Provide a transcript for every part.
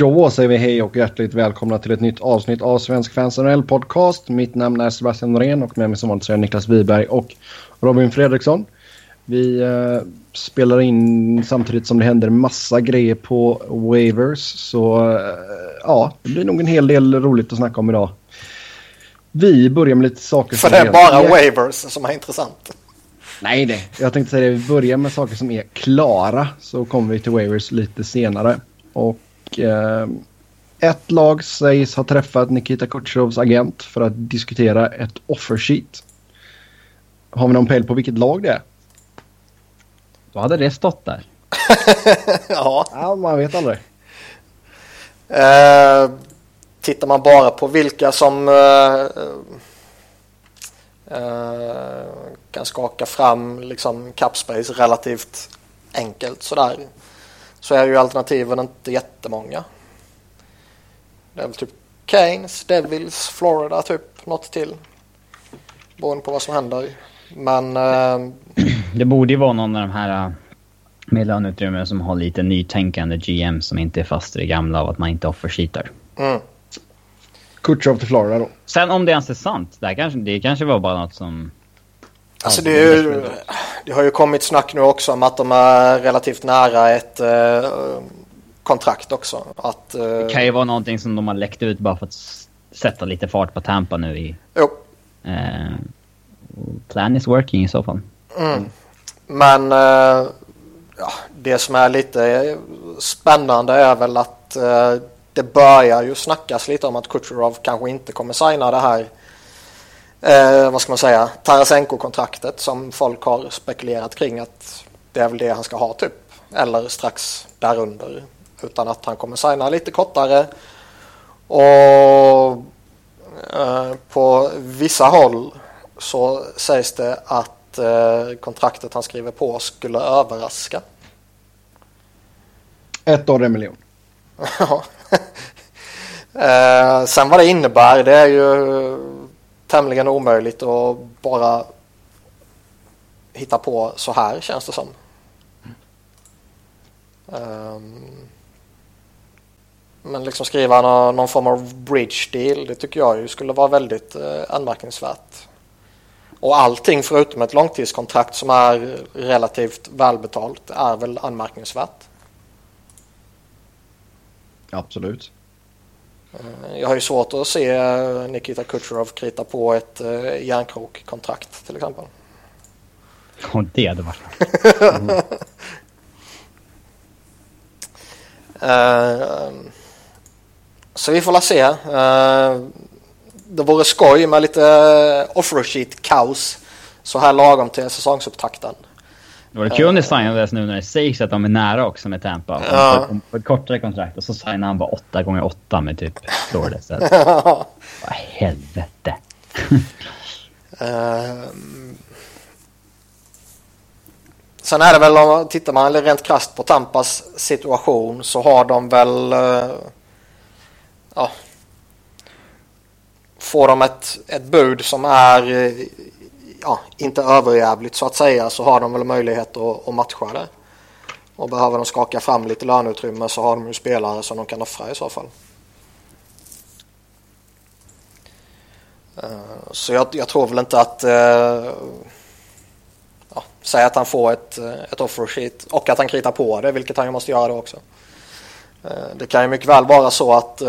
Då säger vi hej och hjärtligt välkomna till ett nytt avsnitt av Svensk Fans NHL Podcast. Mitt namn är Sebastian Norén och med mig som vanligt är Niklas Wiberg och Robin Fredriksson. Vi spelar in samtidigt som det händer massa grejer på waivers. Så ja, det blir nog en hel del roligt att snacka om idag. Vi börjar med lite saker för det är bara waivers som är intressant. Nej, jag tänkte säga det. Vi börjar med saker som är klara. Så kommer vi till waivers lite senare. Och ett lag sägs ha träffat Nikita Kucherovs agent för att diskutera ett offer sheet. Har vi någon pejl på vilket lag det är? Då hade det stått där. Ja, man vet aldrig. Tittar man bara på vilka som kan skaka fram liksom cap space relativt enkelt sådär, så är ju alternativen inte jättemånga. Det är väl typ Canes, Devils, Florida typ, något till. Beroende på vad som händer. Men det borde ju vara någon av de här med löneutrymme som har lite nytänkande GM som inte är fast i det gamla av att man inte offersheetar. Kucherov till Florida då. Sen om det ens är sant, det kanske var bara något som... Alltså det har ju kommit snack nu också om att de är relativt nära ett kontrakt också. Att, det kan ju vara någonting som de har läckt ut bara för att sätta lite fart på Tampa nu i... Jo. Plan is working i så fall. Men det som är lite spännande är väl att det börjar ju snackas lite om att Kucherov kanske inte kommer signa det här vad ska man säga, Tarasenko-kontraktet som folk har spekulerat kring, att det är väl det han ska ha typ, eller strax därunder, utan att han kommer signa lite kortare. Och på vissa håll så sägs det att kontraktet han skriver på skulle överraska. 1 år 1 miljon. Ja. Sen vad det innebär, det är ju tämligen omöjligt att bara hitta på så här, känns det som. Men liksom skriva någon form av bridge deal, det tycker jag ju skulle vara väldigt anmärkningsvärt. Och allting förutom ett långtidskontrakt som är relativt välbetalt är väl anmärkningsvärt. Absolut. Jag har ju svårt att se Nikita Kucherov krita på ett järnkrok-kontrakt till exempel. Och det hade varit. Så vi får la se. Det vore skoj med lite offersheet-kaos så här lagom till säsongsupptakten. Det var kul om det signades nu när det sägs att de är nära också med Tampa. På ett kortare kontrakt. Och så signar han bara 8x8 med typ Florida. Vad helvete. Sen är det väl, om tittar man rent krasst på Tampas situation, så har de väl får de ett bud som är inte överjävligt så att säga, så har de väl möjlighet att matcha det. Och behöver de skaka fram lite löneutrymme så har de ju spelare som de kan offra i så fall. Så jag tror väl inte att säga att han får ett offer sheet och att han kritar på det, vilket han ju måste göra då också. Det kan ju mycket väl vara så att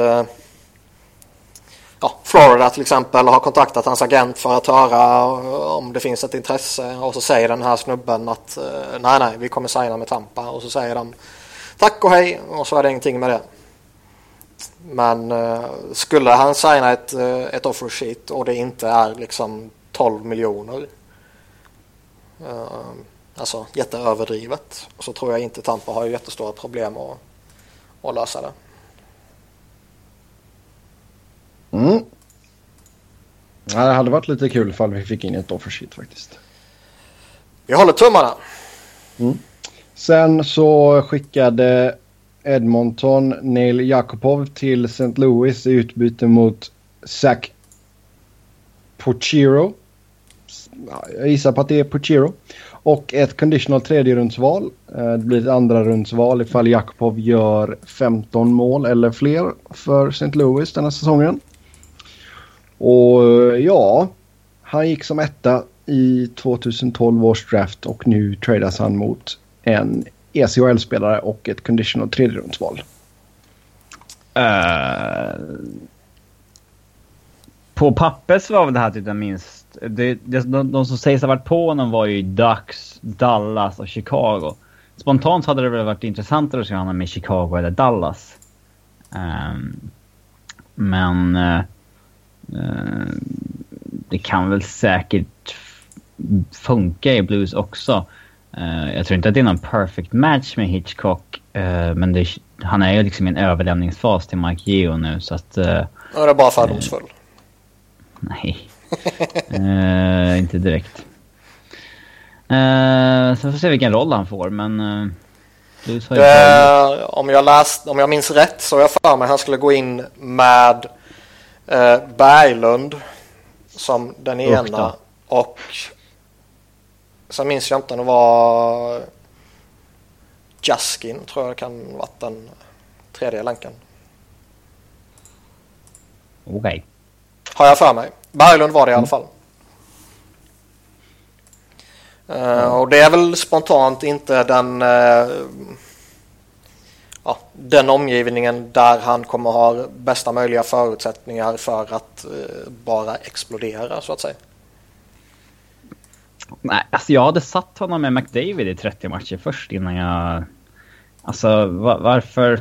Florida till exempel har kontaktat hans agent för att höra om det finns ett intresse, och så säger den här snubben att nej, vi kommer signa med Tampa, och så säger de tack och hej, och så är det ingenting med det. Men skulle han signa ett offer sheet och det inte är liksom 12 miljoner, alltså jätteöverdrivet, så tror jag inte Tampa har jättestora problem att lösa det. Ja, det hade varit lite kul ifall vi fick in ett offersheet faktiskt. Vi håller tummarna. Sen så skickade Edmonton Neil Jakubov till St. Louis i utbyte mot Zach Pochiro. Jag gissar på att det är Pochiro. Och ett conditional tredje rundsval. Det blir ett andra rundsval ifall Jakubov gör 15 mål eller fler för St. Louis den här säsongen. Och ja, han gick som etta i 2012 års draft och nu tradas han mot en ECHL-spelare och ett conditional tredje rundsval. På pappret var väl det här typ den minst... De som sägs ha varit på honom var ju Ducks, Dallas och Chicago. Spontant hade det väl varit intressantare att se honom med Chicago eller Dallas. Men det kan väl säkert funka i Blues också. Jag tror inte att det är någon perfect match med Hitchcock. Men han är ju liksom i en överlämningsfas till Mike Geo nu. Så att, det är bara fördomsfull. Nej. Inte direkt. Så får vi se vilken roll han får. Men om jag minns rätt så jag för mig han skulle gå in med Berglund som den ena. Och sen minns jag inte om det var Jaskin, tror jag kan ha varit den tredje länken. Okej. Har jag för mig. Berglund var det i alla fall. Och det är väl spontant inte den omgivningen där han kommer ha bästa möjliga förutsättningar för att bara explodera, så att säga. Nej, alltså jag hade satt honom med McDavid i 30 matcher först innan jag... Alltså, varför...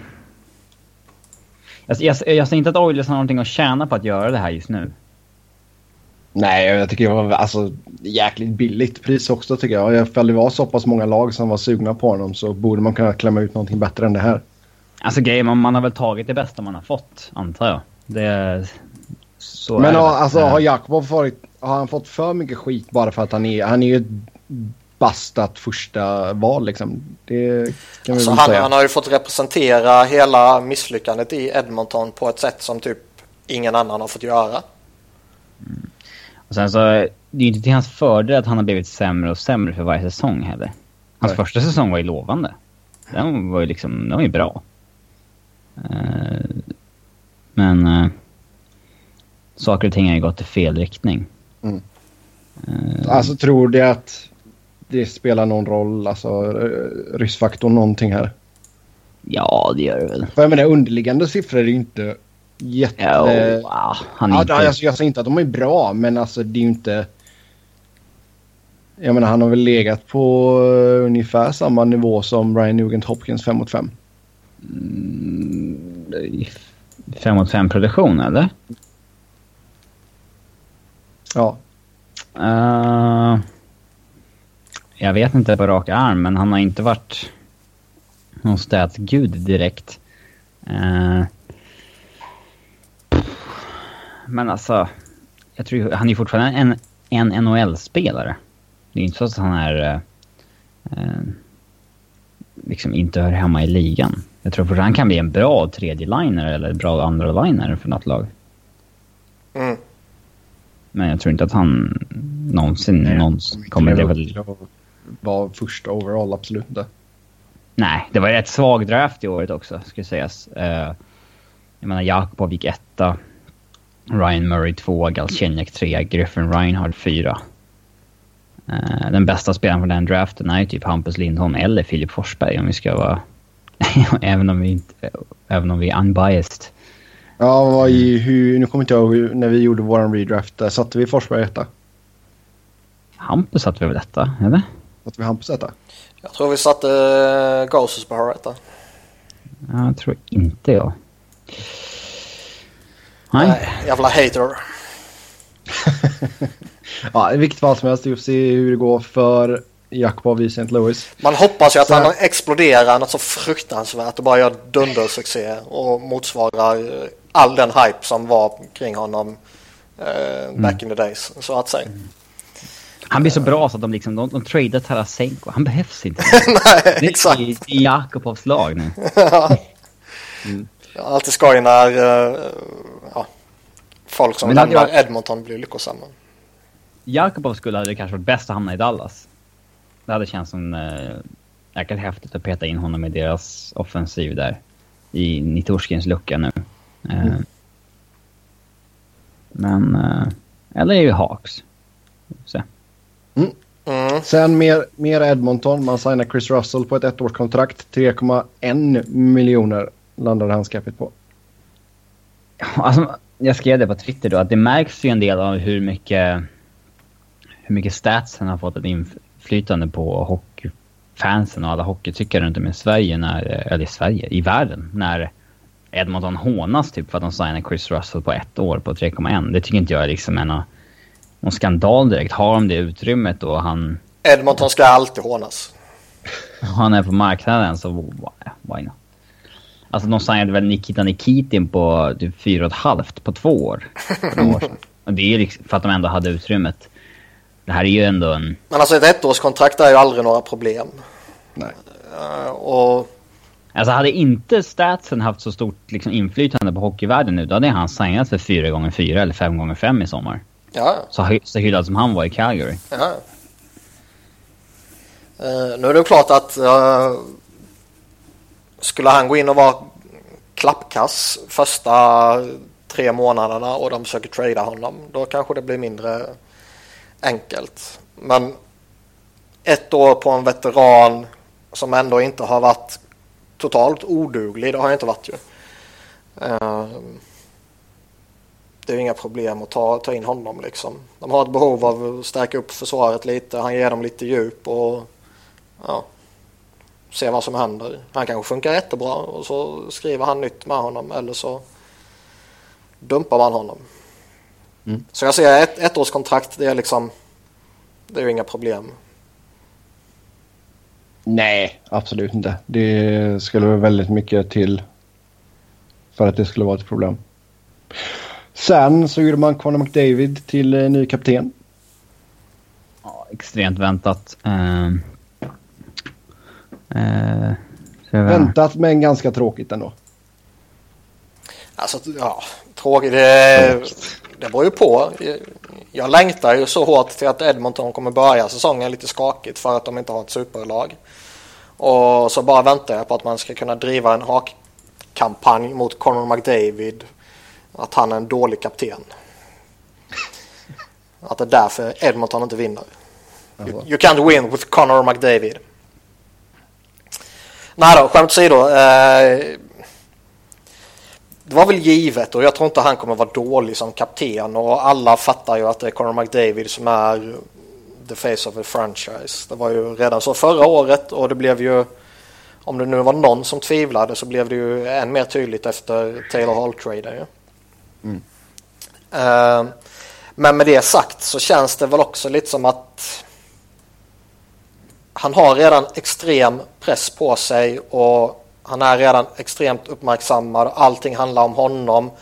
Jag ser inte att Oilers har någonting att tjäna på att göra det här just nu. Nej, jag tycker det var jäkligt billigt pris också, tycker jag. Ifall det var så pass många lag som var sugna på honom så borde man kunna klämma ut någonting bättre än det här. Alltså grejen, man har väl tagit det bästa man har fått, antar jag. Så men har Jakubov har han fått för mycket skit bara för att han är ju ett bastat första val liksom? Det kan vi väl säga. Han har ju fått representera hela misslyckandet i Edmonton på ett sätt som typ ingen annan har fått göra. Och sen så det är ju inte till hans fördel att han har blivit sämre och sämre för varje säsong heller. Hans första säsong var ju lovande. Den var ju bra. Men saker och ting har ju gått i fel riktning. Alltså tror det att det spelar någon roll, alltså ryssfaktorn någonting här? Ja, det gör det väl. För jag menar, underliggande siffror är ju inte jag säger inte att de är bra, men alltså det är ju inte... Jag menar, han har väl legat på ungefär samma nivå som Ryan Nugent-Hopkins 5-5. 5-5 produktion, eller? Ja. Jag vet inte på rak arm, men han har inte varit någon statsgud direkt. Men alltså, jag tror han är fortfarande en NHL-spelare. Det är inte så att han är liksom inte hör hemma i ligan. Jag tror fortfarande han kan bli en bra tredje-liner eller bra andra-liner för något lag. Men jag tror inte att han någonsin kommer det vara första overall, absolut inte. Nej, det var ett svag draft i året också, ska sägas. Jag menar, Jakubov gick 1, Ryan Murray 2, Galchenyuk 3, Griffin Reinhart 4. Den bästa spelaren från den draften är typ Hampus Lindholm eller Filip Forsberg, om vi ska vara även om vi är unbiased. Ja, nu kommer inte jag ihåg när vi gjorde våran redraft, satte vi Forsberg 1. Hampus satte vi väl detta, eller? Satte vi Hampus 1? Jag tror vi satte Gausus på här 1. Jag tror inte jag. Nej, jävla hater. Ja, i vilket fall som helst, att se hur det går för Jakubov i St. Louis. Man hoppas ju att han exploderar något så fruktansvärt och bara gör dundersuccé och motsvarar all den hype som var kring honom back in the days, så att säga. Han blir så bra så att de tradar Tarasenko. Han behövs inte. Nej, exakt. I Jakubovs lag nu. Alltid skoj när folk som lämnar Edmonton blir lyckosamma. Jakubov skulle ha det kanske varit bäst att hamna i Dallas. Det hade känts som jäkligt häftigt att peta in honom i deras offensiv där. I Nitorskins lucka nu. Men eller är ju Hawks. Så. Sen mer Edmonton. Man signar Chris Russell på ett ettårskontrakt. 3,1 miljoner landade hans capita på. Alltså, jag skrev det på Twitter då, att det märks ju en del av hur mycket statsen har fått ett inflytande på hockeyfansen och alla hockeytyckare runt om i Sverige, i världen, när Edmonton hånas typ för att de signar Chris Russell på ett år på 3,1. Det tycker inte jag är liksom någon skandal direkt. Har de det utrymmet då Edmonton ska alltid hånas. Han är på marknaden, så why not? Alltså de signade väl Nikita Nikitin på typ 4,5 på 2 år. Och det är liksom för att de ändå hade utrymmet. Det här är ju ändå en... Men alltså ett ettårskontrakt är ju aldrig några problem. Nej. Alltså hade inte statsen haft så stort liksom inflytande på hockeyvärlden nu, då hade han signat för 4x4 eller 5x5 i sommar. Ja. Så hyllad som han var i Calgary. Ja. Nu är det klart att skulle han gå in och vara klappkass första 3 månaderna och de försöker trada honom, då kanske det blir mindre enkelt. Men 1 år på en veteran som ändå inte har varit totalt oduglig, det har inte varit ju. Det är inga problem att ta in honom liksom. De har ett behov av att stärka upp försvaret lite. Han ger dem lite djup och se vad som händer. Han kanske funkar jättebra och så skriver han nytt med honom, eller så dumpar man honom. Så jag ser ett ettårskontrakt, det är ju inga problem. Nej, absolut inte. Det skulle vara väldigt mycket till för att det skulle vara ett problem. Sen så gjorde man Connor McDavid till ny kapten. Ja, extremt väntat. Väntat, men ganska tråkigt ändå. Alltså, tråkigt. Det beror ju på. Jag längtar ju så hårt till att Edmonton kommer börja säsongen lite skakigt för att de inte har ett superlag. Och så bara väntar jag på att man ska kunna driva en hakkampanj mot Connor McDavid. Att han är en dålig kapten. Att det är därför Edmonton inte vinner. You can't win with Connor McDavid. Nej då, skämt åsido. Det var väl givet, och jag tror inte han kommer vara dålig som kapten, och alla fattar ju att det är Connor McDavid som är the face of the franchise. Det var ju redan så förra året, och det blev ju, om det nu var någon som tvivlade, så blev det ju än mer tydligt efter Taylor Hall-traden ju. Men med det sagt så känns det väl också lite som att han har redan extrem press på sig, och han är redan extremt uppmärksammad. Allting handlar om honom.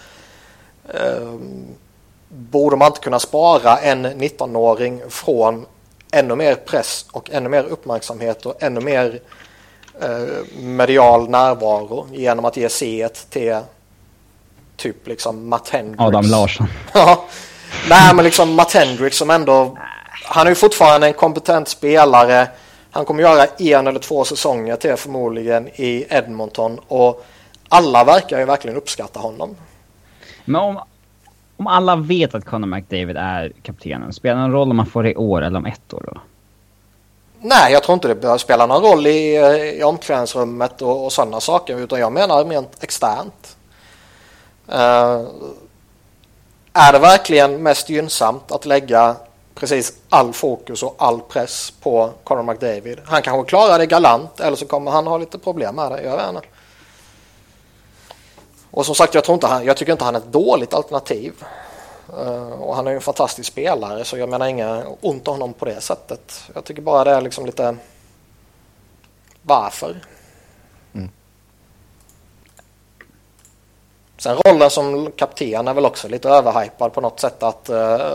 Borde man inte kunna spara en 19-åring från ännu mer press och ännu mer uppmärksamhet och ännu mer medial närvaro genom att ge C1 till typ liksom Matt Hendricks. Adam Larsson. Ja. Nej, men liksom Matt Hendricks som ändå, han är ju fortfarande en kompetent spelare. Han kommer göra 1 eller 2 säsonger till förmodligen i Edmonton, och alla verkar ju verkligen uppskatta honom. Men om alla vet att Connor McDavid är kaptenen, spelar det någon roll om man får det i år eller om 1 år då? Nej, jag tror inte det bör spela någon roll i omklädningsrummet och sådana saker, utan jag menar mer externt. Är det verkligen mest gynnsamt att lägga precis all fokus och all press på Connor McDavid? Han kanske klarar det galant, eller så kommer han ha lite problem med det. Jag vet inte. Och som sagt, jag tycker inte han är ett dåligt alternativ. Och han är ju en fantastisk spelare, så jag menar inga ont om honom på det sättet. Jag tycker bara det är liksom lite varför. Sen rollen som kapten är väl också lite överhypad på något sätt, att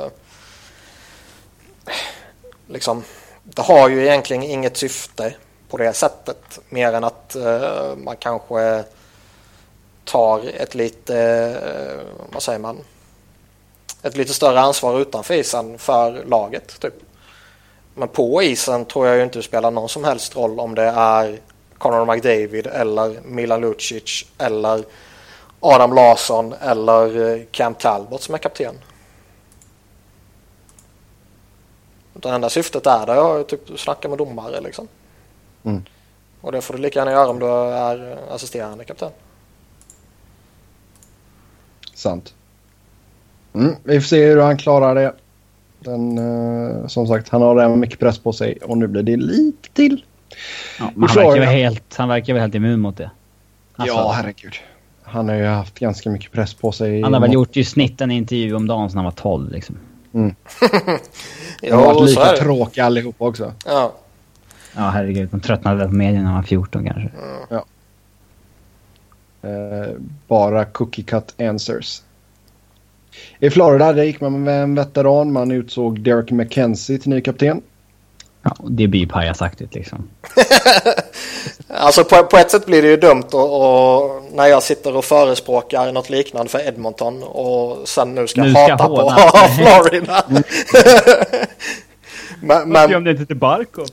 liksom, det har ju egentligen inget syfte på det sättet, mer än att man kanske tar ett lite ett lite större ansvar utanför isen för laget typ. Men på isen tror jag ju inte det spelar någon som helst roll om det är Connor McDavid eller Milan Lucic eller Adam Larsson eller Cam Talbot som är kapten. Det enda syftet är det att typ snacka med domare liksom. Och det får du lika gärna göra om du är assisterande kapten. Sant. Vi får se hur han klarar det. Som sagt, han har redan mycket press på sig och nu blir det lite till. Ja, men han verkar väl helt immun mot det. Alltså, ja, herregud. Han har ju haft ganska mycket press på sig. Han har väl gjort i snitt en intervju om dagen sedan han var 12 liksom. De har varit lika tråkiga allihop också. Ja, herregud. De tröttnade väl på medierna när han var 14 kanske. Ja. Bara cookie cut answers. I Florida där gick man med en veteran. Man utsåg Derek McKenzie till ny kapten. Ja, det blir ju pajasaktigt liksom. Alltså på ett sätt blir det ju dumt och när jag sitter och förespråkar något liknande för Edmonton och sen nu ska hata på Florida. men om det inte till Barkov.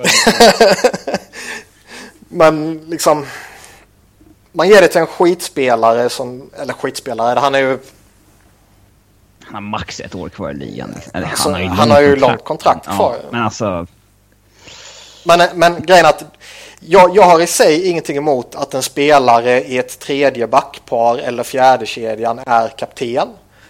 Men liksom man ger det till en skitspelare han är ju han har max ett år kvar i ligan. Liksom. Han har ju långt kontrakt kvar. Ja, men alltså men grejen att jag har i sig ingenting emot att en spelare i ett tredje backpar eller fjärde kedjan är kapten.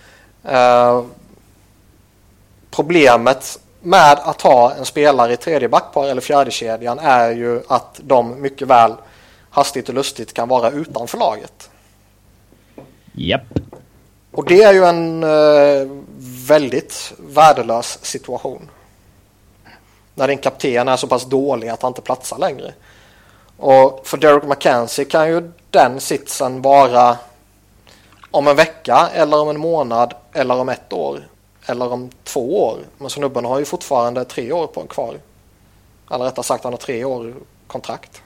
Problemet med att ha en spelare i tredje backpar eller fjärde kedjan är ju att de mycket väl hastigt och lustigt kan vara utanför laget. Japp. Och det är ju en väldigt värdelös situation. När din kapten är så pass dålig att han inte platsar längre. Och för Derek McKenzie kan ju den sitsen vara om en vecka eller om en månad eller om 1 år eller om 2 år. Men snubben har ju fortfarande 3 år kvar. Eller rättare sagt han har 3 år kontrakt.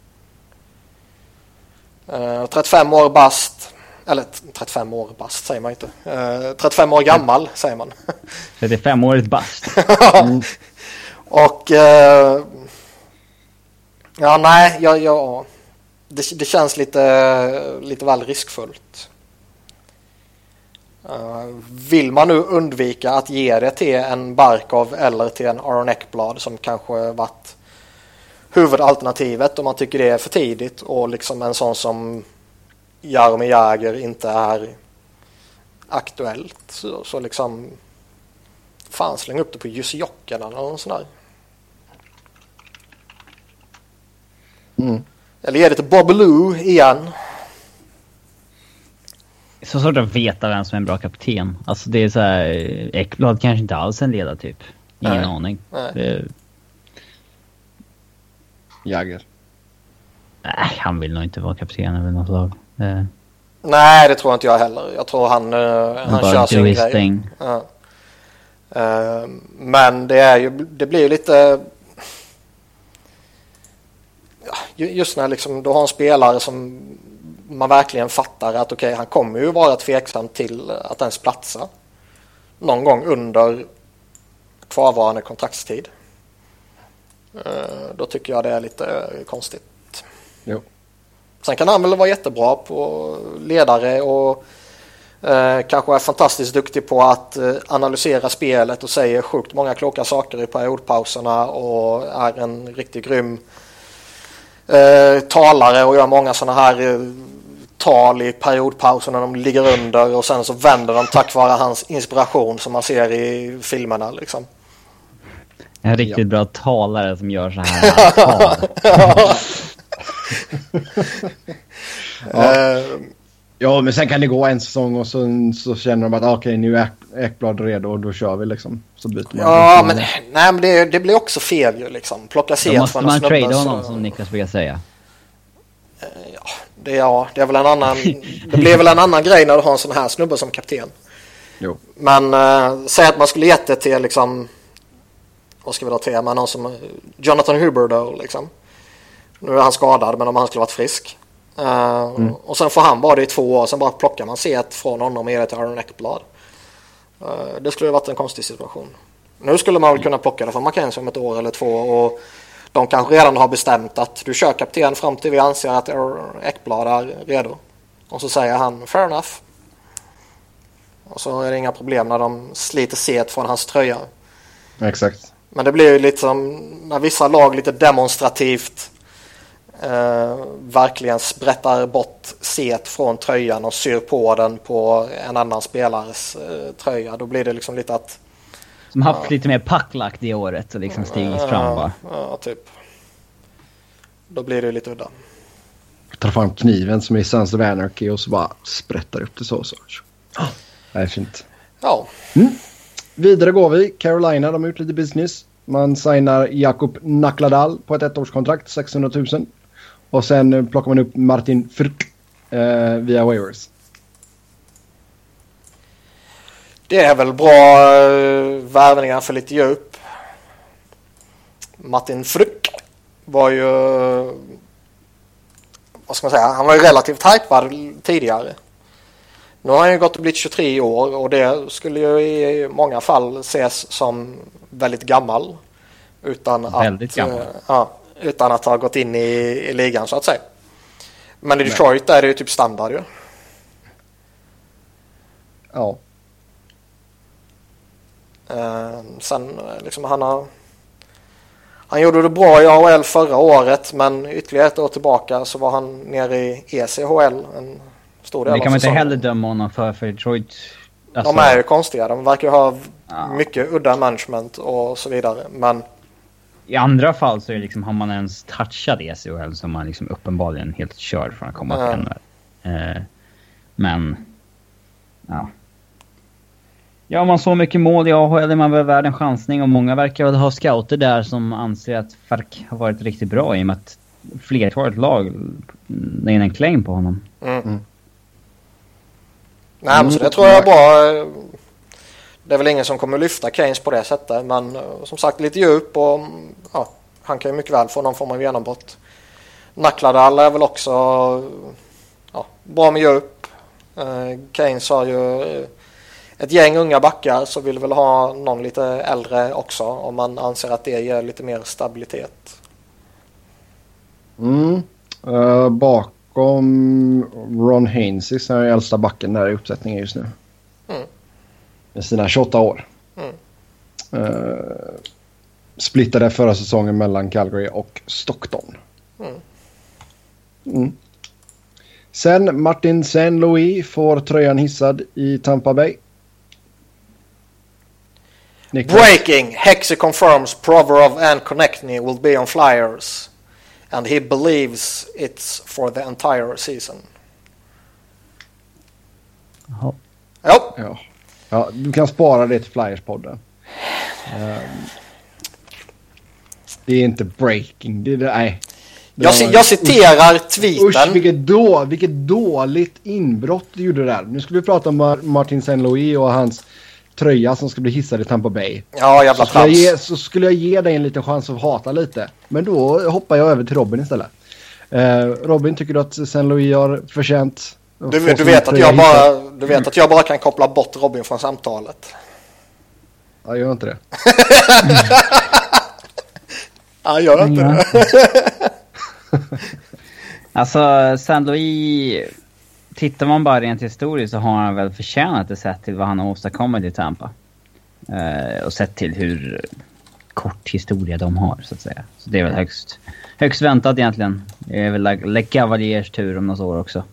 35 år bast. Eller 35 år bast säger man inte. 35 år gammal säger man. 35-årigt bast. Och det känns lite väl riskfullt. Vill man nu undvika att ge det till en Barkov eller till en Aaron Ekblad som kanske varit huvudalternativet om man tycker det är för tidigt och liksom en sån som Jaromir Jagr inte är aktuellt så liksom fan släng upp det på Jussi Jokinen eller någon sån där. Eller ge det till Bob Lou igen. Så svårt att veta vem som är en bra kapten. Alltså det är så här, Ekblad kanske inte alls en ledartyp. Ingen aning. Jagr. Nej, han vill nog inte vara kapten över något lag. Nej, det tror inte jag heller. Jag tror han kör sin grej. Ja. Men det blir ju lite just när liksom, du har en spelare som man verkligen fattar att okej, han kommer ju vara tveksam till att ens platsa någon gång under kvarvarande kontraktstid. Då tycker jag det är lite konstigt. Jo. Sen kan han väl vara jättebra på ledare och kanske är fantastiskt duktig på att analysera spelet och säger sjukt många kloka saker i periodpauserna och är en riktigt grym talare och gör många sådana här tal i periodpausen när de ligger under och sen så vänder de tack vare hans inspiration som man ser i filmerna liksom. En riktigt bra talare som gör så här tal. Ja, men sen kan det gå en säsong och så känner de att okej, nu är Ekblad redo och då kör vi liksom. Så byter man. Ja, men det blir också fel ju liksom. Plocka set. Då måste man trada honom som Niklas brukar säga. Det är väl en annan det blir väl en annan grej när du har en sån här snubbe som kapten. Jo. Men säg att man skulle gett det till liksom vad ska vi då till, men någon som Jonathan Huberdeau liksom. Nu är han skadad, men om han skulle varit frisk. Och sen får han vara det i 2 år, sen bara plockar man set från honom och ger det till Aaron Ekblad. Det skulle ha varit en konstig situation. Nu skulle man väl kunna plocka det från Mackenzie om ett år eller 2 och de kanske redan har bestämt att du kör kapten fram till vi anser att Ekblad är redo. Och så säger han fair enough. Och så är det inga problem när de sliter set från hans tröja. Exakt. Men det blir ju lite som när vissa lag lite demonstrativt verkligen sprättar bort set från tröjan och syr på den på en annan spelares tröja. Då blir det liksom lite att som haft lite mer packlack det året och liksom stigit fram bara. Ja, typ. Då blir det lite udda. Tar fram kniven som är Sons of Anarchy och så bara sprättar upp det så. Det är fint. Ja. Vidare går vi. Carolina, de har gjort lite business. Man signar Jakob Nakladal på ett 1-årskontrakt, 600 000. Och sen plockar man upp Martin Frk via waivers. Det är väl bra värvningar för lite djup. Martin Frk var ju, vad ska man säga, han var ju relativt hypad tidigare. Nu har han ju gått och blivit 23 år och det skulle ju i många fall ses som väldigt gammal. Utan att ha gått in i ligan så att säga. Men i Detroit är det ju typ standard ju. Ja. Sen liksom han gjorde det bra i AHL förra året, men ytterligare ett år tillbaka så var han nere i ECHL en stor del. Det kan man inte heller döma honom för Detroit. Alltså, de är ju konstiga. De verkar ju ha mycket udda management och så vidare. Men i andra fall så är det liksom, har man ens touchat ECHL så man liksom uppenbarligen helt körd från att komma till NHL. Men ja, om man så mycket mål i AHL är man väl värd en chansning och många verkar väl ha scouter där som anser att Fark har varit riktigt bra i och med att flertalet lag är en claim på honom. Nej, men så det tror jag är bra. Det är väl ingen som kommer lyfta Keynes på det sättet, men som sagt lite djup och han kan ju mycket väl få någon form av genombrott. Nakladal är väl också bra med djup. Keynes har ju ett gäng unga backar så vill väl ha någon lite äldre också om man anser att det ger lite mer stabilitet. Bakom Ron Hainsey som är äldsta backen där i uppsättningen just nu. Med sina 28 år. Splittade förra säsongen mellan Calgary och Stockton. Sen Martin Saint-Louis får tröjan hissad i Tampa Bay. Breaking! Hexy confirms Provorov and Konechny will be on Flyers. And he believes it's for the entire season. Ja, du kan spara det till Flyers-podden. Det är inte breaking. Jag citerar tweeten. Usch, vilket dåligt inbrott du gjorde där. Nu skulle vi prata om Martin Saint-Louis och hans tröja som ska bli hissad i Tampa Bay. Ja, jävla plats. Så skulle jag ge dig en liten chans att hata lite. Men då hoppar jag över till Robin istället. Robin, tycker du att Saint-Louis har förtjänt? Du vet att jag bara kan koppla bort Robin från samtalet. Ja, gör inte det. Ja, gör inte det. Alltså, Saint-Louis, tittar man bara rent historiskt så har han väl förtjänat det sett till vad han har åstadkommit i Tampa. Och sett till hur kort historia de har, så att säga. Så det är väl högst väntat egentligen. Det är väl Le Cavaliers tur om några år också.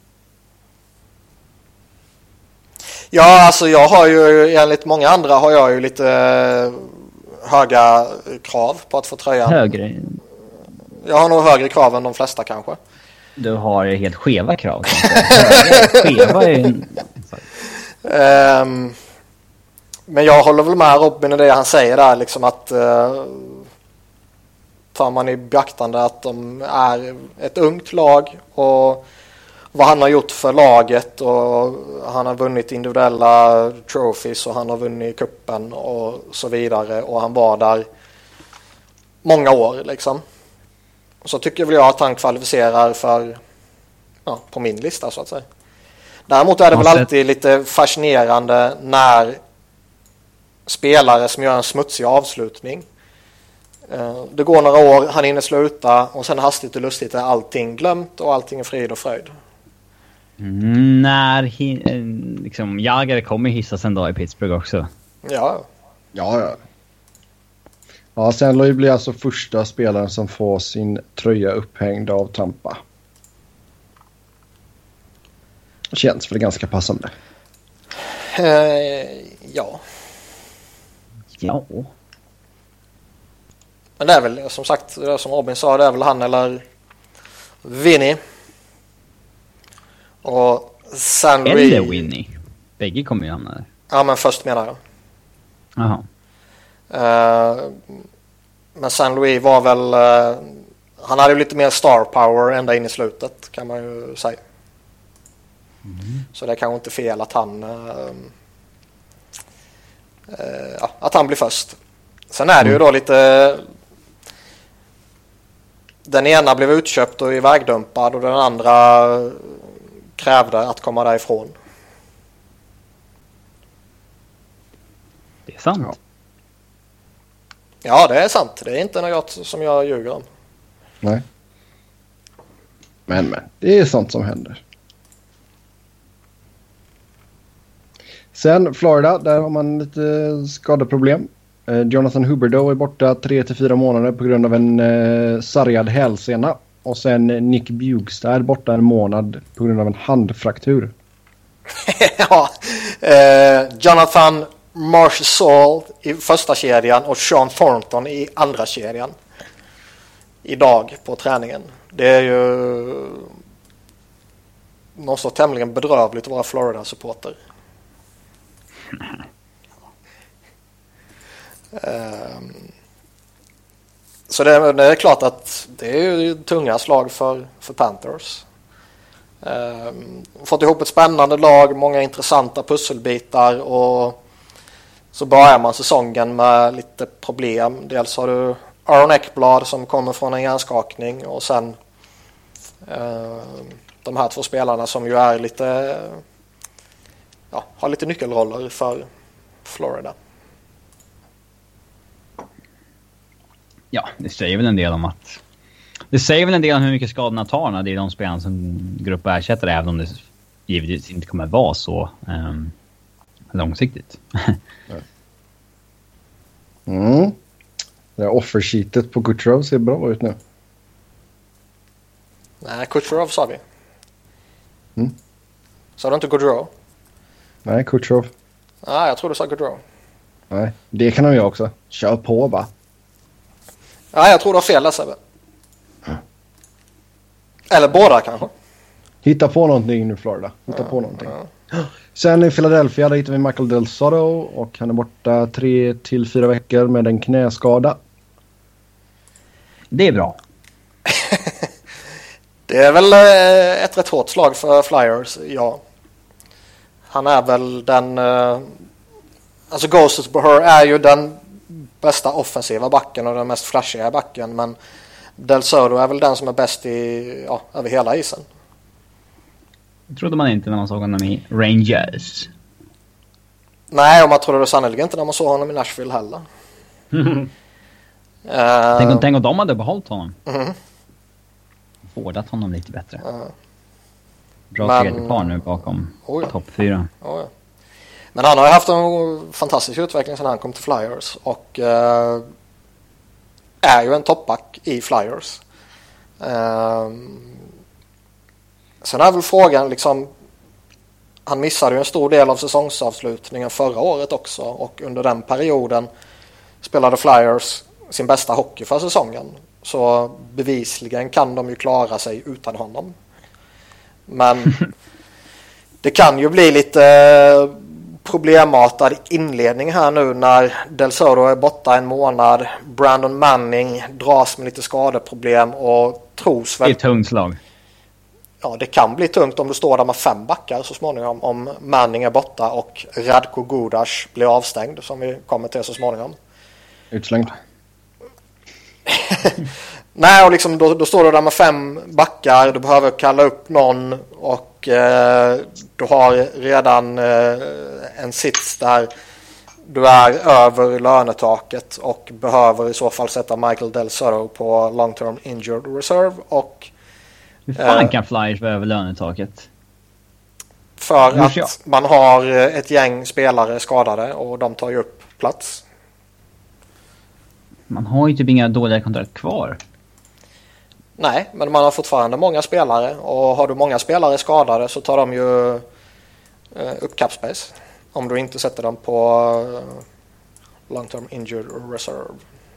Ja, alltså jag har ju, enligt många andra har jag ju lite höga krav på att få tröjan. Högre? Jag har nog högre krav än de flesta kanske. Du har helt skeva krav. Skeva är ju... Men jag håller väl med Robin i det han säger där, liksom att tar man i beaktande att de är ett ungt lag och vad han har gjort för laget och han har vunnit individuella trophies och han har vunnit kuppen och så vidare och han var där många år liksom. Så tycker väl jag att han kvalificerar för på min lista så att säga. Däremot är det väl alltid lite fascinerande när spelare som gör en smutsig avslutning. Det går några år, han hinner sluta och sen hastigt och lustigt är allting glömt och allting är frid och fröjd. När liksom, Jagr kommer hissas en dag i Pittsburgh också. Ja. Ja. Ja, St. Louis blir alltså första spelaren som får sin tröja upphängd av Tampa. Känns väl ganska passande. Ja. Ja. Men det är väl som sagt, som Robin sa, det är väl han eller Vinny. Och San Luis... Eller Winnie. Bägge kommer ju hamna där. Ja, men först menar jag. Jaha. Men San Luis var väl... han hade ju lite mer star power ända in i slutet, kan man ju säga. Så det är kanske inte fel att han blir först. Sen är det ju då lite... Den ena blev utköpt och ivägdumpad och den andra krävde att komma därifrån. Det är sant. Ja, det är sant. Det är inte något som jag ljuger om. Nej. Men det är sånt som händer. Sen Florida, där har man lite skadeproblem. Jonathan Huberdeau är borta 3-4 månader på grund av en sargad hälsena. Och sen Nick Bjugstad borta en månad på grund av en handfraktur. Ja, Jonathan Marchessault i första kedjan och Sean Thornton i andra kedjan. Idag på träningen. Det är ju något tämligen bedrövligt att vara Florida-supporter. Så det är klart att det är ju tunga slag för Panthers. Fått ihop ett spännande lag, många intressanta pusselbitar och så börjar man säsongen med lite problem. Dels har du Aaron Ekblad som kommer från en hjärnskakning och sen de här två spelarna som ju är lite har lite nyckelroller för Florida. Ja, det säger väl en del om att... Det säger väl en del om hur mycket skadorna tar när det är de spelarna som grupp ersätter, även om det givetvis inte kommer vara så långsiktigt. Det här offersheetet på Kucherov ser bra ut nu. Nej, Kucherov sa vi. Sa du inte Gaudreau? Nej, Kucherov. Nej, jag tror du sa Gaudreau. Nej, det kan nog jag också. Kör på bara. Nej, jag tror du har fel där, Sebbe. Eller båda kanske. Hitta på någonting nu, Florida. Hitta på någonting. Sen i Philadelphia, där hittar vi Michael Del Zotto. Och han är borta 3-4 veckor med en knäskada. Det är bra. Det är väl ett rätt hårt slag för Flyers, ja. Han är väl den... Alltså Ghosted Boher är ju den bästa offensiva backen och den mest flashiga backen, men Del Zotto är väl den som är bäst över hela isen. Det trodde man inte när man såg honom i Rangers. Nej, och man trodde det sannolikt inte när man såg honom i Nashville heller. Tänk om de hade behållit honom. Vårdat honom lite bättre. Bra tredje par nu bakom topp 4. Oh, ja. Men han har ju haft en fantastisk utveckling sedan han kom till Flyers och är ju en toppback i Flyers. Sen är väl frågan liksom, han missade ju en stor del av säsongsavslutningen förra året också, och under den perioden spelade Flyers sin bästa hockey för säsongen. Så bevisligen kan de ju klara sig utan honom. Men det kan ju bli lite problemartad inledning här nu när Del Zotto är borta en månad. Brandon Manning dras med lite skadeproblem och tros väl... Det är ett tungt slag. Ja, det kan bli tungt om du står där med 5 backar så småningom, om Manning är borta och Radko Gudas blir avstängd, som vi kommer till så småningom. Utslängd. Nej, och liksom då står du där med 5 backar, du behöver kalla upp någon och du har redan en sits där du är över lönetaket och behöver i så fall sätta Michael Del Soto på long term injured reserve. Och hur fan kan Flyers vara över lönetaket? För att man har ett gäng spelare skadade och de tar ju upp plats. Man har ju typ inga dåliga kontrakt kvar. Nej, men man har fortfarande många spelare. Och har du många spelare skadade så tar de ju upp cap space. Om du inte sätter dem på long term injured reserve.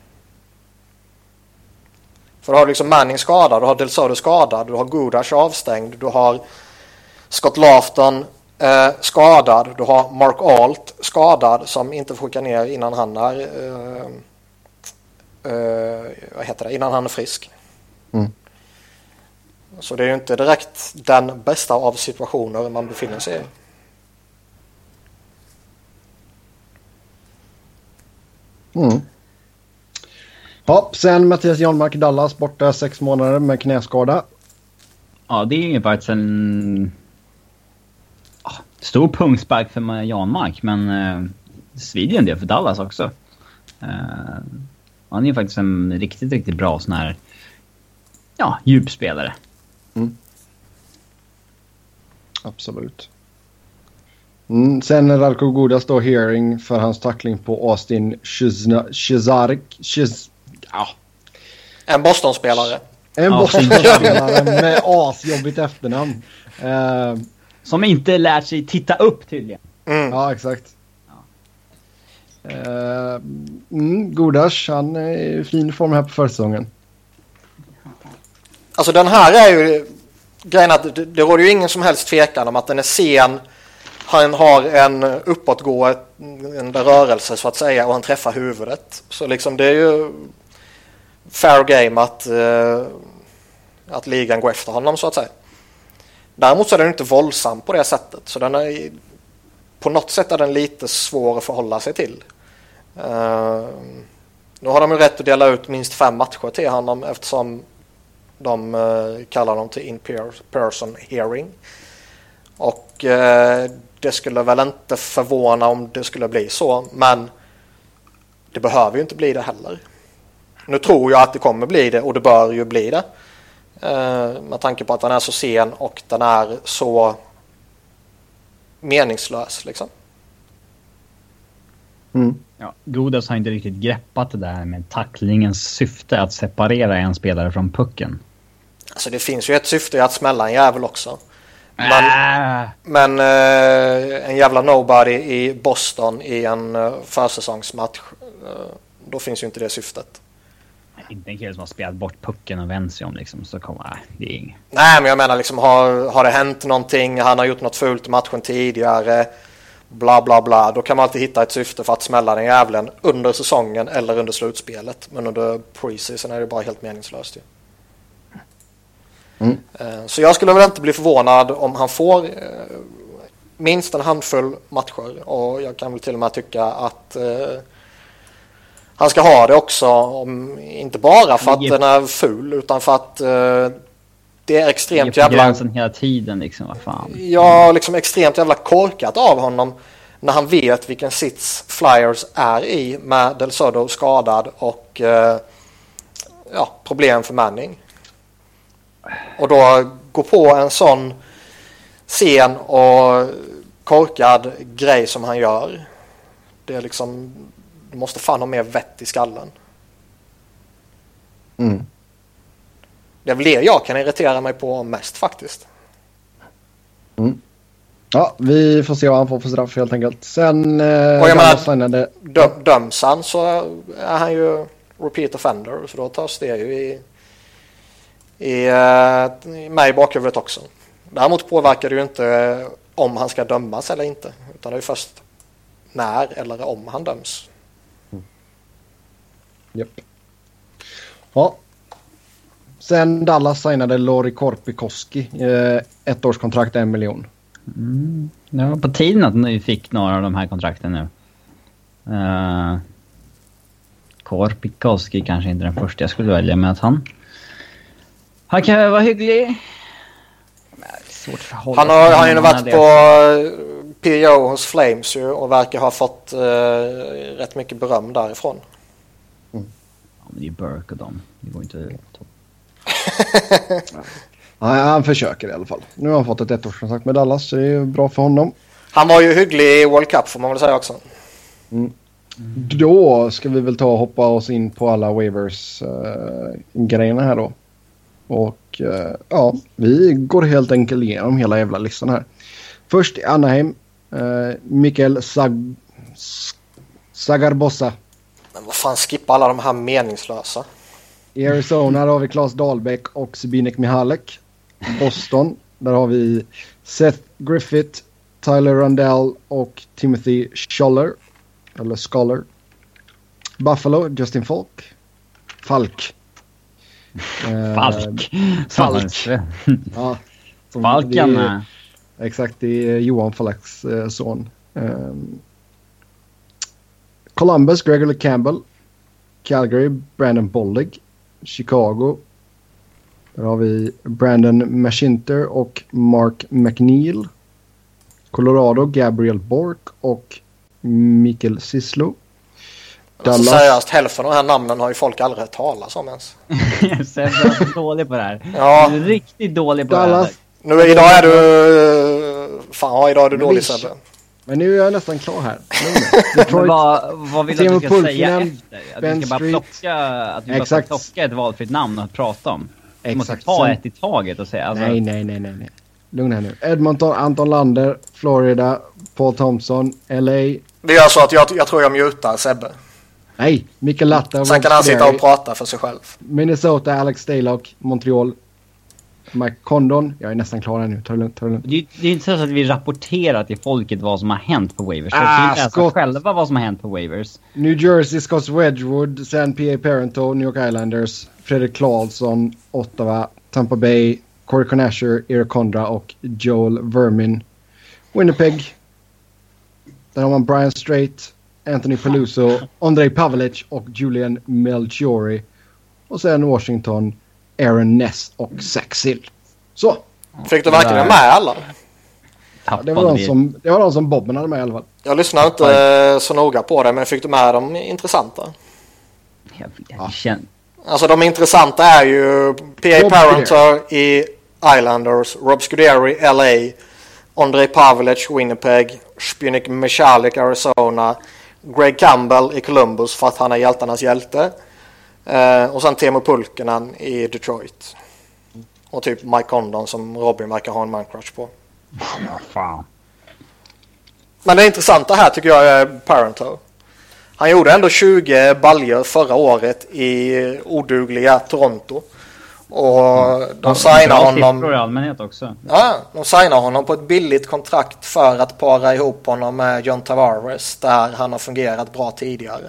För du har liksom Manning skadad, du har Del Soto skadad, du har Gudas avstängd, du har Scott Laughton skadad, du har Mark Alt skadad som inte får skicka ner innan han är innan han är frisk. Så det är ju inte direkt den bästa av situationer man befinner sig i. Ja, sen Mattias Janmark Dallas borta 6 månader med knäskada. Ja, det är ju faktiskt en stor punktspark för Janmark, men det svider en del för Dallas också. Han är ju faktiskt en riktigt, riktigt bra sån här djupspelare. Absolut. Sen Radko Gudas då hearing för hans tackling på Austin Cesarek. En Boston-spelare. En Boston-spelare med asjobbigt efternamn. Som inte lärt sig titta upp tydligen. Ja, exakt. Gudas, han är i fin form här på försäsongen. Alltså den här är ju grejen att det råder ju ingen som helst tvekan om att den är sen. Han har en uppåtgående rörelse så att säga och han träffar huvudet. Så liksom det är ju fair game att ligan går efter honom så att säga. Däremot så är den inte våldsam på det sättet. Så den är, på något sätt är den lite svår att förhålla sig till. Nu har de ju rätt att dela ut minst 5 matcher till honom eftersom de kallar dem till in-person hearing. Och det skulle väl inte förvåna om det skulle bli så. Men det behöver ju inte bli det heller. Nu tror jag att det kommer bli det och det bör ju bli det. Med tanke på att den är så sen och den är så meningslös liksom. Ja, Gudas har inte riktigt greppat det där med tacklingens syfte att separera en spelare från pucken. Alltså det finns ju ett syfte att smälla en jävel också. Men en jävla nobody i Boston i en försäsongsmatch, då finns ju inte det syftet. Inte en kille som har spelat bort pucken och vänt sig om liksom, så kommer det är inget. Nej, men jag menar liksom har det hänt någonting, han har gjort något fult i matchen tidigare, bla bla bla, då kan man alltid hitta ett syfte för att smälla den jävlen under säsongen eller under slutspelet. Men under preseason är det bara helt meningslöst ju. Så jag skulle väl inte bli förvånad om han får minst en handfull matcher, och jag kan väl till och med tycka att han ska ha det också, inte bara för att den är ful utan för att det är extremt jävla hela tiden liksom, vad fan. Ja, liksom extremt jävla korkat av honom när han vet vilken sits Flyers är i med Del Soto skadad och problem för Manning. Och då gå på en sån sen och korkad grej som han gör. Det är liksom, du måste fan ha mer vett i skallen. Det är väl det jag kan irritera mig på mest faktiskt. Ja, vi får se vad han får för straff helt enkelt. Sen och jag menar, döms han så är han ju repeat offender, så då tas det ju med i bakhuvudet också. Däremot påverkar det ju inte om han ska dömas eller inte, utan det är först när eller om han döms. Japp. Ja. Sen Dallas signade Lauri Korpikoski 1 års kontrakt, 1 miljon. Det var på tiden att ni fick några av de här kontrakten nu. Korpikoski kanske inte den första jag skulle välja, med att han kan vara hygglig. Han har ju varit på PO hos Flames ju, och verkar ha fått rätt mycket beröm därifrån. Ja, men det är Burke och dem. Det går inte topp. Nej, han försöker i alla fall. Nu har han fått ett ettårskontrakt med Dallas, så det är bra för honom. Han var ju hygglig i World Cup, får man väl säga också. Då ska vi väl ta och hoppa oss in på alla waivers grejerna här då. Och ja, vi går helt enkelt igenom hela jävla listan här. Först i Anaheim, Mikael Sagarbossa. Men vad fan, skippa alla de här meningslösa. I Arizona där har vi Claes Dahlbäck och Zbigniew Mihalek. Boston, där har vi Seth Griffith, Tyler Rundell och Timothy Scholler. Eller Scholler. Buffalo, Justin Falk. Falk. Ja, Falken. Exakt, det är Johan Falks son. Columbus, Gregory Campbell. Calgary, Brandon Bollig. Chicago, där har vi Brandon Machinter och Mark McNeil. Colorado, Gabriel Bork och Mikael Sislo. Alltså seriöst, hälften av de här namnen har ju folk aldrig hört talas om ens. Sebbe är så dålig på det här. Ja. Du är riktigt dålig på Dallas. det här. Nu idag är du... Fan, idag är du dålig, Sebbe. Men nu är jag nästan klar här. Men vad vill du att du ska säga efter? Att Ben du ska bara plocka, att du bara ska plocka ett valfritt namn att prata om? Du måste ta ett i taget och säga. Alltså... Nej. Lugna här nu. Edmonton, Anton Lander, Florida, Paul Thompson, LA. Det gör så att jag tror jag mutar Sebbe. Nej, Mikael Latta. Sen kan han sitta och prata för sig själv. Minnesota, Alex Stalock, Montreal, Mike Condon. Jag är nästan klar här nu. Ta det lugnt. Det är inte så att vi rapporterar till folket vad som har hänt på waivers. Vi läser själva vad som har hänt på waivers. New Jersey, Scott Wedgwood, San P.A. Parento, New York Islanders, Fredrik Claesson, Ottawa, Tampa Bay, Corey Conasher, Eric Condra och Joel Vermin. Winnipeg. Där har man Brian Strait, Anthony Peluso, Andrei Pavelec och Julian Melchiori. Och sen Washington, Aaron Ness och Zach Sill. Så. Fick du verkligen med alla? Ja, det var de som Bobben hade med i alla fall. Jag lyssnade inte så noga på det, men fick du med de intressanta? Alltså de intressanta är ju P.A. Parenter i Islanders, Rob Scuderi LA, Andrei Pavelec Winnipeg, Zbigniew Mihalek Arizona, Greg Campbell i Columbus för att han är hjältarnas hjälte, och sen Teemu Pulkkinen i Detroit. Och typ Mike Condon som Robin verkar ha en man-crush på. Ja, fan. Men det intressanta här tycker jag är Parento. Han gjorde ändå 20 baljor förra året i odugliga Toronto. Och de signar honom... i allmänhet också. Ja, de signar honom på ett billigt kontrakt för att para ihop honom med John Tavares där han har fungerat bra tidigare.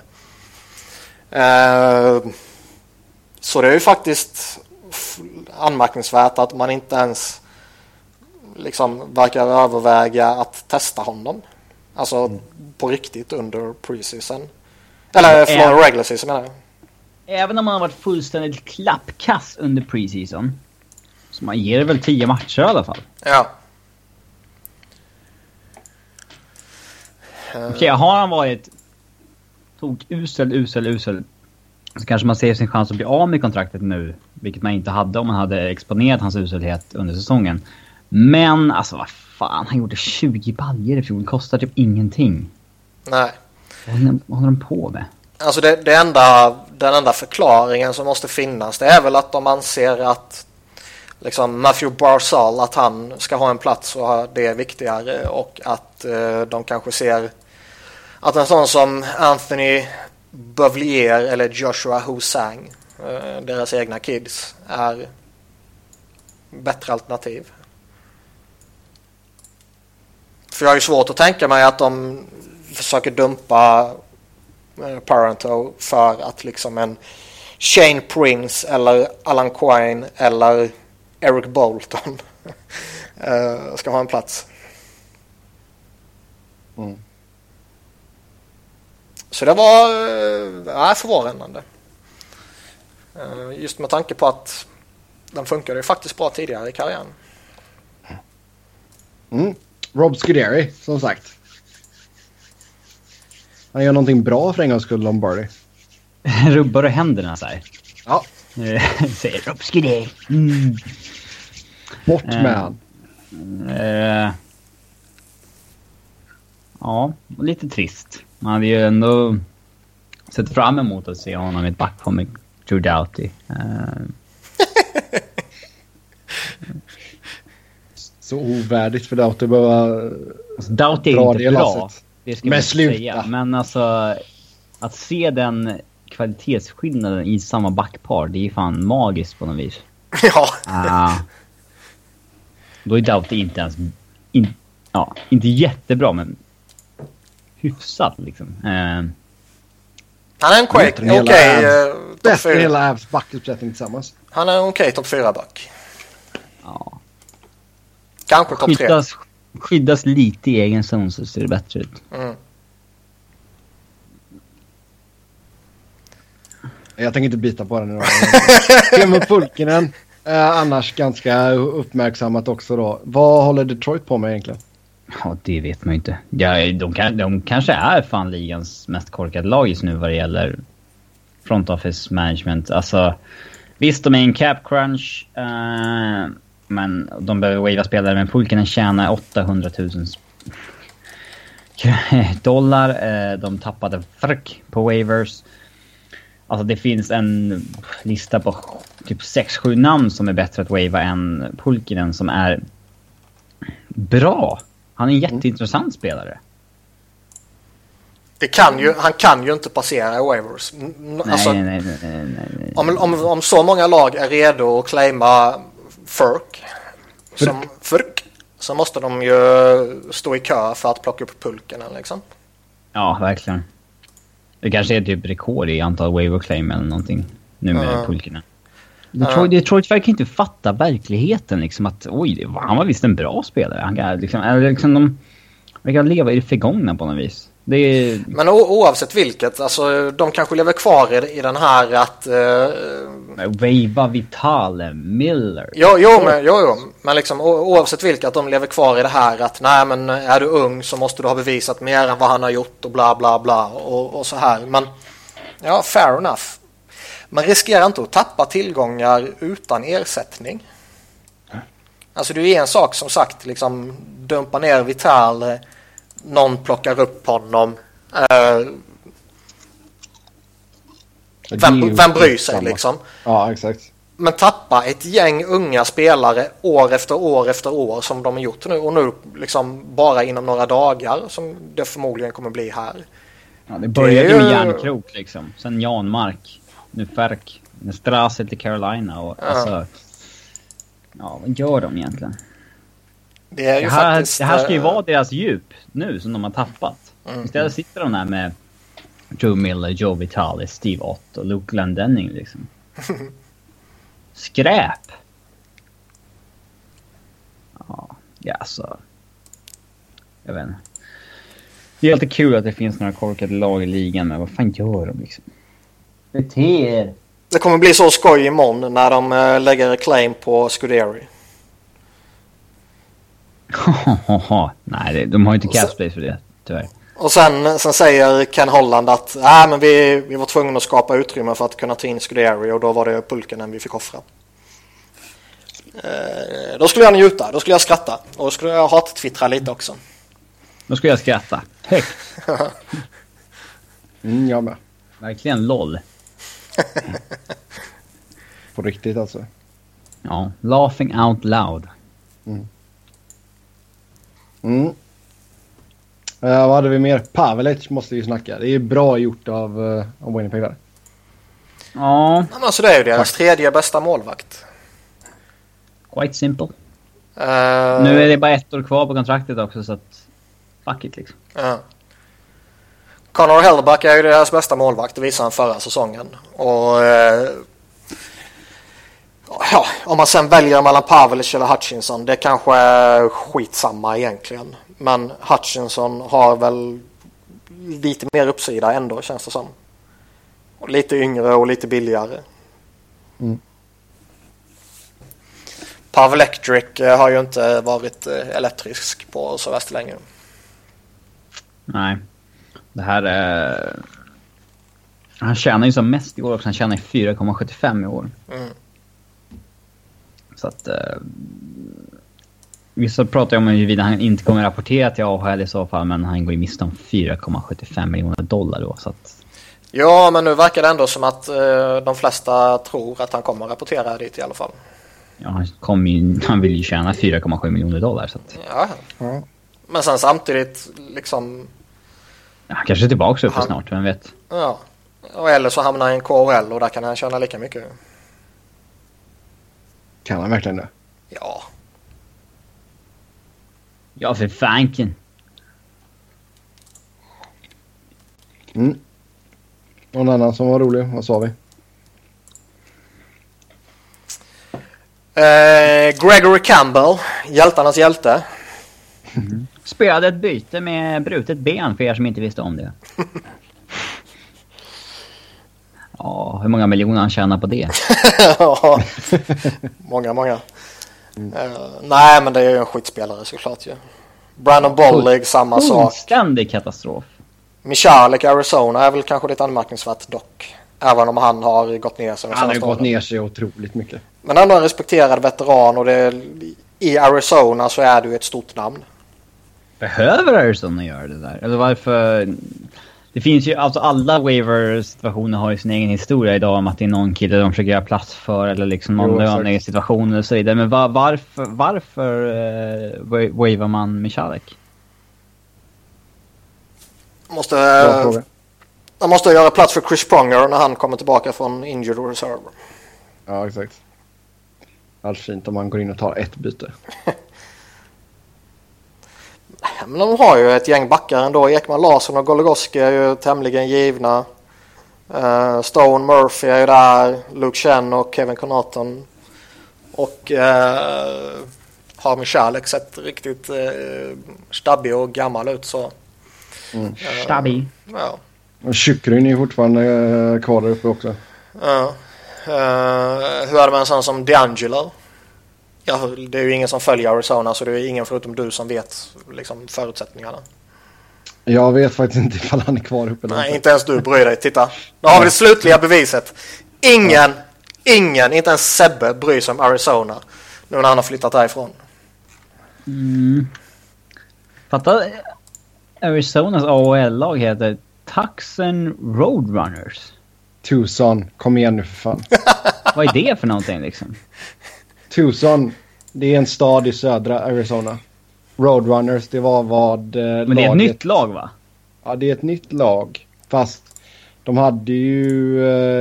Så det är ju faktiskt anmärkningsvärt att man inte ens liksom verkar överväga att testa honom. Alltså på riktigt under preseason. Eller från regular season menar jag. Även om man har varit fullständigt klappkass under preseason, så man ger väl 10 matcher i alla fall. Ja. Okej, har han varit usel, så kanske man ser sin chans att bli av med kontraktet nu, vilket man inte hade om man hade exponerat hans uselhet under säsongen. Men alltså vad fan, han gjorde 20 baljor i fjol, kostar typ ingenting. Nej. Vad håller de på med? Alltså den enda förklaringen som måste finnas, det är väl att de anser att liksom Matthew Barzal, att han ska ha en plats och det är viktigare, och att de kanske ser att en sån som Anthony Beauvillier eller Joshua Ho-Sang, deras egna kids, är bättre alternativ. För jag har ju svårt att tänka mig att de försöker dumpa Parento för att liksom en Shane Prince eller Alan Quine eller Eric Bolton ska ha en plats. Så det var förvånande. Just med tanke på att den funkade ju faktiskt bra tidigare i karriären. Rob Scuderi, som sagt. Han gör någonting bra för en gångs skull, Lombardi. Rubbar och händerna så här. Ja. Säger Rob Scuderi. Bort med han. Ja, lite trist. Man hade ju ändå sett fram emot att se honom i ett backpar med Drew Doughty. Så ovärdigt för Doughty behöva Doughty är inte bra. Det ska man säga. Men alltså, att se den kvalitetsskillnaden i samma backpar, det är fan magiskt på något vis. Ja. Då är Doughty inte ens inte jättebra, men hyfsat liksom. Han är en okej topp 4. Hela Avs backuppsättning tillsammans. Han är en okej topp 4-back. Ja. Kanske topp 3. Skyddas lite i egen zon så ser det bättre ut. Jag tänker inte bita på den nu. Teemu Pulkkinen. Annars ganska uppmärksammat också då. Vad håller Detroit på med egentligen? Ja, det vet man ju inte. Ja, de kanske är fan ligans mest korkade lag just nu vad det gäller front office management. Alltså, visst, de är en cap crunch. Men de behöver waiva spelare. Men Pulkkinen tjänar 800 000 dollar. De tappade Frk på waivers. Alltså det finns en lista på typ 6-7 namn som är bättre att waiva än Pulkkinen, som är bra. Han är en jätteintressant spelare. Han kan ju inte passera waivers. Alltså, Nej. Om så många lag är redo att claima Frk så måste de ju stå i kö för att plocka upp Pulkkinen liksom. Ja, verkligen. Det kanske är typ rekord i antal waiver claim eller någonting nu med Pulkkinen. Detroit verkar inte fatta verkligheten liksom, att han var visst en bra spelare. Han kan liksom de verkar leva i det förgångna på något vis. Men oavsett vilket, alltså de kanske lever kvar i den här att waiva Vitale Miller. Jo, men liksom oavsett vilket, att de lever kvar i det här att nej, men är du ung så måste du ha bevisat mer än vad han har gjort och bla bla bla och så här. Men ja, fair enough. Man riskerar inte att tappa tillgångar utan ersättning. Alltså det är en sak som sagt, liksom dumpa ner Vital, någon plockar upp honom. Vem bryr sig liksom? Ja, exakt. Men tappa ett gäng unga spelare år efter år efter år som de har gjort nu, och nu liksom bara inom några dagar som det förmodligen kommer bli här. Ja, det började med Järnkrok liksom. Sen Janmark. Nu Färk. Nu Strasser till Carolina. Och, alltså, vad gör de egentligen? Det här ska ju vara deras djup nu som de har tappat. Istället sitter de här med Drew Miller, Joe Vitale, Steve Ott och Luke Glendening liksom. Skräp! Ja, så... Jag vet inte. Det är alltid kul att det finns några korkade lag i ligan, men vad fan gör de liksom? Beter! Det kommer bli så skoj imorgon när de lägger claim på Scuderi. Nej, de har ju inte cap space för det, tyvärr. Och sen säger Ken Holland att men vi var tvungna att skapa utrymme för att kunna ta in Scuderi, och då var det Pulkkinen vi fick offra. Då skulle jag njuta, då skulle jag skratta, och då skulle jag hattwittra lite också. Då skulle jag skratta högt. Jag med. Verkligen LOL. På riktigt alltså. Ja, laughing out loud. Vad hade vi mer? Pavelec måste vi snacka. Det är bra gjort av Winnipeg där. Ja. Men alltså det är ju deras tredje bästa målvakt. Quite simple. Nu är det bara 1 år kvar på kontraktet också, så att fuck it liksom. Connor Hellback är ju deras bästa målvakt, det visade han förra säsongen. Och om man sen väljer mellan Pavelec eller Hutchinson, det kanske är skitsamma egentligen. Men Hutchinson har väl lite mer uppsida ändå, känns det som. Och lite yngre och lite billigare. Pavlectric har ju inte varit elektrisk på så värst länge. Nej. Det här är... Han tjänar ju som mest i år också. Han tjänar 4,75 i år. Så att... Vissa pratar ju om huruvida han inte kommer rapportera till AHL i så fall. Men han går ju miste om 4,75 miljoner dollar då. Så att... Ja, men nu verkar det ändå som att de flesta tror att han kommer rapportera dit i alla fall. Ja, han vill ju tjäna 4,7 miljoner dollar. Så att... Ja. Men sen samtidigt liksom... Ja, han kanske är tillbaka uppe snart, vem vet. Ja, eller så hamnar han i en KHL och där kan han tjäna lika mycket. Kan han verkligen det? Ja. Ja, för fanken. Någon annan som var rolig, vad sa vi? Gregory Campbell, hjältarnas hjälte. Spelade ett byte med brutet ben för er som inte visste om det. Ja, hur många miljoner han tjänar på det? Ja, många. Nej, men det är ju en skitspelare såklart ju. Brandon Bollig, samma sak. Fullständig katastrof. Michalek, Arizona är väl kanske lite anmärkningsvärt dock. Även om han har gått ner sig. Han har gått ner sig otroligt mycket. Men han är en respekterad veteran och i Arizona så är du ett stort namn. Behöver Arizona göra det där? Eller varför... Det finns ju, alltså alla waiver-situationer har ju sin egen historia idag om att det är någon kille de försöker göra plats för eller liksom någon löning situation och så vidare. Men varför waivar man Michalek? Man måste göra plats för Chris Pronger när han kommer tillbaka från injured reserve. Ja, exakt. Allt fint om man går in och tar ett byte. Men de har ju ett gäng backar ändå. Ekman Larsson och Goligoski är ju tämligen givna. Stone Murphy är ju där. Luke Chen och Kevin Connaughton. Och har Michalek sett riktigt stabbig och gammal ut så. Stabbig. Ja. Och Kyckryn är ju fortfarande kvar där uppe också. Ja. Hur är det med en sån som D'Angelo? Ja, det är ju ingen som följer Arizona så det är ingen förutom du som vet liksom, förutsättningarna. Jag vet faktiskt inte ifall han är kvar uppe. Nej, inte ens du bryr dig. Titta, nu har vi det slutliga beviset. Ingen, inte ens Sebbe bryr sig om Arizona nu när han har flyttat därifrån. Fatta, Arizonas AHL-lag heter Tucson Roadrunners. Tucson, kom igen nu för fan. Vad är det för någonting liksom? Tucson, det är en stad i södra Arizona. Roadrunners, det var vad men det är ett nytt lag va? Ja, det är ett nytt lag. Fast de hade ju...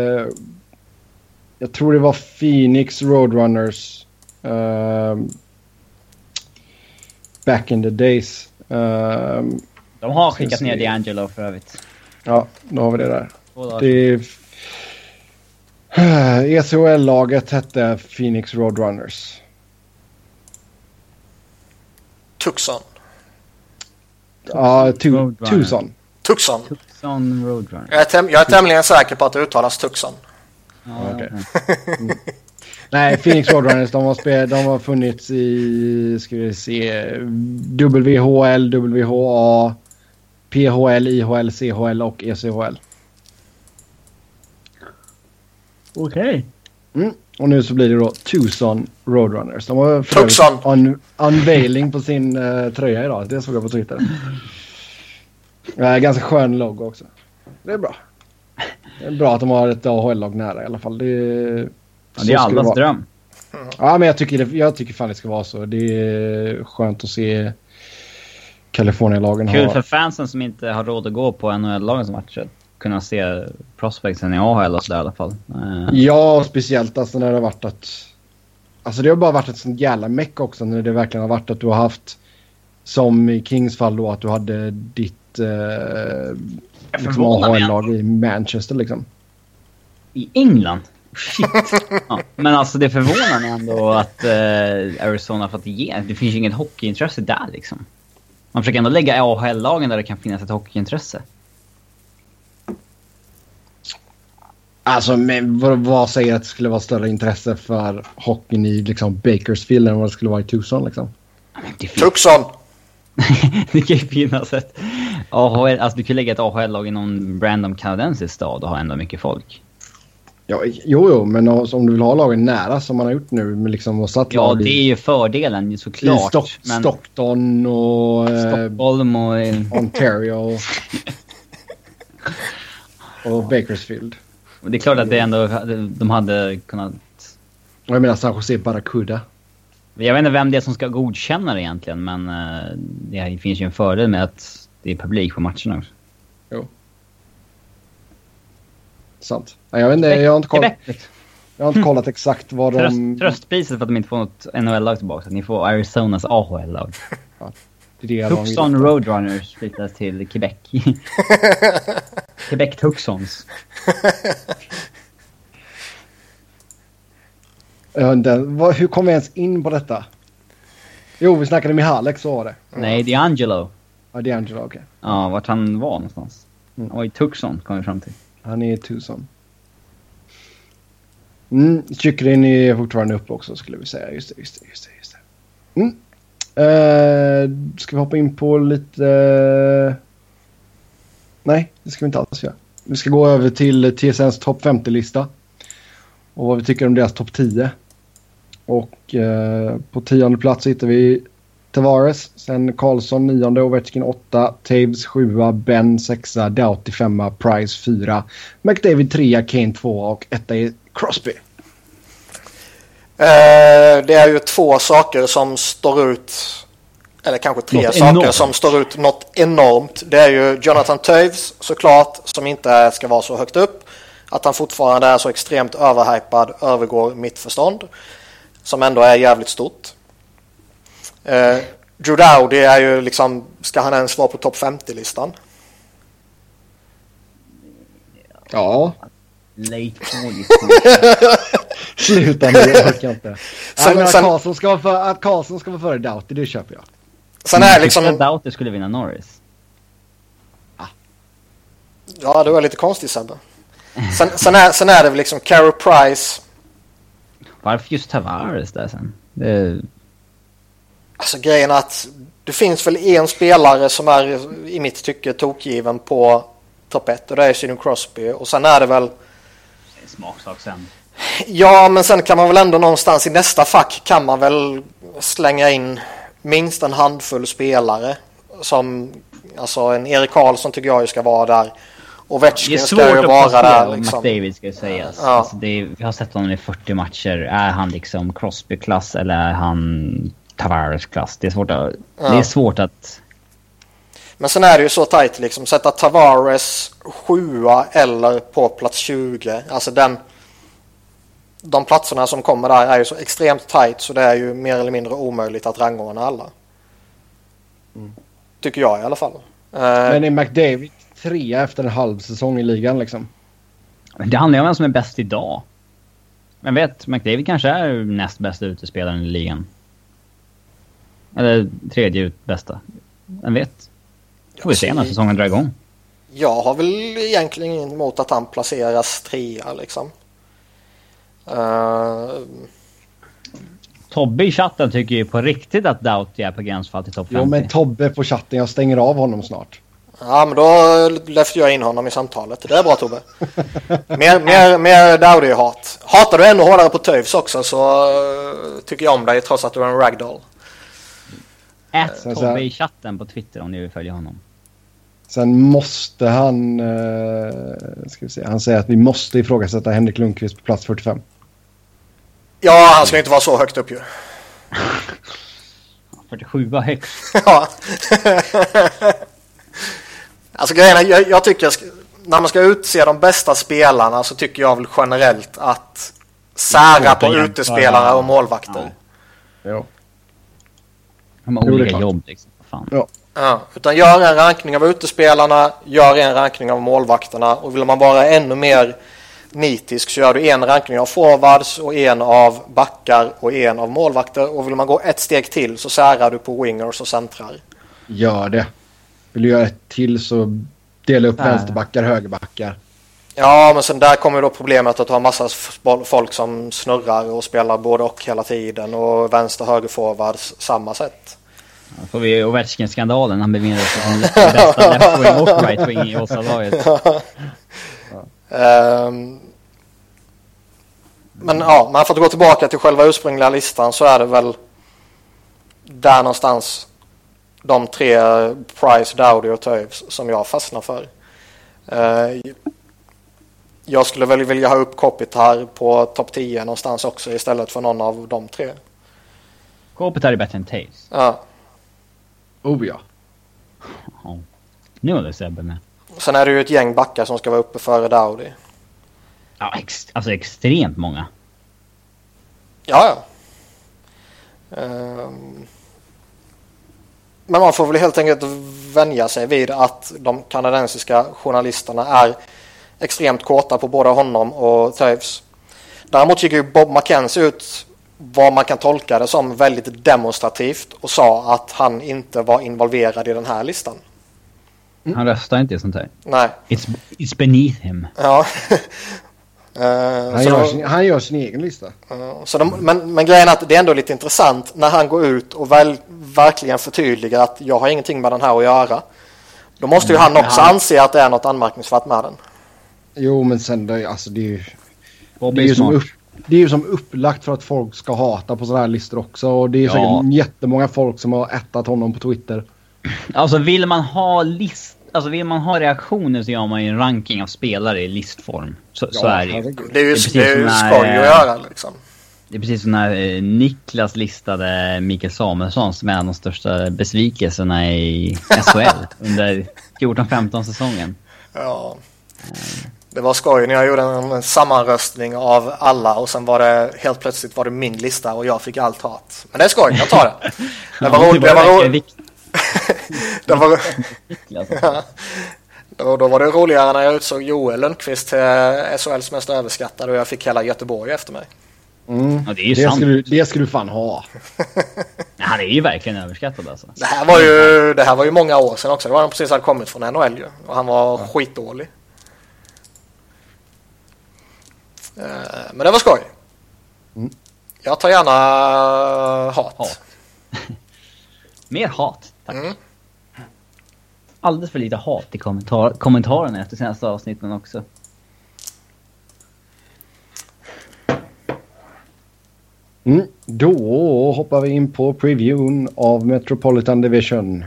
jag tror det var Phoenix Roadrunners. Back in the days. De har skickat ner D'Angelo för övrigt. Ja, då har vi det där. ECHL-laget hette Phoenix Roadrunners. Tucson. Ja, Tucson. Tucson Roadrunners. Jag är tämligen säker på att det uttalas Tucson. Ja, okay. Nej, Phoenix Roadrunners, de har funnits i, ska vi se, WHL, WHA, PHL, IHL, CHL och ECHL. Okej. Och nu så blir det då Tucson Roadrunners. De har unveiling på sin tröja idag. Det såg jag på Twitter. Ganska skön logo också. Det är bra. Det är bra att de har ett AHL-lag nära i alla fall. Det är allas dröm. Ja, men jag tycker fan det ska vara så. Det är skönt att se California-lagen. Kul för fansen som inte har råd att gå på NHL-lagens matcher. Kunna se prospectsen i AHL och sådär i alla fall. Ja, speciellt alltså när det har varit att... Alltså det har bara varit ett sånt jävla meck också när det verkligen har varit att du har haft, som i Kings fall då, att du hade ditt liksom AHL-lag i Manchester liksom. I England? Shit. Ja, men alltså det förvånar mig ändå att Arizona fått igenom. Det finns ju inget hockeyintresse där liksom. Man försöker ändå lägga AHL-lagen där det kan finnas ett hockeyintresse. Alltså, men vad säger att det skulle vara större intresse för hockeyn i liksom Bakersfield än vad det skulle vara i Tucson liksom? Tucson! Det kan ju finnas ett AHL, alltså du kan lägga ett AHL-lag i någon random kanadensisk stad och ha ändå mycket folk. Ja, jo, men om du vill ha lagen nära som man har gjort nu med liksom och satt ja, det är ju fördelen såklart. I Stockton och Stockholm och Ontario och Bakersfield. Och det är klart att det ändå de hade kunnat. Och jag menar San Jose Barracuda. Jag vet inte vem det är som ska godkänna det egentligen, men det finns ju en fördel med att det är publik på matcherna också. Jo. Sant. Jag vet inte, jag har inte kollat exakt vad de... Tröstpriset för att de inte får något NHL-lag tillbaka. Att ni får Arizonas AHL-lag. Ja, Tucson Roadrunners flyttas till Quebec. Quebec Tucsons. Hur kom vi ens in på detta? Jo, vi snackade med Alex, så var det. Nej, DeAngelo. Ja, DeAngelo, okej. Okay. Ja, vart han var någonstans. Han var i Tucson, kom vi fram till. Han är i Tucson. Kyckling är fortfarande uppe också, skulle vi säga. Just det. Ska vi hoppa in på lite... Nej, det ska vi inte alls göra. Vi ska gå över till TSNs topp 50-lista. Och vad vi tycker om deras topp 10. Och på 10:e plats hittar vi Tavares. Sen Karlsson 9:e, Ovechkin 8, Taves 7, Ben 6, Doughty 5, Price 4, McDavid 3, Kane 2 och 1 är Crosby. Det är ju två saker som står ut, eller kanske tre något saker enormt. som står ut något enormt. Det är ju Jonathan Toews såklart, som inte ska vara så högt upp. Att han fortfarande är så extremt överhypad övergår mitt förstånd. Som ändå är jävligt stort. Drew Doughty är ju liksom, ska han ens vara på topp 50-listan? Ja. Late police. Sluta nu, jag orkar inte. Att Karlsson ska vara före Doughty, det köper jag. Sen är liksom... Doughty skulle vinna Norris. Ja, det var lite konstigt, Sebbe. Sen är det väl liksom Carey Price. Varför just Tavares där sen? Alltså grejen är att det finns väl en spelare som är i mitt tycke tokgiven på topp 1 och det är Sidney Crosby. Och sen är det väl... Det är smaksak sen. Ja, men sen kan man väl ändå någonstans i nästa fack kan man väl slänga in minst en handfull spelare. Som, alltså en Erik Karlsson tycker jag ska vara där. Och Ovechkin ska ju vara där liksom. McDavid ska sägas. Ja. Alltså vi har sett honom i 40 matcher. Är han liksom Crosby-klass eller är han Tavares-klass? Det är svårt att... Men sen är det ju så tajt liksom. Sätta Tavares 7 eller på plats 20. Alltså de platserna som kommer där är ju så extremt tajt så det är ju mer eller mindre omöjligt att rangordna alla. Tycker jag i alla fall. Men är McDavid 3 efter en halv säsong i ligan liksom? Det handlar ju om vem som är bäst idag. Men vet, McDavid kanske är näst bästa utespelaren i ligan. Eller tredje bästa. Vem vet? Får vi se när säsongen drar igång. Jag har väl egentligen inget emot att han placeras 3 liksom. Tobbe i chatten tycker ju på riktigt att Doughty är på gränsfall till topp 50. Jo, men Tobbe på chatten, jag stänger av honom snart. Ja, men då lyfter jag in honom i samtalet. Det är bra, Tobbe. mer Doughty-hat. Hatar du ännu hårdare på Toews också så tycker jag om dig trots att du är en ragdoll. Tobbe i chatten på Twitter om ni vill följa honom. Sen måste han... ska vi se, han säger att vi måste ifrågasätta Henrik Lundqvist på plats 45. Ja, han ska inte vara så högt upp ju. 47 var högst. Ja. Alltså grejen är, jag tycker när man ska utse de bästa spelarna så tycker jag väl generellt att sära på utespelare och målvakter. Ja. De har olika jobb liksom. Fan. Ja. Ja, utan gör en rankning av utespelarna, gör en rankning av målvakterna och vill man vara ännu mer nitisk så gör du en rankning av forwards och en av backar och en av målvakter och vill man gå ett steg till så särar du på wingers och centrar. Gör det. Vill du göra ett till så dela upp vänsterbackar, högerbackar. Ja, men sen där kommer ju då problemet att du har massa folk som snurrar och spelar både och hela tiden och vänster höger forwards samma sätt. Ja, får vi Ovechkin-skandalen. Han bevinner sig som bästa left-wing och right-wing i Åsa-laget. Men ja, man får gå tillbaka till själva ursprungliga listan, så är det väl där någonstans de 3 Price, Dowdy och Toews som jag fastnar för. Jag skulle väl vilja ha upp Kopitar på topp 10 någonstans också istället för någon av de 3. Kopitar är bättre än Toews. Ja. Oh ja. Ja. Nu är det Sebbe med. Sen är det ju ett gäng backar som ska vara uppe före Dowdy. Ja, alltså extremt många. Ja. Men man får väl helt enkelt vänja sig vid att de kanadensiska journalisterna är extremt kåta på både honom och Toews. Däremot gick ju Bob McKenzie ut, vad man kan tolka det som, väldigt demonstrativt och sa att han inte var involverad i den här listan. Han röstar inte i sånt här. Nej. It's beneath him. Ja. Han gör sin egen lista. Men grejen är att det är ändå lite intressant när han går ut och verkligen förtydligar att jag har ingenting med den här att göra. Då måste ju han också anse att det är något anmärkningsvärt med den. Jo, men sen det är ju som upplagt för att folk ska hata på sådana här listor också. Och det är säkert jättemånga folk som har ättat honom på Twitter. Alltså vill man ha reaktioner så gör man ju en ranking av spelare i listform. Så är det ju. Det är ju skoj att göra liksom. Det är precis som när Niklas listade Mikael Samuelsson som är en av de största besvikelserna i SHL under 14-15 säsongen. Ja. Det var skoj när jag gjorde en sammanröstning av alla och sen var det helt plötsligt var det min lista och jag fick allt hat. Men det är skoj, jag tar det. Det var roligt. Då var det roligare när jag utsåg Joel Lundqvist till SHLs mest överskattade och jag fick hela Göteborg efter mig. Ja, det är ju sant. Det skulle du fan ha. Ja, han är ju verkligen överskattad alltså. Det här var ju många år sedan också. Det var han precis hade kommit från NHL ju. Och han var skitdålig. Men det var skoj. Jag tar gärna hat. Mer hat, tack. Alldeles för lite hat i kommentarerna efter senaste avsnitten också. Då hoppar vi in på previewn av Metropolitan Division.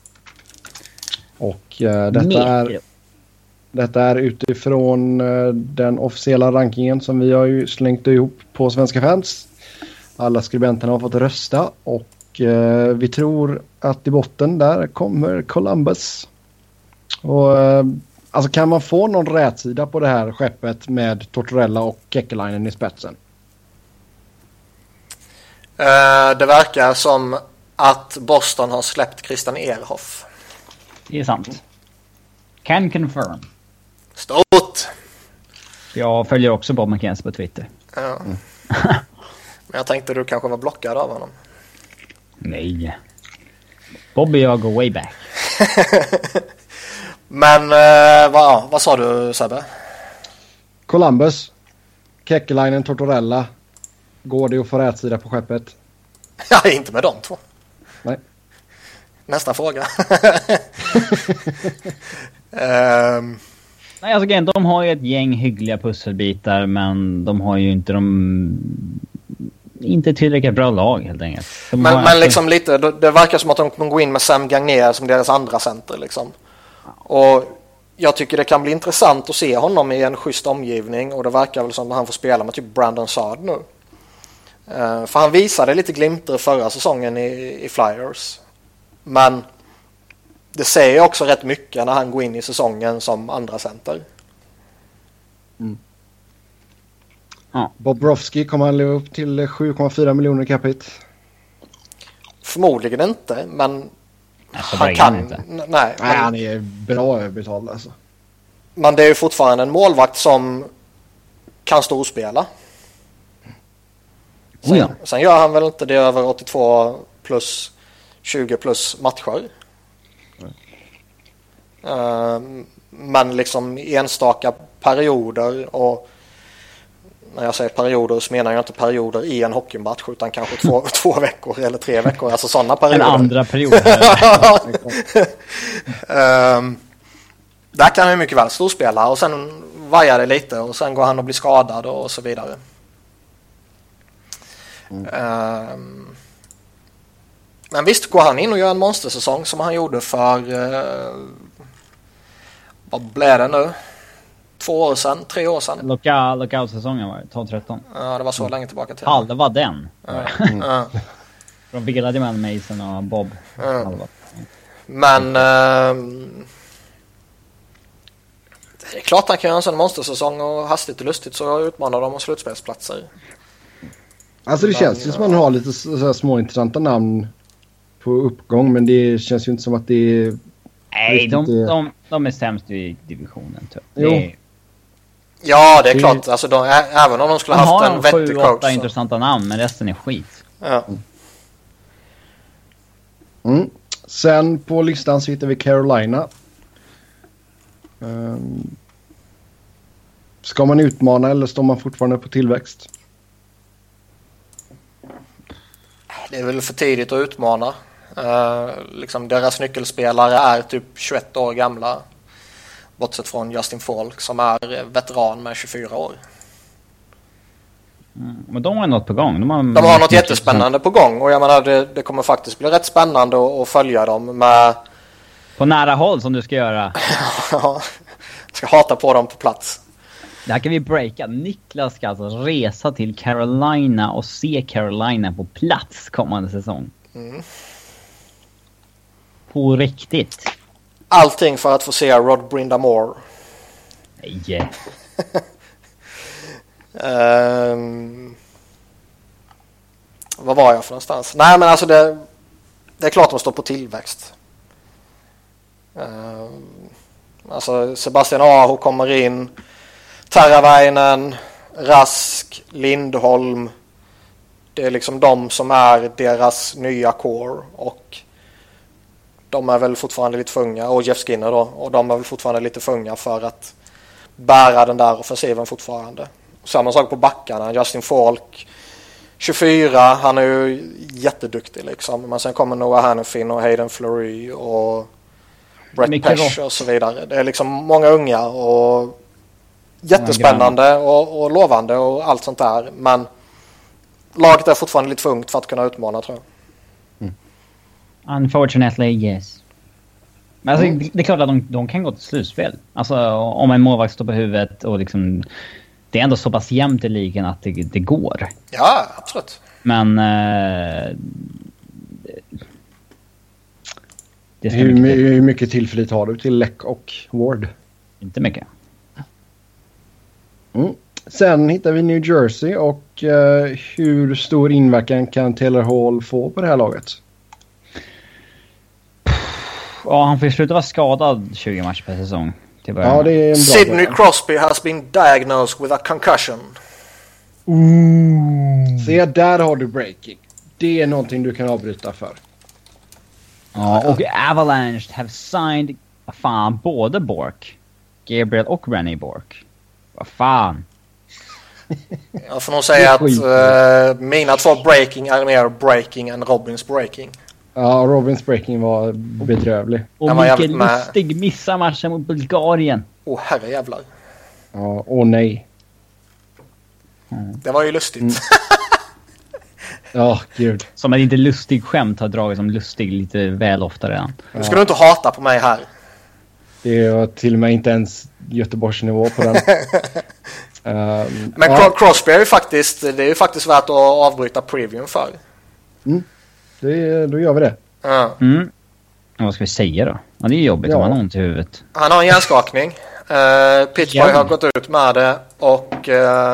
Och detta är utifrån den officiella rankingen som vi har ju slängt ihop på Svenska Fans. Alla skribenterna har fått rösta och vi tror att i botten där kommer Columbus. Och alltså kan man få någon rätsida på det här skeppet med Tortorella och Kekkelainen i spetsen? Det verkar som att Boston har släppt Christian Ehrhoff. Det är sant. Can confirm. Stort! Jag följer också Bob McKenzie på Twitter. Ja. Men jag tänkte du kanske var blockad av honom. Nej. Bobby och jag går way back. Men vad sa du, Sebbe? Columbus, Kekkelainen, Tortorella. Går det att få rätsida på skeppet? Ja, inte med de två. Nej. Nästa fråga. Nej, alltså de har ju ett gäng hyggliga pusselbitar, men de har ju inte tillräckligt bra lag helt enkelt. Men liksom lite, det verkar som att de kommer gå in med Sam Gagner som deras andra center liksom. Och jag tycker det kan bli intressant att se honom i en schysst omgivning och det verkar väl som att han får spela med typ Brandon Saad nu. För han visade lite glimter förra säsongen i Flyers. Men det säger också rätt mycket när han går in i säsongen som andra center. Bobrovsky, kommer han leva upp till 7,4 miljoner capita? Förmodligen inte, men han kan inte. Nej, han är bra överbetald alltså. Men det är ju fortfarande en målvakt som kan storspela. Sen gör han väl inte det över 82 plus 20 plus matcher. Men liksom enstaka perioder, och när jag säger perioder så menar jag inte perioder i en hockeymatch utan kanske 2 veckor eller 3 veckor, alltså sådana perioder. En andra period. Där kan han mycket väl storspela och sen vajar det lite och sen går han och blir skadad och så vidare. Men visst, går han in och gör en monstersäsong som han gjorde för vad blev det nu? 2 år sedan, 3 år sedan. Lockout-säsongen var det, 12-13. Ja, det var så länge tillbaka till. Halva den. Ja. De vilade med Mason och Bob. Halva. Men det är klart han kan göra en sån monstersäsong och hastigt och lustigt så utmanar de om slutspelsplatser. Alltså det känns ju som att man har lite så små intressanta namn på uppgång, men det känns ju inte som att det är... Nej, de är sämst i divisionen typ. Ja, det är klart. Alltså även om de skulle ha haft en vettig coach. De har 7-8 intressanta namn, men resten är skit. Ja. Sen på listan så hittar vi Carolina. Ska man utmana eller står man fortfarande på tillväxt? Det är väl för tidigt att utmana. Liksom deras nyckelspelare är typ 21 år gamla. Bortsett från Justin Falk som är veteran med 24 år. Men de har något på gång. De har något jättespännande på gång. Och jag menar det kommer faktiskt bli rätt spännande att följa dem med... På nära håll som du ska göra. Ja, ska hata på dem på plats. Det här kan vi breaka. Niklas ska alltså resa till Carolina och se Carolina på plats kommande säsong. På riktigt. Allting för att få se Rod Brindamore. Nej. Vad var jag för någonstans? Nej, men alltså det är klart de står på tillväxt. Alltså Sebastian Aho kommer in, Taravainen, Rask, Lindholm. Det är liksom de som är deras nya core, och de är väl fortfarande lite för unga, och Jeff Skinner då, och de är väl fortfarande lite för unga för att bära den där offensiven fortfarande. Samma sak på backarna, Justin Falk 24, han är ju jätteduktig liksom, men sen kommer Noah Hannafin och Hayden Fleury och Brett Pesce och så vidare. Det är liksom många unga och jättespännande och lovande och allt sånt där, men laget är fortfarande lite för ungt för att kunna utmana, tror jag. Unfortunately, yes. Men alltså, det är klart att de kan gå till slutspel. Alltså om en målvakt står på huvudet och liksom... Det är ändå så pass jämnt i ligan att det går. Ja, absolut. Men... hur mycket tillförlit har du till Leck och Ward? Inte mycket. Sen hittar vi New Jersey, och hur stor inverkan kan Taylor Hall få på det här laget? Ja, han får sluta vara skadad 20 matcher per säsong. Ja, det är en bra Sidney Crosby has been diagnosed with a concussion. Se, där har du breaking. Det är någonting du kan avbryta för. Ja, och Avalanche have signed både Bork, Gabriel och Rennie Bork. Vad fan. Jag får nog säga att mina 2 breaking är mer breaking än Robins breaking. Ja, Robins breaking var bedrövlig. Och Mikael Lustig missar matchen mot Bulgarien. Herre jävlar. Ja, nej. Det var ju lustigt. Ja, gud. Som att inte Lustig skämt har dragit som Lustig lite väl ofta redan. Nu ska du inte hata på mig här. Det var till och med inte ens Göteborgsnivå på den. Men Crosby är ju faktiskt, det är ju faktiskt värt att avbryta previewn för. Då gör vi det. Vad ska vi säga då? Ja, det är jobbigt om han har ont i huvudet. Han har en hjärnskakning. Pittsburgh har gått ut med det, och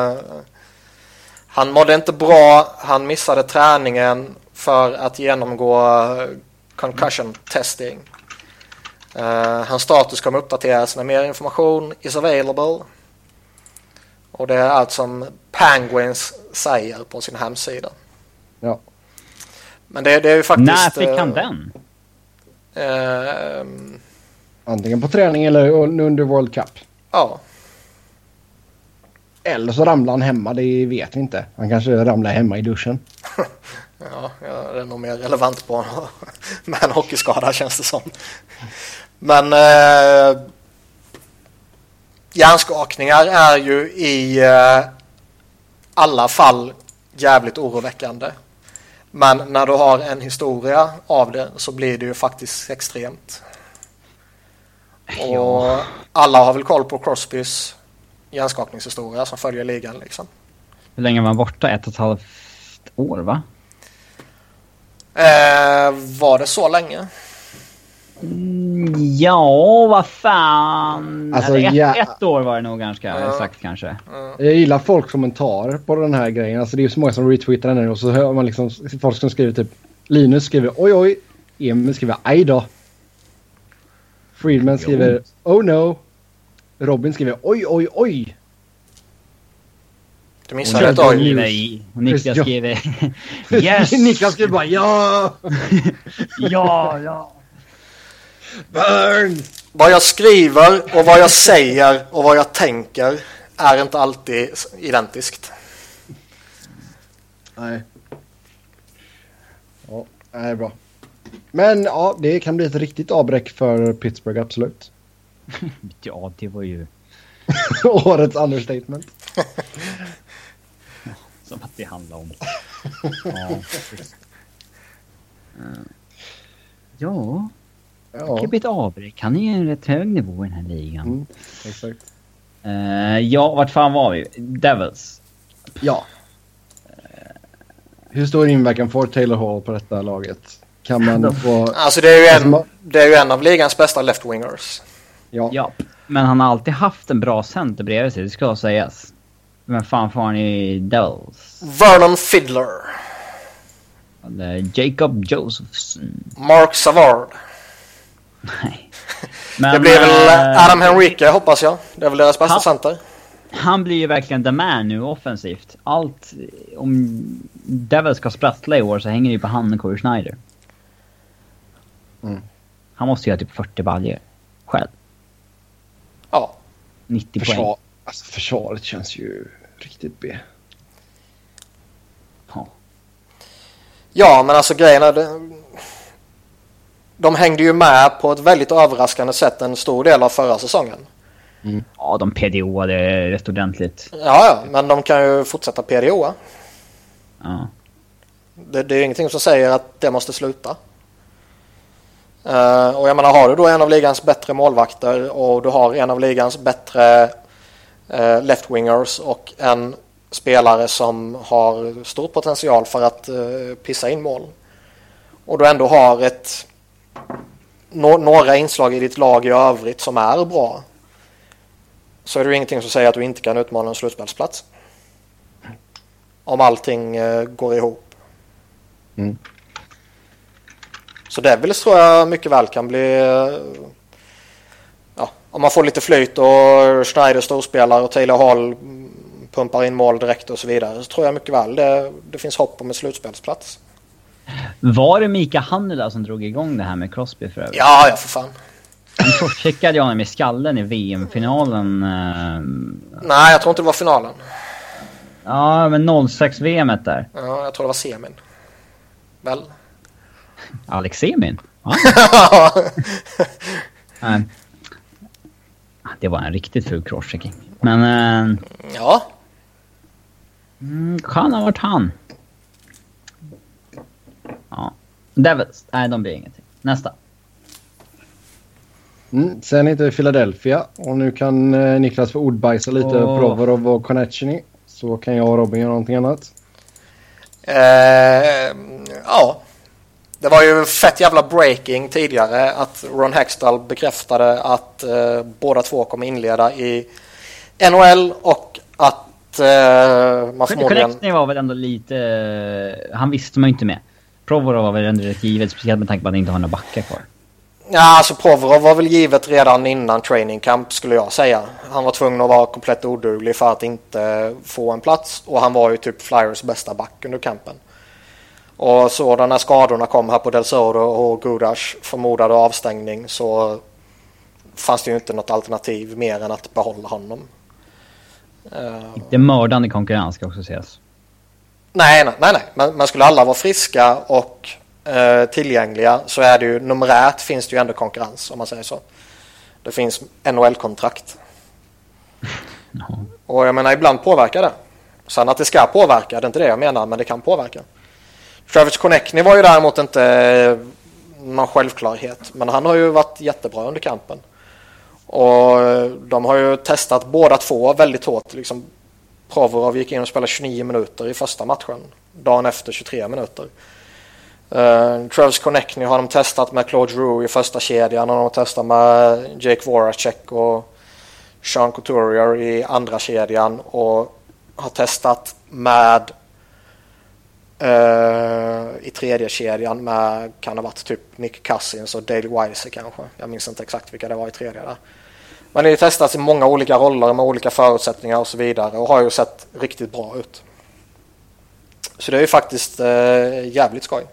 han mådde inte bra. Han missade träningen för att genomgå concussion testing. Hans status kommer uppdateras när mer information is available. Och det är allt som Penguins säger på sin hemsida. Ja. Men det är ju faktiskt... När fick han den? Antingen på träning eller under World Cup. Ja. Eller så ramlar han hemma, det vet vi inte. Han kanske ramlar hemma i duschen. Ja, det är nog mer relevant på med en hockeyskada känns det som. Men hjärnskakningar är ju i alla fall jävligt oroväckande. Men när du har en historia av det så blir det ju faktiskt extremt. Och alla har väl koll på Crosbys hjärnskakningshistoria som följer ligan liksom. Hur länge var han borta? 1,5 år, va? Var det så länge? Ja, vad fan. Alltså, ett år var det nog ganska exakt kanske. Jag gillar folks kommentarer på den här grejen. Alltså det är ju så många som retweetar den nu och så hör man liksom folk som skriver typ Linus skriver oj oj, Emil skriver aj då. Friedman skriver oh no. Robin skriver oj oj oj. Du missade ett oj. Och Niklas skriver yes. Niklas skriver bara ja. ja. Burn! Vad jag skriver och vad jag säger och vad jag tänker är inte alltid identiskt. Nej. Ja, det är bra. Men ja, det kan bli ett riktigt avbräck för Pittsburgh, absolut. Ja, det var ju årets understatement. som att det handlar om. Ja. Det kan bli ett avbräck. Han är ju en rätt hög nivå i den här ligan. Exakt. Ja, vart fan var vi? Devils. Ja. Hur stor inverkan får Taylor Hall på detta laget? Kan man få... Alltså det är ju en av ligans bästa left-wingers. Ja, men han har alltid haft en bra center bredvid sig, det ska sägas. Men fan får han i Devils? Vernon Fiddler. Jacob Josephson. Mark Savard. Nej. Men, det blir väl Adam Henrique, hoppas jag. Det är väl deras bästa center. Han blir ju verkligen the man nu offensivt. Allt, om Devils ska sprattla i år så hänger det ju på han och Corey Schneider. Han måste ju ha typ 40 baljer själv. Ja. 90 poäng. Alltså försvaret känns ju riktigt B. Ja, men alltså grejerna... De hängde ju med på ett väldigt överraskande sätt en stor del av förra säsongen. Ja, de PDO-ade rätt ordentligt. Ja, men de kan ju fortsätta PDO. Ja. Det är ingenting som säger att det måste sluta. Och jag menar, har du då en av ligans bättre målvakter och du har en av ligans bättre left-wingers och en spelare som har stor potential för att pissa in mål. Och du ändå har några inslag i ditt lag i övrigt som är bra. Så är det ingenting som säger att du inte kan utmana en slutspelsplats. Om allting går ihop. Så Devils tror jag mycket väl kan bli... om man får lite flyt och Schneider storspelar och Taylor Hall pumpar in mål direkt och så vidare, så tror jag mycket väl det finns hopp om en slutspelsplats. Var det Mika Hannula som drog igång det här med Crosby för övrigt? Ja, för fan. Han checkade jag honom i skallen i VM-finalen. Nej, jag tror inte det var finalen. Ja, men 06-VMet där. Ja, jag tror det var semin. Väl? Alex Semin? Ja. Det var en riktigt ful crosschecking. Men... ja. Kan ha varit han. Ja. Devils. Nej, de blir ingenting. Nästa. Sen heter det Philadelphia. Och nu kan Niklas få ordbajsa lite Provorov och Konechny. Så kan jag och Robin göra någonting annat. Ja. Det var ju fett jävla breaking tidigare att Ron Hextall bekräftade att båda två kommer inleda i NHL och att man förmodligen... Konechny var väl ändå lite... Han visste man ju inte med. Provorov var väl ändå rätt givet, speciellt med tanke på att han inte har några backar kvar. Ja, alltså Provorov var väl givet redan innan training camp skulle jag säga. Han var tvungen att vara komplett oduglig för att inte få en plats. Och han var ju typ Flyers bästa back under campen. Och så när skadorna kom här på Del Soto och Gudas förmodade avstängning så fanns det ju inte något alternativ mer än att behålla honom. Inte mördande konkurrens ska också ses. Nej. Men skulle alla vara friska och tillgängliga så är det ju numerärt finns det ju ändå konkurrens om man säger så. Det finns NHL-kontrakt. Och jag menar ibland påverkar det. Sen att det ska påverka, det är inte det jag menar, men det kan påverka. Travis Konechny var ju däremot inte någon självklarhet, men han har ju varit jättebra under kampen. Och de har ju testat båda två väldigt hårt. Liksom Provorov gick in och spelade 29 minuter i första matchen. Dagen efter 23 minuter. Travis Konechny har de testat med Claude Giroux i första kedjan och de har testat med Jake Voracek och Sean Couturier i andra kedjan och har testat med i tredje kedjan med kan ha varit typ Nick Cousins och Dale Weiser kanske. Jag minns inte exakt vilka det var i tredje där. Men det har testats i många olika roller med olika förutsättningar och så vidare och har ju sett riktigt bra ut. Så det är ju faktiskt jävligt skoj.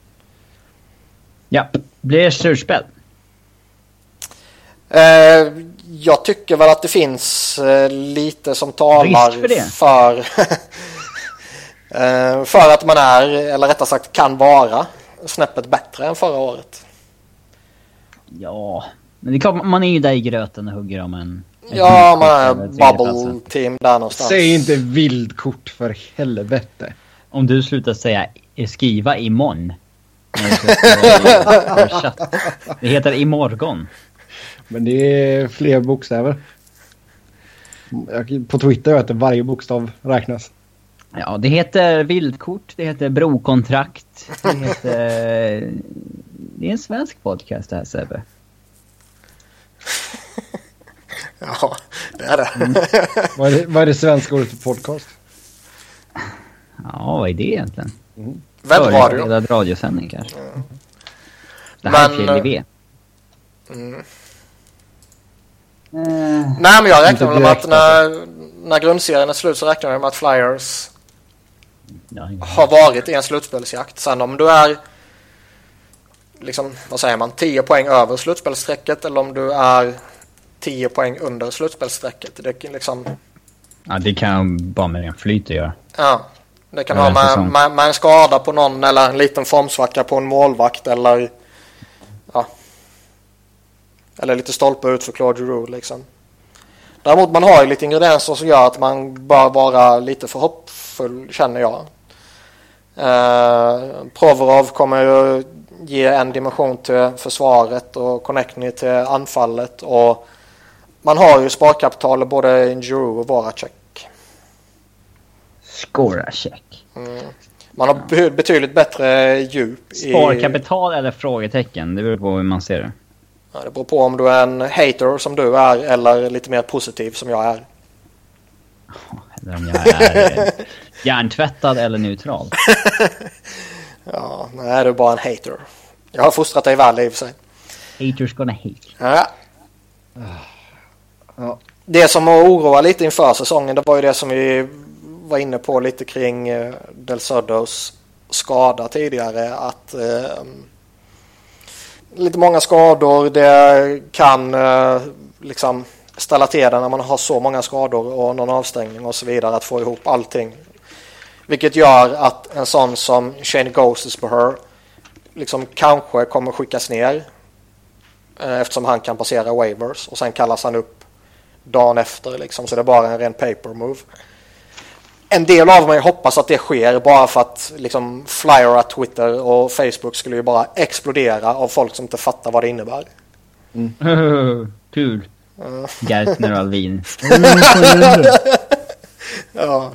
Ja, blir det slutspel? Jag tycker väl att det finns lite som talar för att man är, eller rättare sagt kan vara snäppet bättre än förra året. Ja, men det är klart man är ju där i gröten och hugger om en... Ja, man är bubble team där någonstans. Säg inte vildkort för helvete. Om du slutar säga skriva imorgon. Det heter imorgon. Men det är fler bokstäver. På Twitter vet jag att varje bokstav räknas. Ja, det heter vildkort, det heter brokontrakt, det heter... Det är en svensk podcast det här, Sebbe. Ja, det är det. Vad är det svenska ordet för podcast? Ja, vad är det egentligen? Webbradio. Radiosändning kanske. Det här är fel idé. Nej, men jag räknar med att när grundserien är slut så räknar jag med att Flyers har varit i en slutspelsjakt. Sen om du är liksom, vad säger man, 10 poäng över slutspelssträcket eller om du är 10 poäng under slutspelssträcket. Det liksom... Ja, det kan bara med en flyt att göra. Ja, det kan ha med en skada på någon eller en liten formsvacka på en målvakt eller eller lite stolpe ut för Claude Giroux liksom. Däremot man har ju lite ingredienser som gör att man bör vara lite förhoppfull, känner jag. Provorov kommer ju ge en dimension till försvaret och Konechny till anfallet och man har ju sparkapital både i Giroux och Voracek. Skoracek. Man har betydligt bättre djup. Sparkapital eller frågetecken, det beror på hur man ser det. Ja, det beror på om du är en hater som du är eller lite mer positiv som jag är. Eller om jag är hjärntvättad eller neutral. Ja, nej, du är bara en hater. Jag har fostrat dig väl i och för sig. Haters gonna hate. Ja. Det som oroar lite inför säsongen, det var ju det som vi var inne på lite kring Del Sotos skada tidigare. Att lite många skador, det kan liksom ställa till det när man har så många skador och någon avstängning och så vidare att få ihop allting. Vilket gör att en sån som Shane Gostisbehere liksom kanske kommer skickas ner eftersom han kan passera waivers och sen kallas han upp dagen efter liksom, så det är bara en ren paper move. En del av mig hoppas att det sker bara för att liksom Flyer, Twitter och Facebook skulle ju bara explodera av folk som inte fattar vad det innebär. Kul. Geithner och Alvin. Ja.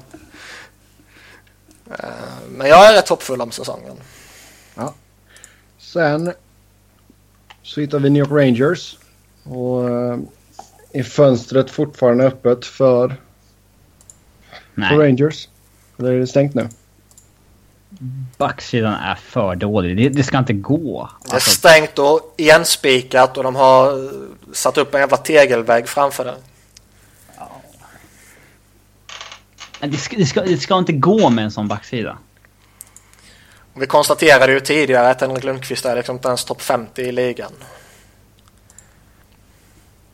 Men jag är rätt hoppfull om säsongen. Ja. Sen så hittar vi New York Rangers och är fönstret fortfarande öppet för Rangers? Eller är det stängt nu? Backsidan är för dålig. Det ska inte gå. Det är stängt och igenspikat och de har satt upp en jävla tegelvägg framför det. Ja. Det ska inte gå med en sån backsida. Vi konstaterade ju tidigare att Henrik Lundqvist är liksom inte ens topp 50 i ligan.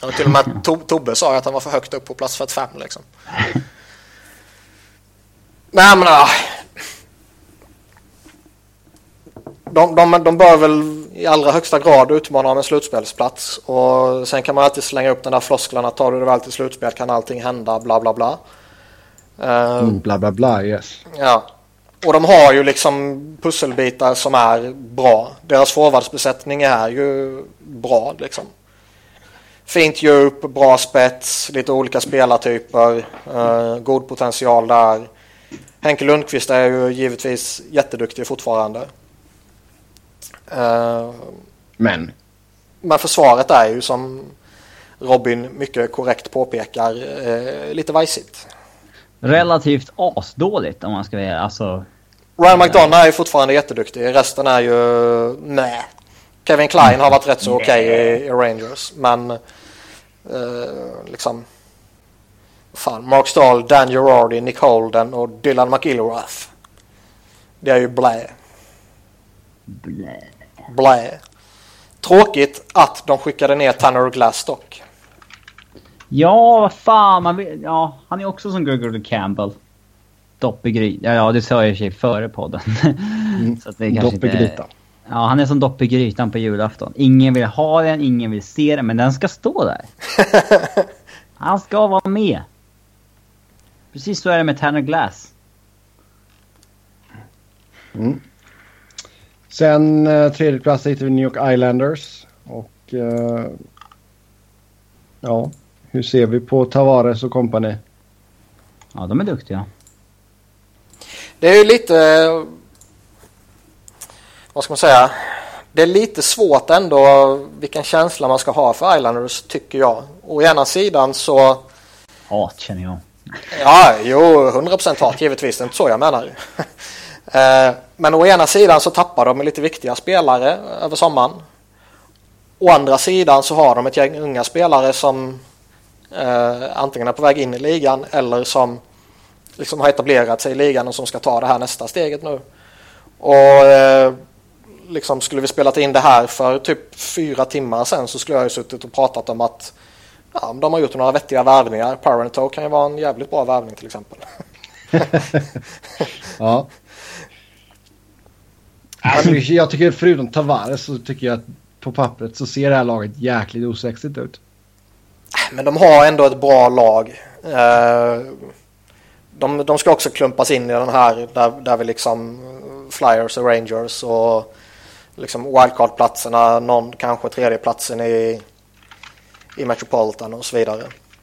Och till och med Tobbe sa att han var för högt upp på plats 45 liksom. Nej men de bör väl i allra högsta grad utmana om en slutspelsplats. Och sen kan man alltid slänga upp den där flosklarna. Tar du det väl till slutspel kan allting hända, bla bla bla. Bla bla bla, yes. Ja. Och de har ju liksom pusselbitar som är bra. Deras forwardsbesättning är ju bra liksom. Fint djup, bra spets, lite olika spelartyper, god potential där. Henke Lundqvist är ju givetvis jätteduktig fortfarande. Men försvaret är ju som Robin mycket korrekt påpekar lite vajsigt. Relativt asdåligt om man ska säga. Alltså, Ryan McDonough är ju fortfarande jätteduktig. Resten är ju nej. Kevin Klein har varit rätt så okej i Rangers. Men liksom fan, Mark Stahl, Dan Girardi, Nick Holden och Dylan McIlrath. Det är ju blä. Tråkigt att de skickade ner Tanner Glassdock. Ja, vad fan. Han är också som Gregory Campbell. Doppegry. Ja, det sa jag i sig före podden. Så att det kanske Doppegrytan. Ja, han är som doppegrytan på julafton. Ingen vill ha den, ingen vill se den, men den ska stå där. Han ska vara med. Precis så är det med Tanner Glass. Sen tredje plats hittar vi New York Islanders. Och hur ser vi på Tavares och company? Ja, de är duktiga. Det är ju lite, vad ska man säga, det är lite svårt ändå vilken känsla man ska ha för Islanders, tycker jag. Å ena sidan så hat känner jag. Ja, 100% hat givetvis, det är inte så jag menar. Men å ena sidan så tappar de lite viktiga spelare över sommaren. Å andra sidan så har de ett gäng unga spelare som antingen är på väg in i ligan eller som liksom har etablerat sig i ligan och som ska ta det här nästa steget nu. Och liksom skulle vi spelat in det här för typ 4 timmar sen så skulle jag ju suttit och pratat om att de har gjort några vettiga värvningar. Parento kan ju vara en jävligt bra värvning till exempel. Ja. Jag tycker förutom Tavares så tycker jag att på pappret så ser det här laget jäkligt osexigt ut. Men de har ändå ett bra lag. De ska också klumpas in i den här där vi liksom Flyers och Rangers och liksom wildcard-platserna, någon kanske tredjeplatsen i Metropolitan och så vidare.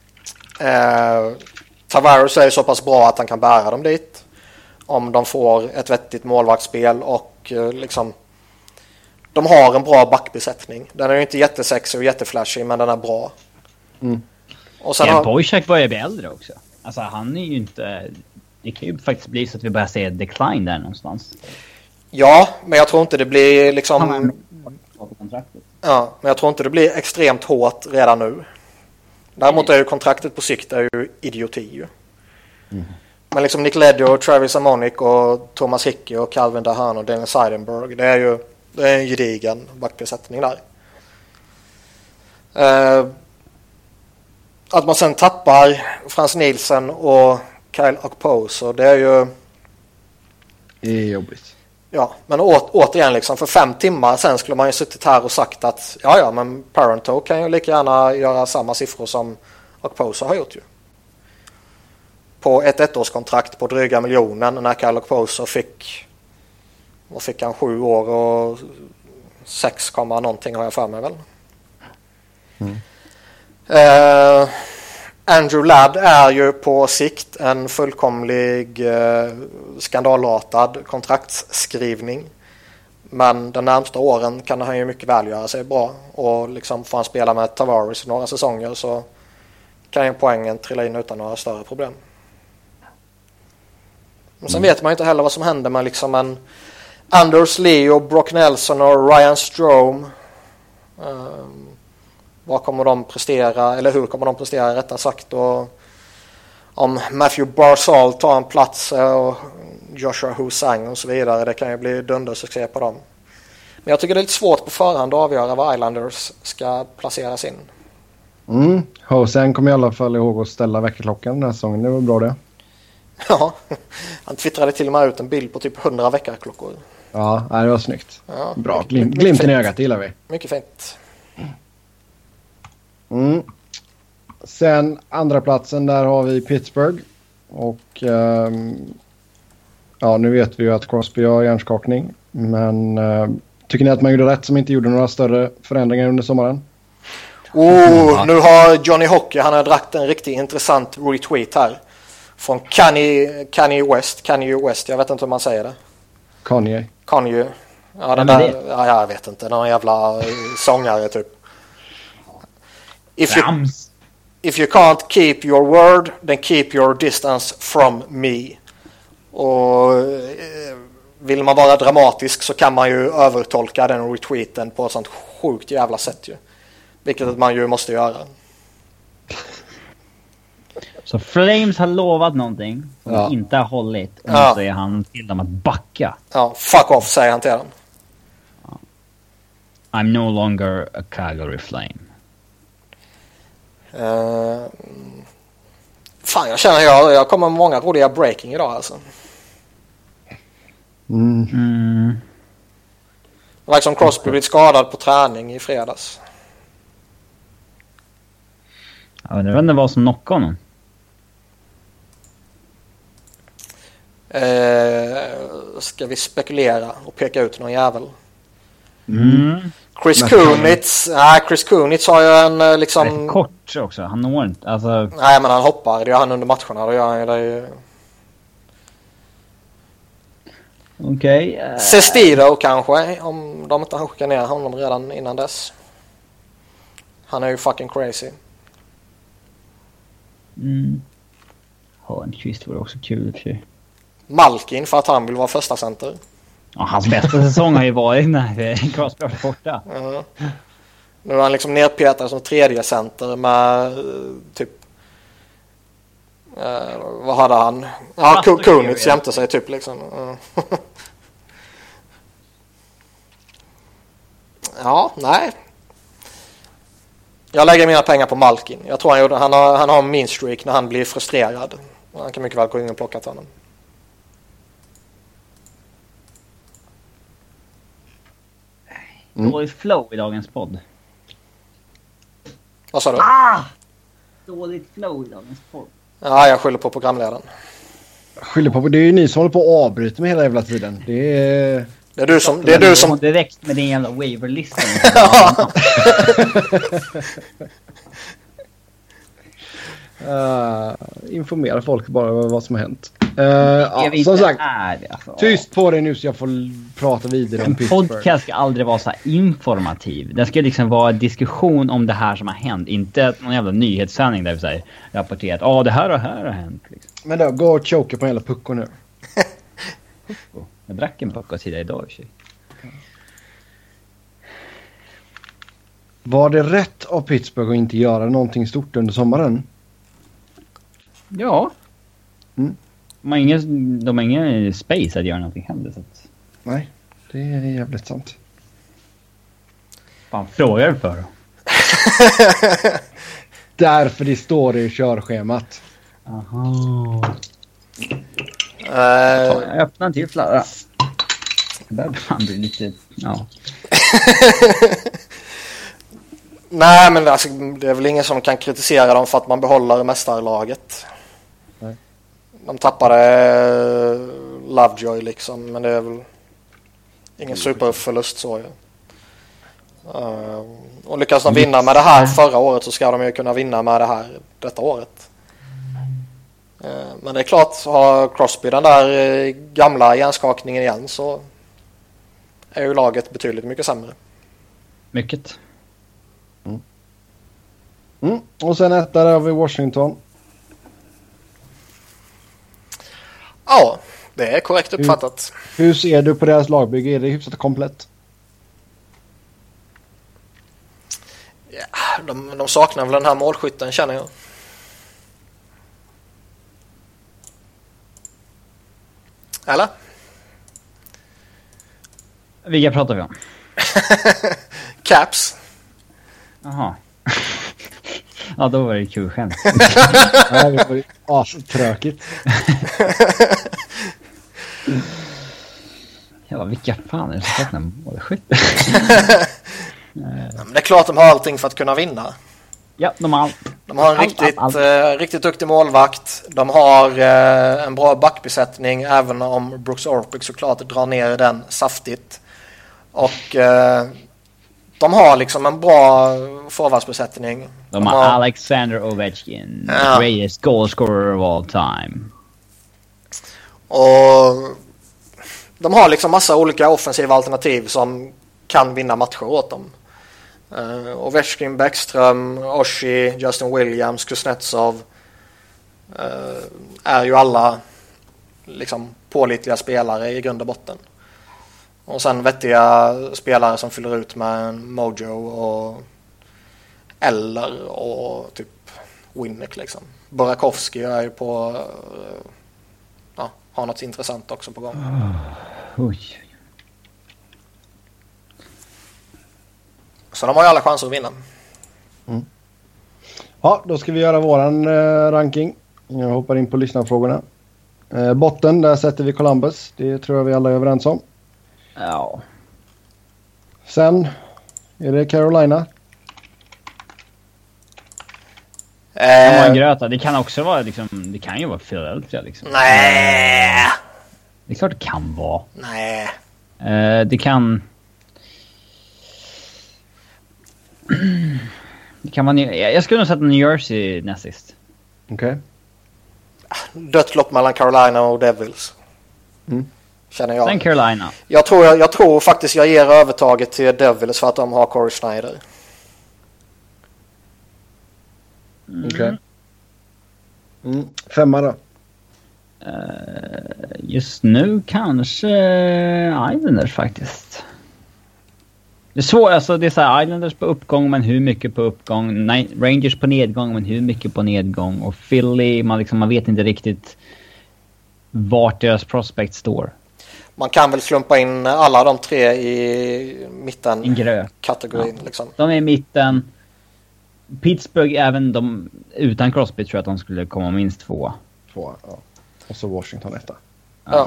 Tavares är så pass bra att han kan bära dem dit om de får ett vettigt målvaktsspel och liksom de har en bra backbesättning. Den är ju inte jättesexig och jätteflashig, men den är bra. Och sen Boychuk börjar bli äldre också. Alltså han är ju inte... Det kan ju faktiskt bli så att vi börjar se decline där någonstans. Ja, men jag tror inte det blir liksom... Ja, men jag tror inte det blir extremt hårt redan nu. Däremot är ju kontraktet på sikt är ju idioti ju. Men liksom Nick Ledger, Travis Amonic och Thomas Hickey och Calvin Dahan och Dennis Seidenberg, det är en gedigen backbesättning där. Att man sen tappar Frans Nielsen och Kyle Okposo, det är ju... Det är jobbigt. Ja, men återigen liksom, för 5 timmar sen skulle man ju suttit här och sagt att men Parento kan ju lika gärna göra samma siffror som Okposo har gjort ju. På ett ettårskontrakt på dryga miljonen när Kyle Okposo fick 7 år och 6, någonting har jag för mig väl. Andrew Ladd är ju på sikt en fullkomlig skandalartad kontraktsskrivning. Men de närmsta åren kan han ju mycket väl göra sig bra. Och liksom får han spela med Tavares i några säsonger så kan ju poängen trilla in utan några större problem. Men sen vet man ju inte heller vad som händer med liksom en Anders Lee och Brock Nelson och Ryan Strome. Vad kommer de prestera, eller hur kommer de prestera rättare sagt, och om Matthew Barzal tar en plats och Joshua Husang och så vidare, det kan ju bli dundersuccé på dem. Men jag tycker det är lite svårt på förhand att avgöra var Islanders ska placeras in. Hosen kommer i alla fall ihåg att ställa väckarklockan den här säsongen. Det var bra det. Ja, han twittrade till och med ut en bild på typ 100 väckarklockor. Ja, det var snyggt. Ja, bra, glimten i ögat, det gillar vi. Mycket fint. Sen andra platsen där har vi Pittsburgh. Och nu vet vi ju att Crosby har hjärnskakning. Men tycker ni att man gjorde rätt som inte gjorde några större förändringar under sommaren? Nu har Johnny Hockey, han har dragit en riktigt intressant retweet här. Från Kanye West, jag vet inte hur man säger det. Kanye. Ja, den där, jag vet inte, någon jävla sångare typ. If you can't keep your word, then keep your distance from me. Och vill man vara dramatisk så kan man ju övertolka den retweeten på ett sånt sjukt jävla sätt ju. Vilket man ju måste göra. Så Flames har lovat någonting som de inte har hållit. Och så säger han till dem att backa. Ja, fuck off säger han till dem. I'm no longer a Calgary Flame. Fan, jag känner jag kommer med många roliga breaking idag alltså. Det var som Crosby blivit skadad på träning i fredags. Jag vet inte vad som knockade honom. Ska vi spekulera och peka ut någon jävel? Chris Kunitz har ju en liksom... Rätt kort också, han når inte. Alltså... Nej, men han hoppar, det gör han under matcherna. Då gör han det. Okej. Sestiro kanske, om de inte har skickat ner honom redan innan dess. Han är ju fucking crazy. Hörnqvist var också kul i och för sig. Malkin för att han vill vara första center. Ja, hans bästa säsong har ju varit när Crosby var borta. Nu är han liksom nerpetad som tredje center med typ vad hade han? Ja, Kunitz jämte sig typ liksom. Ja, nej. Jag lägger mina pengar på Malkin. Jag tror han har en min streak när han blir frustrerad. Han kan mycket väl gå in och plocka till honom. Dåligt flow i dagens podd. Vad sa du? Dåligt flow i dagens podd. Ja, jag skyller på programledaren. Det är ju ni som håller på att avbryta med hela jävla tiden. Det är du som direkt med din jävla waiver-listan. Informera folk bara vad som har hänt. Som sagt, tyst på dig nu så jag får prata vidare om Pittsburgh. En podcast ska aldrig vara så här informativ. Det ska liksom vara en diskussion om det här som har hänt. Inte någon jävla nyhetssändning där vi säger rapporterat att det här har hänt. Liksom. Men då, gå och choka på hela pucko nu. Pucko? Jag drack en pucko tidigare idag. Var det rätt av Pittsburgh att inte göra någonting stort under sommaren? Ja. De har ingen space att göra någonting heller. Så att... Nej, det är jävligt sant. Fan, frågar du för då? Därför det står i körschemat. Aha. Jag öppnar en till flarra. Det börjar fan bli lite... Ja. Nej, men alltså, det är väl ingen som kan kritisera dem för att man behåller mästarlaget. Nej. De tappade Lovejoy liksom, men det är väl ingen superförlust så ju. Och lyckas de vinna med det här förra året så ska de ju kunna vinna med det här detta året. Men det är klart, har Crosby den där gamla hjärnskakningen igen så är ju laget betydligt mycket sämre. Mycket. Och sen där har vi Washington. Ja, det är korrekt uppfattat. Hur ser du på deras lagbygge? Är det hyfsat komplett? Ja, de saknar väl den här målskytten, känner jag. Eller? Vilka pratar vi om? Caps. Jaha. Ja, då var det kul skämt. Ja, det var ju astråkigt. Ja, vilka fan är det som saknar målskytt? Men det är klart de har allting för att kunna vinna. Ja, de har allt. De har en riktigt duktig målvakt. De har en bra backbesättning, även om Brooks Orpik såklart drar ner den saftigt. Och de har liksom en bra forwardsbesättning. De har Alexander Ovechkin, the greatest goalscorer of all time. Och de har liksom massa olika offensiva alternativ som kan vinna matcher åt dem. Ovechkin, Bäckström, Oshie, Justin Williams, Kuznetsov är ju alla liksom pålitliga spelare i grund och botten. Och sen vettiga spelare som fyller ut med en Mojo och Eller och typ Winnick liksom. Burakovsky är ju på har något intressant också på gång. Oj. Så de har ju alla chanser att vinna. Mm. Ja, då ska vi göra våran ranking. Jag hoppar in på lyssnarfrågorna. Botten, där sätter vi Columbus. Det tror jag vi alla är överens om. Ja. Sen är det Carolina. Gröta. Det kan också vara liksom, det kan ju vara Philadelphia liksom. Nej. Det är klart det kan vara. Nej. Det kan vara jag skulle nog sätta New Jersey näst sist. Okej. Dött lopp mellan Carolina och Devils. Känner jag. Sen Carolina. Jag tror faktiskt jag ger övertaget till Devils för att de har Corey Schneider. Okej. Femma då? Just nu kanske Islanders faktiskt. Det är svårt, alltså det är så här, Islanders på uppgång men hur mycket på uppgång. Rangers på nedgång men hur mycket på nedgång. Och Philly, man vet inte riktigt vart deras prospect står. Man kan väl slumpa in alla de tre i mitten kategorin liksom. De är i mitten. Pittsburgh, även de utan Crosby tror jag att de skulle komma minst två. Ja. Och så Washington etta. Ja.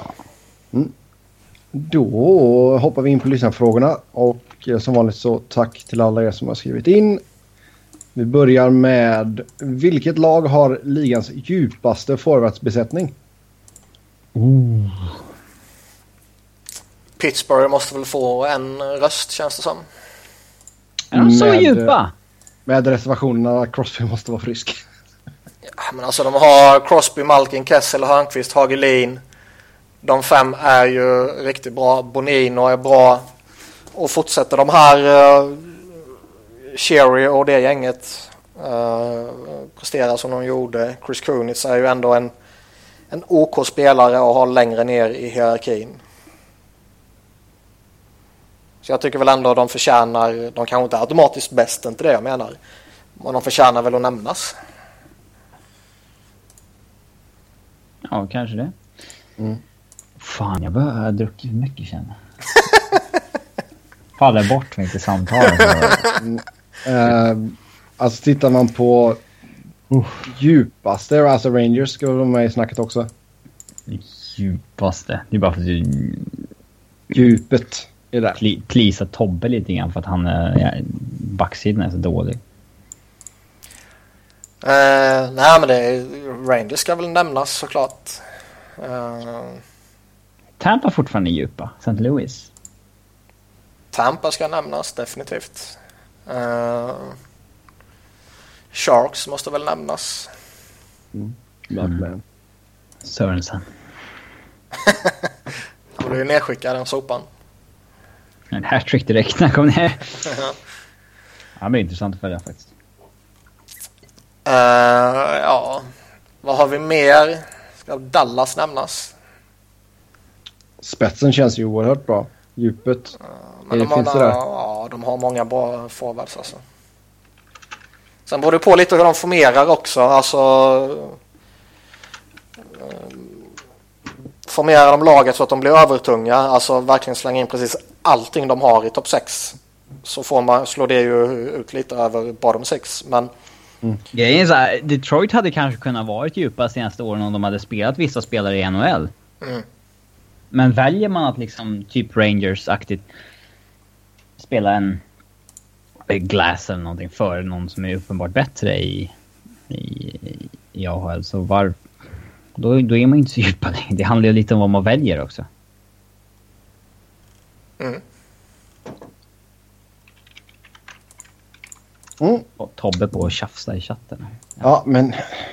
Då hoppar vi in på lyssnarfrågorna. Och som vanligt så tack till alla er som har skrivit in. Vi börjar med: vilket lag har ligans djupaste forwardsbesättning? Pittsburgh måste väl få en röst, känns det som. Är de så djupa? Med reservationerna att Crosby måste vara frisk. Ja, men alltså de har Crosby, Malkin, Kessel, Hörnqvist, Hagelin. De 5 är ju riktigt bra. Bonino är bra. Och fortsätter de här Sherry och det gänget presterar som de gjorde. Chris Kunitz är ju ändå en OK-spelare och har längre ner i hierarkin. Så jag tycker väl ändå de förtjänar, de kanske inte automatiskt bäst, inte det jag menar. Men de förtjänar väl att nämnas. Ja, kanske det. Fan, jag börjar druckit mycket känner. Faller bort mitt i samtalet. Alltså tittar man på djupaste, alltså Rangers ska vara med i snacket också. Djupaste. Det är bara för att djupet är där. Plisa Tobbe lite grann för att han backsidan är så dålig. Nej, men Rangers ska väl nämnas såklart. Tampa fortfarande djupa. St. Louis. Tampa ska nämnas definitivt. Sharks måste väl nämnas. Sörensen. Och du är nedskickad den sopan. En hattrick direkt när jag kom ner. Ja, det blir intressant att följa faktiskt. Ja, vad har vi mer? Ska Dallas nämnas? Spetsen känns ju oerhört bra. Djupet. Men de har många bra forwards alltså. Sen beror det på lite hur de formerar också. Alltså formerar de laget så att de blir övertunga, alltså verkligen slänga in precis allting de har i topp 6, så slår det ju ut lite över bottom 6. Men Grejen är så här, Detroit hade kanske kunnat vara djupa senaste åren om de hade spelat vissa spelare i NHL. Men väljer man att liksom typ Rangers-aktigt spela en Glass eller någonting för någon som är uppenbart bättre i AHL, så då är man inte så djupa. Det handlar ju lite om vad man väljer också. Och Tobbe på att tjafsa i chatten. Ja, men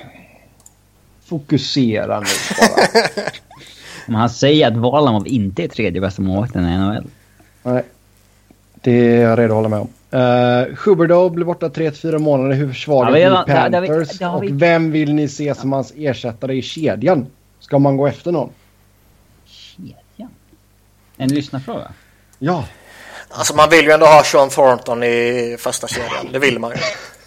fokusera nu bara. Om han säger att Varlamov inte är tredje bästa målvakten i NHL. Nej, det är jag redo att hålla med om. Huberdeau blir borta 3-4 månader. Hur försvarar ni Panthers? Och vem vill ni se som hans ersättare i kedjan? Ska man gå efter någon? Kedjan? En lyssnarfråga? Ja. Alltså man vill ju ändå ha Sean Thornton i första kedjan. Det vill man ju.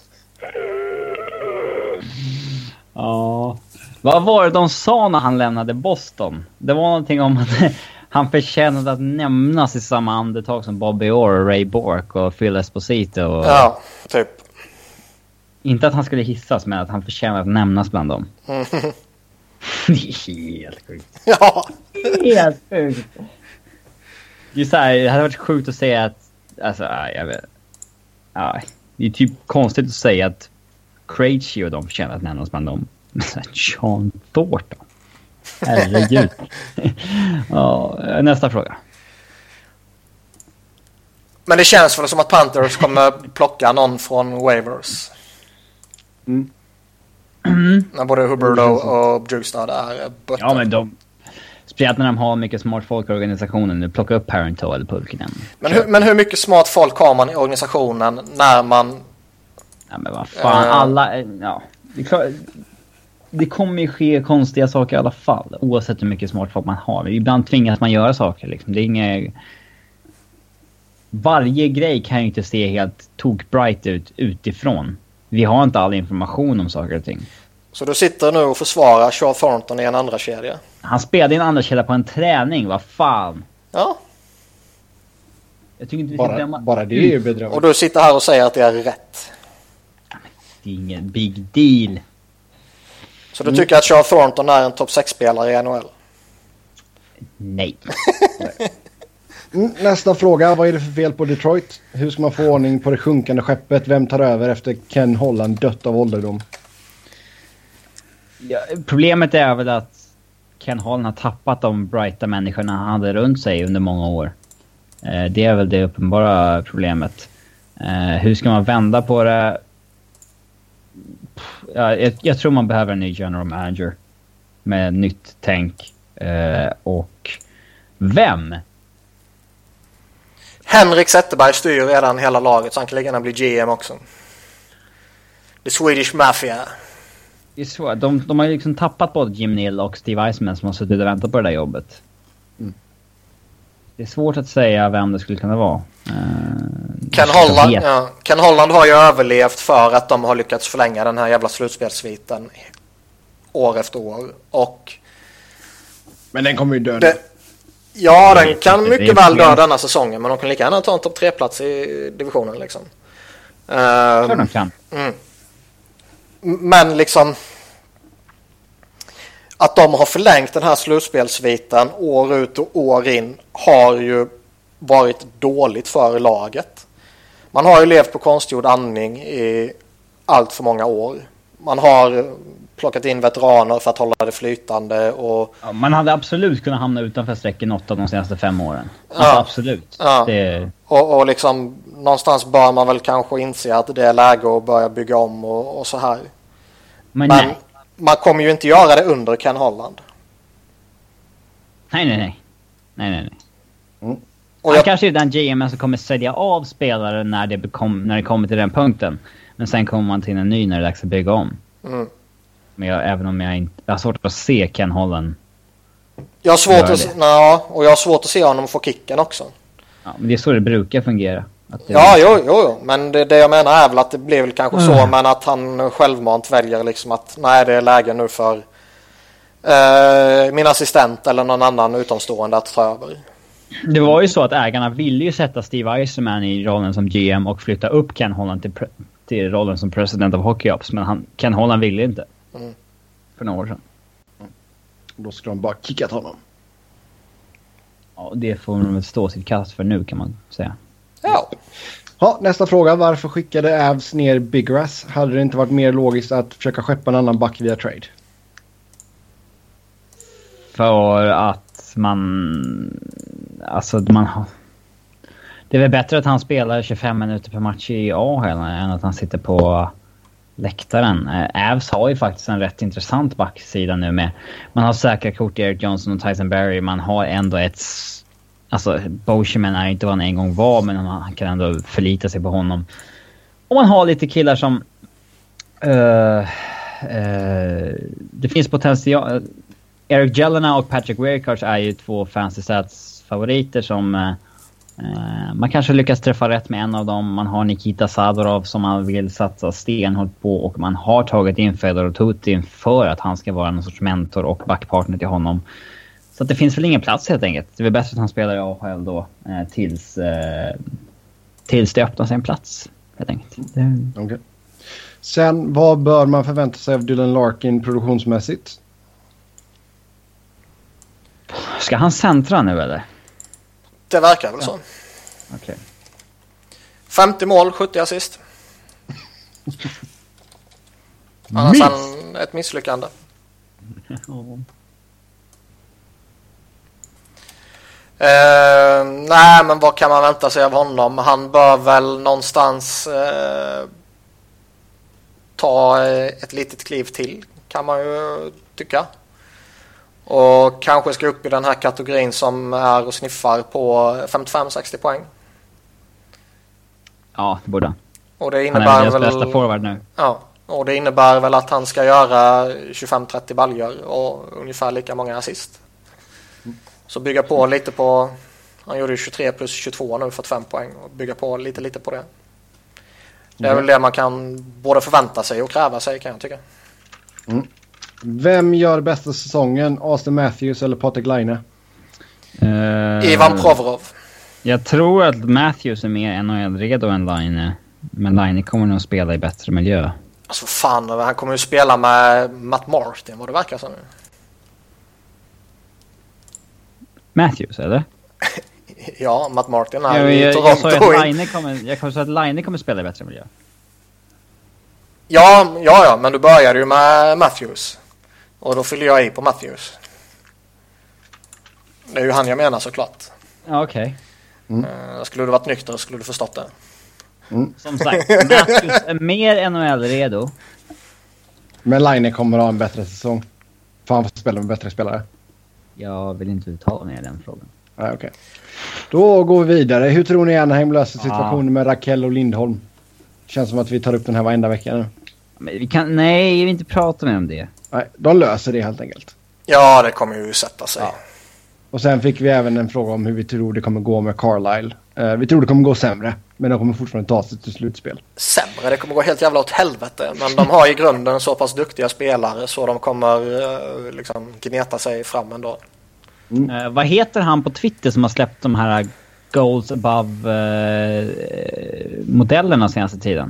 Ja. Vad var det de sa när han lämnade Boston? Det var någonting om att han förtjänade att nämnas i samma andetag som Bobby Orr, Ray Bork och Phil Esposito. Ja, typ. Inte att han skulle hissas, men att han förtjänar att nämnas bland dem. Det är helt sjukt. Ja. Helt sjukt. Det är så här, det hade varit sjukt att säga att... Alltså, jag vet... Ja, det är typ konstigt att säga att Krejci och de förtjänar att nämnas bland dem. Men Sean Thornton. Herregud. Ja, nästa fråga. Men det känns väl som att Panthers kommer plocka någon från waivers. När både Huberdeau och Bjugstad är bötta. Ja, men speciellt när de har mycket smart folk i organisationen. Nu plocka upp Parenteau eller Pulkinen. Men hur mycket smart folk har man i organisationen när man... Ja, men vad fan, alla... Ja, det är klart... Det kommer ju ske konstiga saker i alla fall. Oavsett hur mycket smart folk man har. Ibland tvingas man göra saker. Liksom. Det är inget... Varje grej kan ju inte se helt tokbright ut utifrån. Vi har inte all information om saker och ting. Så du sitter nu och försvarar Sean Thornton i en andra kedja? Han spelade i en andra kedja på en träning. Vad fan? Ja. Jag tycker inte vi ska glömma... Bara det är ju bedrövligt. Och du sitter här och säger att det är rätt. Det är ingen big deal. Så du tycker att Sean Thornton är en topp 6-spelare i NHL? Nej. Nästa fråga. Vad är det för fel på Detroit? Hur ska man få ordning på det sjunkande skeppet? Vem tar över efter Ken Holland dött av ålderdom? Ja, problemet är väl att Ken Holland har tappat de brighta människorna han hade runt sig under många år. Det är väl det uppenbara problemet. Hur ska man vända på det? Jag tror man behöver en ny general manager med nytt tänk. Och vem? Henrik Zetterberg styr redan hela laget, så han kan lägga bli GM också. The Swedish Mafia. Det är så, de har ju liksom tappat både Jim Neal och Steve Eisman som har suttit och väntat på det där jobbet. Det är svårt att säga vem det skulle kunna vara. Ken Holland har ju överlevt för att de har lyckats förlänga den här jävla slutspelssviten år efter år. Men den kommer ju dö. Ja, den kan mycket väl dö denna säsongen, men de kan lika gärna ta en topp 3-plats i divisionen liksom. Men liksom att de har förlängt den här slutspelssviten år ut och år in har ju varit dåligt för laget. Man har ju levt på konstgjord andning i allt för många år. Man har plockat in veteraner för att hålla det flytande. Och... Ja, man hade absolut kunnat hamna utanför strecken 8 de senaste 5 åren. Alltså, absolut. Ja. Det... Och liksom någonstans bör man väl kanske inse att det är läge att börja bygga om och så här. Men nej. Man kommer ju inte göra det under Ken Holland. Nej. Och kanske är den GM som kommer sälja av spelare när det kommer till den punkten. Men sen kommer man till en ny när det är dags att bygga om. Men även om jag har svårt att se Ken Holland. Jag har svårt att se honom få kicken också. Ja, men det är så det brukar fungera. Jo. Men det jag menar är väl att det blir väl kanske så, men att han självmant väljer liksom att nej, det är läge nu för min assistent eller någon annan utomstående att ta över. Det var ju så att ägarna ville ju sätta Steve Eisenman i rollen som GM och flytta upp Ken Holland till rollen som president of Hockey Ops, men Ken Holland ville inte. För några år sedan. Då skulle de bara kickat honom. Ja, det får de väl stå sitt kast för nu, kan man säga. Ja. Ja, nästa fråga. Varför skickade Avs ner Biggrass? Hade det inte varit mer logiskt att försöka skeppa en annan back via trade? För att man... Alltså, det är väl bättre att han spelar 25 minuter per match i AHL än att han sitter på läktaren. Avs har ju faktiskt en rätt intressant backsida nu med... Man har säkra kort, Erik Johnson och Tyson Barrie. Man har ändå ett... Alltså, Boschman är inte vad han en gång var, men man kan ändå förlita sig på honom. Och man har lite killar som... det finns potential... Eric Jelena och Patrick Weirkars är ju två Fantasy Stats-favoriter som... man kanske lyckas träffa rätt med en av dem. Man har Nikita Sadorov som man vill satsa stenhårt på, och man har tagit in Fedor Tutin för att han ska vara någon sorts mentor och backpartner till honom. Så att det finns väl ingen plats helt enkelt. Det är väl bättre att han spelar i AHL då tills det öppnar sig en plats helt enkelt. Okay. Sen, vad bör man förvänta sig av Dylan Larkin produktionsmässigt? Ska han centra nu eller? Det verkar väl så. Okej. 50 mål, 70 assist. Annars han ett misslyckande. Nej, men vad kan man vänta sig av honom? Han bör väl någonstans ta ett litet kliv till, kan man ju tycka. Och kanske ska upp i den här kategorin som är och sniffar på 55-60 poäng. Ja, det borde han. Och det Han innebär är väl väl... bästa forward nu. Ja, och det innebär väl att han ska göra 25-30 baljor och ungefär lika många assist. Så bygga på lite på... Han gjorde 23 plus 22 nu, 45 poäng. Och bygga på lite på det. Det är väl det man kan både förvänta sig och kräva sig, kan jag tycka. Vem gör bästa säsongen? Austin Matthews eller Patrik Laine? Ivan Provorov. Jag tror att Matthews är mer NHL-redo än Laine. Men Laine kommer nog spela i bättre miljö. Alltså fan, han kommer ju spela med Matt Martin, vad det verkar som nu. Matthews, eller? Ja, Matt Martin är i Toronto. Jag sa att Laine kommer spela i bättre miljö. Ja, men du började ju med Matthews. Och då fyller jag i på Matthews. Det är ju han jag menar såklart. Ja, okej. Skulle du varit nykter så skulle du förstått det. Som sagt, Matthews är mer NHL-redo. Men Laine kommer att ha en bättre säsong. För han får spela med bättre spelare. Jag vill inte uttala mig i den frågan. Nej, okej. Då går vi vidare. Hur tror ni Anaheim löser situationen med Rakell och Lindholm? Känns som att vi tar upp den här varenda vecka nu. Men jag vill inte prata mer om det. Nej, de löser det helt enkelt. Ja, det kommer ju sätta sig. Ja. Och sen fick vi även en fråga om hur vi tror det kommer gå med Carlisle. Vi tror det kommer gå sämre, men de kommer fortfarande ta sig till slutspel. Sämre? Det kommer gå helt jävla åt helvete. Men de har i grunden så pass duktiga spelare så de kommer liksom gneta sig fram ändå. Vad heter han på Twitter som har släppt de här goals above modellerna senaste tiden?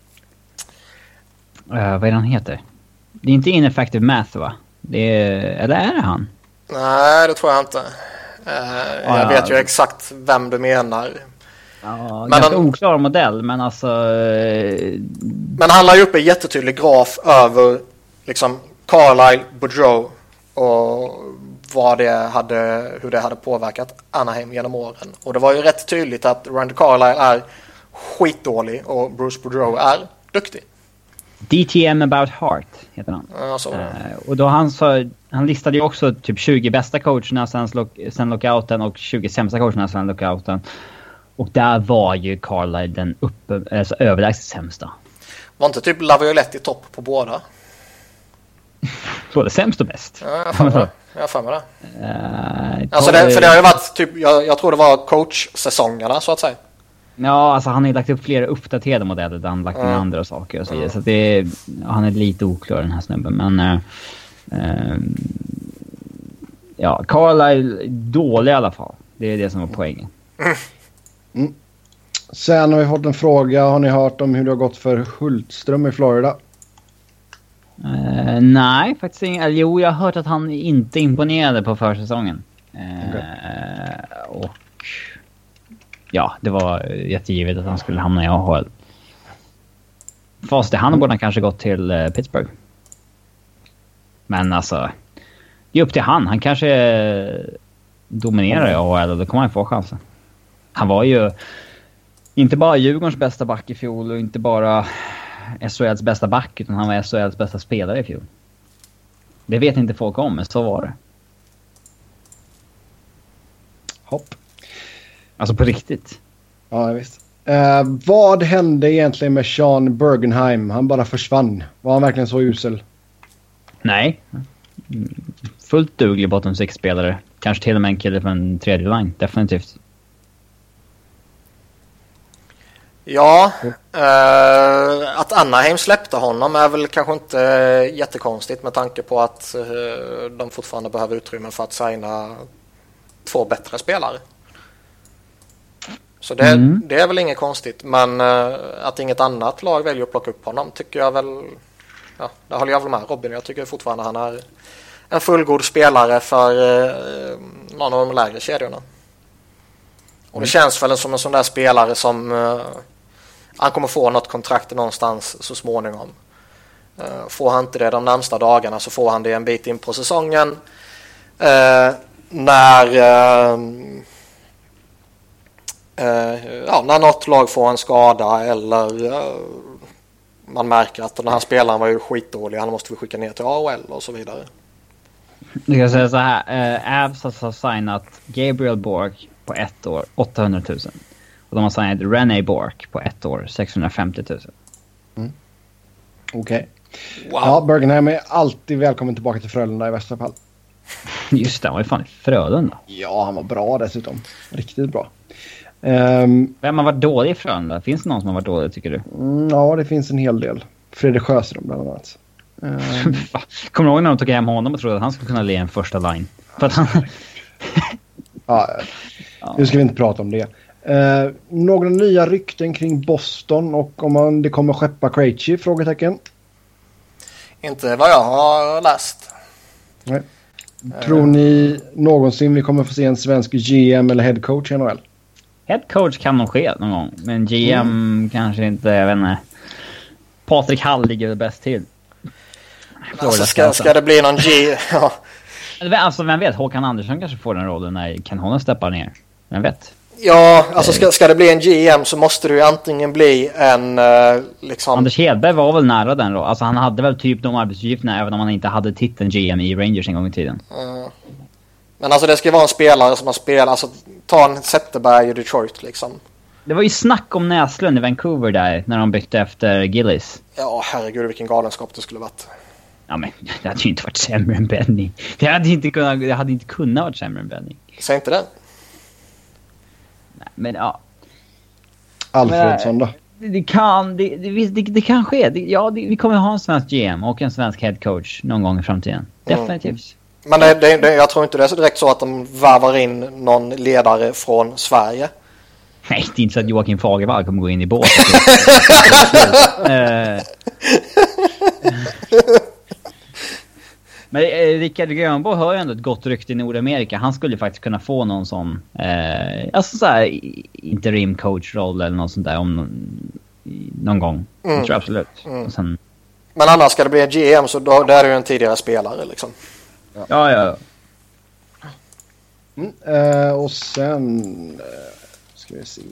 Vad är det han heter? Det är inte ineffective math, va? Eller är det han? Nej, det tror jag inte. Jag vet ju exakt vem du menar. Ja, ganska oklar modell, men alltså... Men han la ju upp en jättetydlig graf över liksom Carlisle, Boudreau och hur det hade påverkat Anaheim genom åren. Och det var ju rätt tydligt att Randy Carlisle är skitdålig och Bruce Boudreau är duktig. DTM about heart heter han. Ja, så. Och då han listade ju också typ 20 bästa coacherna sen lockouten och 20 sämsta coacherna sen lockouten. Och där var ju Carlisle den överlägset sämsta. Var inte typ Laviolette i topp på båda? Både sämst och bäst. Ja, jag får med det. Alltså för det har ju varit typ, jag tror det var coach-säsongerna så att säga. Ja, alltså han har ju lagt upp flera uppdaterade modeller där han lagt in andra saker och så vidare. Så han är lite oklar den här snubben. Men ja, Carlisle är dålig i alla fall. Det är det som var poängen. Sen har vi fått en fråga. Har ni hört om hur det har gått för Hultström i Florida? Nej, faktiskt inte. Jo, jag har hört att han inte imponerade på försäsongen. Och ja, det var jättegivet att han skulle hamna i AHL. Fast han borde kanske gått till Pittsburgh. Men alltså, det är upp till han. Han kanske dominerar i AHL och då kommer han få chansen. Han var ju inte bara Djurgårdens bästa back i fjol och inte bara SHLs bästa back, utan han var SHLs bästa spelare i fjol. Det vet inte folk om, men så var det. Hopp. Alltså på riktigt. Ja, visst. Vad hände egentligen med Sean Bergenheim? Han bara försvann. Var han verkligen så usel? Nej. Fullt duglig bottom six-spelare. Kanske till och med en kille från en tredje line. Definitivt. Ja, att Anaheim släppte honom är väl kanske inte jättekonstigt med tanke på att de fortfarande behöver utrymme för att signa 2 bättre spelare. Så det är väl inget konstigt, men att inget annat lag väljer att plocka upp honom tycker jag väl, ja, det håller jag väl med Robin. Jag tycker fortfarande han är en fullgod spelare för någon av de lägre kedjorna. Och det känns väl som en sån där spelare som han kommer få något kontrakt någonstans så småningom. Får han inte det de närmsta dagarna så får han det en bit in på säsongen. När något lag får en skada eller man märker att den här spelaren var ju skitdålig, han måste vi skicka ner till AHL och så vidare. Jag kan säga så här, Avs har signat Gabriel Bork på 1 år 800 000 och de har signat René Bork på 1 år 650 000. Okej. Wow. Ja, Bergenheim är alltid välkommen tillbaka till Frölunda i värsta fall. Just det, han var ju fan i Frölunda. Ja, han var bra dessutom. Riktigt bra. Vem har varit dålig i Frölunda? Finns det någon som har varit dålig, tycker du? Ja, det finns en hel del. Fredrik Sjöström bland annat. Kommer du ihåg när de tog hem honom och trodde att han skulle kunna le en första line? För att han... Nu ska vi inte prata om det. Några nya rykten kring Boston och om det kommer skeppa Krejci? Frågetecken. Inte vad jag har läst. Nej. Tror ni någonsin vi kommer få se en svensk GM eller headcoach i NHL? Headcoach kan nog ske någon gång. Men GM kanske inte, jag vet inte. Patrik Hall ligger bäst till. Alltså ska det bli någon ja. Alltså vem vet, Håkan Andersson kanske får den rollen när Ken Holland steppar ner. Vem vet? Ja, alltså ska det bli en GM så måste det ju antingen bli en liksom... Anders Hedberg var väl nära den då. Alltså han hade väl typ de arbetsuppgifterna även om han inte hade titeln GM i Rangers en gång i tiden. Men alltså det ska vara en spelare som har spelat, alltså ta en Zetterberg i Detroit liksom. Det var ju snack om Näslund i Vancouver där när de bytte efter Gillis. Ja, herregud vilken galenskap det skulle varit. Ja men det hade ju inte varit sämre än Benny. Det hade inte kunnat vara sämre än Benny. Säg inte det. Nej, men ja. Alfredsson då? Det kan ske. Vi kommer ha en svensk GM och en svensk headcoach någon gång i framtiden. Definitivt. Men jag tror inte det är så direkt så att de varvar in någon ledare från Sverige. Nej, det är inte så att Joakim Fagervall kommer gå in i båten. Men Rickard Grönborg har ju ändå ett gott rykte i Nordamerika. Han skulle faktiskt kunna få någon sån alltså så här interim coach-roll eller något sånt där någon gång. Jag tror absolut. Och sen... Men annars ska det bli en GM så då är det ju en tidigare spelare liksom. Ja. Och sen ska vi se.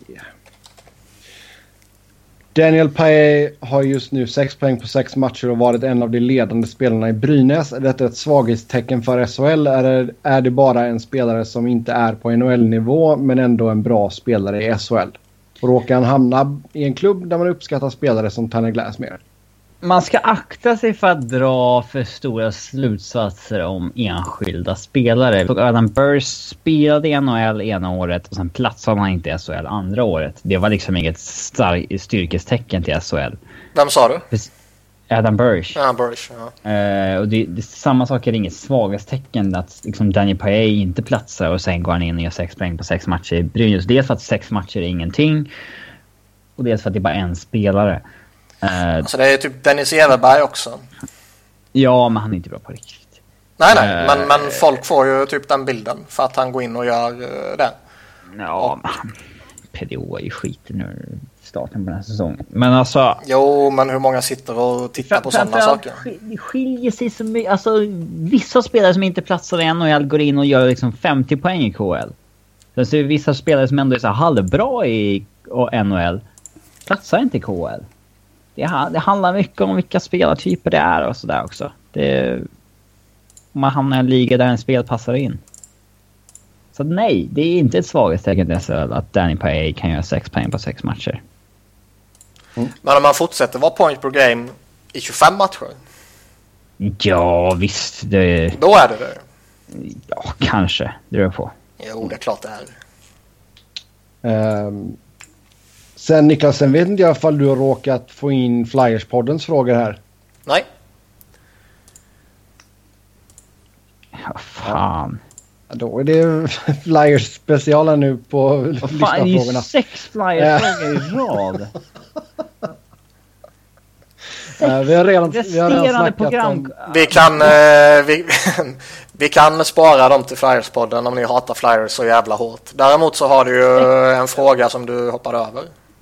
Daniel Paille har just nu 6 poäng på 6 matcher och varit en av de ledande spelarna i Brynäs. Är detta ett svaghetstecken för SHL? Är det bara en spelare som inte är på NHL-nivå men ändå en bra spelare i SHL? Och råkar han hamna i en klubb där man uppskattar spelare som Tanner Glass mer? Man ska akta sig för att dra för stora slutsatser om enskilda spelare. Adam Burrs spelade i NHL ena året och sen platsade han inte i SHL andra året. Det var liksom inget styrkestecken till SHL. Vem sa du? Adam Burrs. Ja, Burrs, ja. Och det samma sak är inget svaghetstecken att liksom Daniel Paille inte platsar och sen går han in och gör 6 poäng på 6 matcher i Brynäs. Dels för att 6 matcher är ingenting. Och dels för att det är bara en spelare. Så det är typ Dennis Everberg också. Ja, men han är inte bra på riktigt. Nej, men folk får ju typ den bilden för att han går in och gör det. Ja, men PDO är ju skit nu starten på den här säsongen. Men alltså... Jo, men hur många sitter och tittar på sådana saker? Det skiljer sig så mycket. Alltså, vissa spelare som inte platsar i NHL går in och gör liksom 50 poäng i KHL. Sen så är det vissa spelare som ändå är så halvbra i NHL platsar inte i KHL. Det handlar mycket om vilka spelartyper det är och sådär också. Man hamnar i en liga där en spel passar in. Så nej, det är inte ett svaghetstecken i SHL att Danny Paille kan göra 6 poäng på 6 matcher. Men om man fortsätter vara point per game i 25 matcher? Ja, visst. Då är det. Ja, kanske. Det är på. Jo, det är klart det är. Sen Niklas, sen vet inte jag ifall du har råkat få in Flyers-poddens frågor här. Nej. Ja, fan. Ja, då är det Flyers-specialen nu på lyssnarfrågorna. Fan, det är ju 6 Flyers-frågor i rad. Vi har redan snackat program. om... Vi kan spara dem till Flyers-podden om ni hatar Flyers så jävla hårt. Däremot så har du ju en fråga som du hoppade över.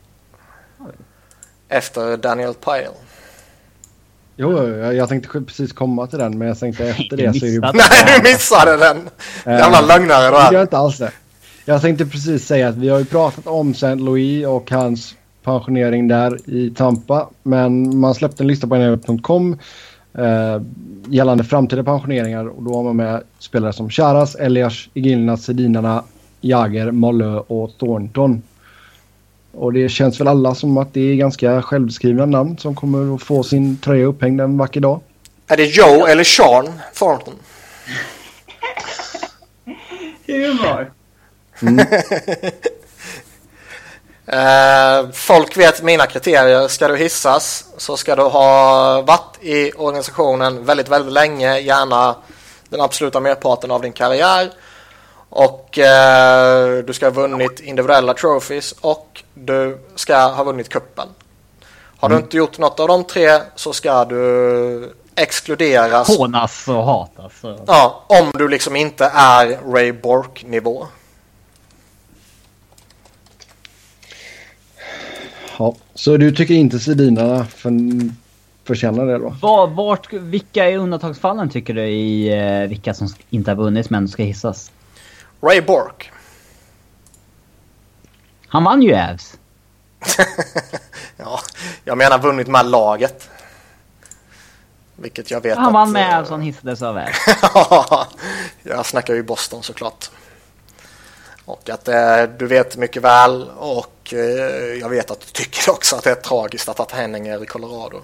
Efter Daniel Paille. Jo, jag tänkte precis komma till den, men jag tänkte efter det så är det... Nej, du missade den! Jävla lögnare då. Det gör inte alls det. Jag tänkte precis säga att vi har ju pratat om St. Louis och hans pensionering där i Tampa, men man släppte en lista på NHL.com gällande framtida pensioneringar, och då har man med spelare som Charas, Elias, Iginla, Sedinarna, Jagr, Mollö och Thornton. Och det känns väl alla som att det är ganska självskrivna namn som kommer att få sin tröja upphängd en vacker dag. Är det Joe eller Sean Thornton? Humor. Folk vet mina kriterier. Ska du hissas så ska du ha varit i organisationen väldigt, väldigt länge, gärna den absoluta merparten av din karriär, och du ska ha vunnit individuella trophies och du ska ha vunnit kuppen. Har du inte gjort något av de 3 så ska du exkluderas. Hånas och hatas. Ja, om du liksom inte är Ray Bourque-nivå. Ja, så du tycker inte Sedinarna förtjänar det då? Vilka är undantagsfallen tycker du i vilka som inte har vunnit men ska hissas? Ray Bourque. Han vann ju Avs. Ja, jag menar vunnit med laget. Vilket jag vet han vann med Avs, han hissades av Avs. Jag snackar ju Boston såklart. Och att du vet mycket väl, och jag vet att du tycker också att det är tragiskt att Henning är i Colorado.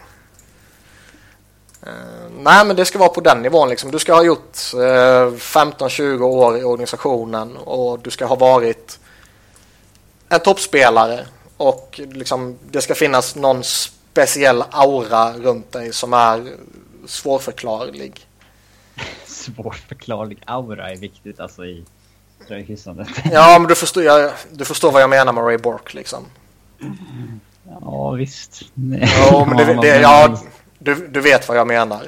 Nej, men det ska vara på den nivån liksom. Du ska ha gjort 15-20 år i organisationen och du ska ha varit en toppspelare, och liksom, det ska finnas någon speciell aura runt dig som är svårförklarlig. Svårförklarlig aura är viktigt alltså i tröjhissandet. Ja, men du förstår vad jag menar med Ray Bourque liksom. Ja, visst. Ja, men du vet vad jag menar.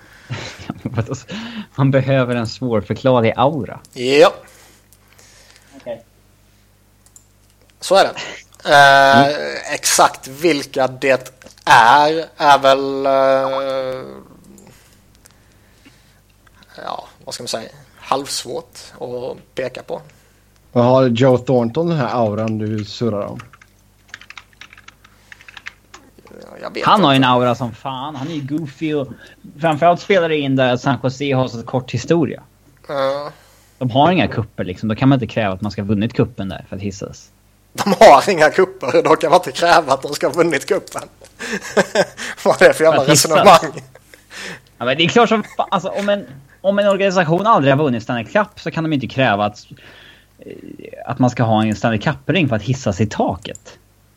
Man behöver en svårförklarlig aura. Ja. Okay. Så är det. Exakt vilka det är väl vad ska man säga, halvsvårt att peka på. Vad har Joe Thornton den här auran du surrar om? Han har ju en aura som fan. Han är ju goofy och framförallt spelar in där San Jose har så kort historia. De har inga kupper liksom. Då kan man inte kräva att man ska ha vunnit kuppen där för att hissas. De har inga kupper. Då kan man inte kräva att de ska ha vunnit kuppen. Vad är det för jävla resonemang? Ja, men det är klart som alltså, om en organisation aldrig har vunnit Stanley Cup så kan de inte kräva att man ska ha en Stanley Cup-ring för att hissas i taket.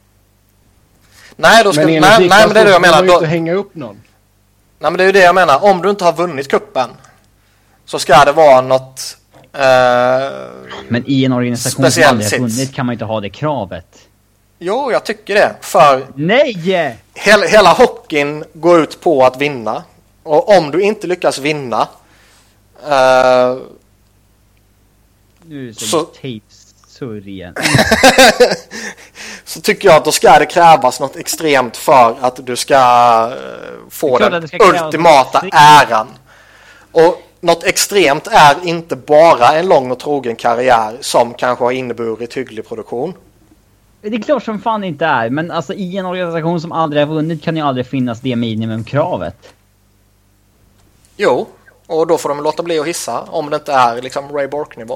Nej, men det är det jag menar. Då inte hänga upp någon. Nej, men det är ju det jag menar. Om du inte har vunnit kuppen så ska det vara något men i en organisation som aldrig har vunnit kan man inte ha det kravet. Jo, jag tycker det. För Nej! hela hockeyn går ut på att vinna. Och om du inte lyckas vinna Nu är det så tape-surr igen. så tycker jag att då ska det krävas något extremt för att du ska få Det är klart den att det ska krävas ultimata något äran. Och något extremt är inte bara en lång och trogen karriär som kanske har inneburit hygglig produktion. Det är klart som fan inte är. Men alltså i en organisation som aldrig har vunnit kan ju aldrig finnas det minimumkravet. Jo, och då får de låta bli att hissa om det inte är liksom Ray Bork-nivå.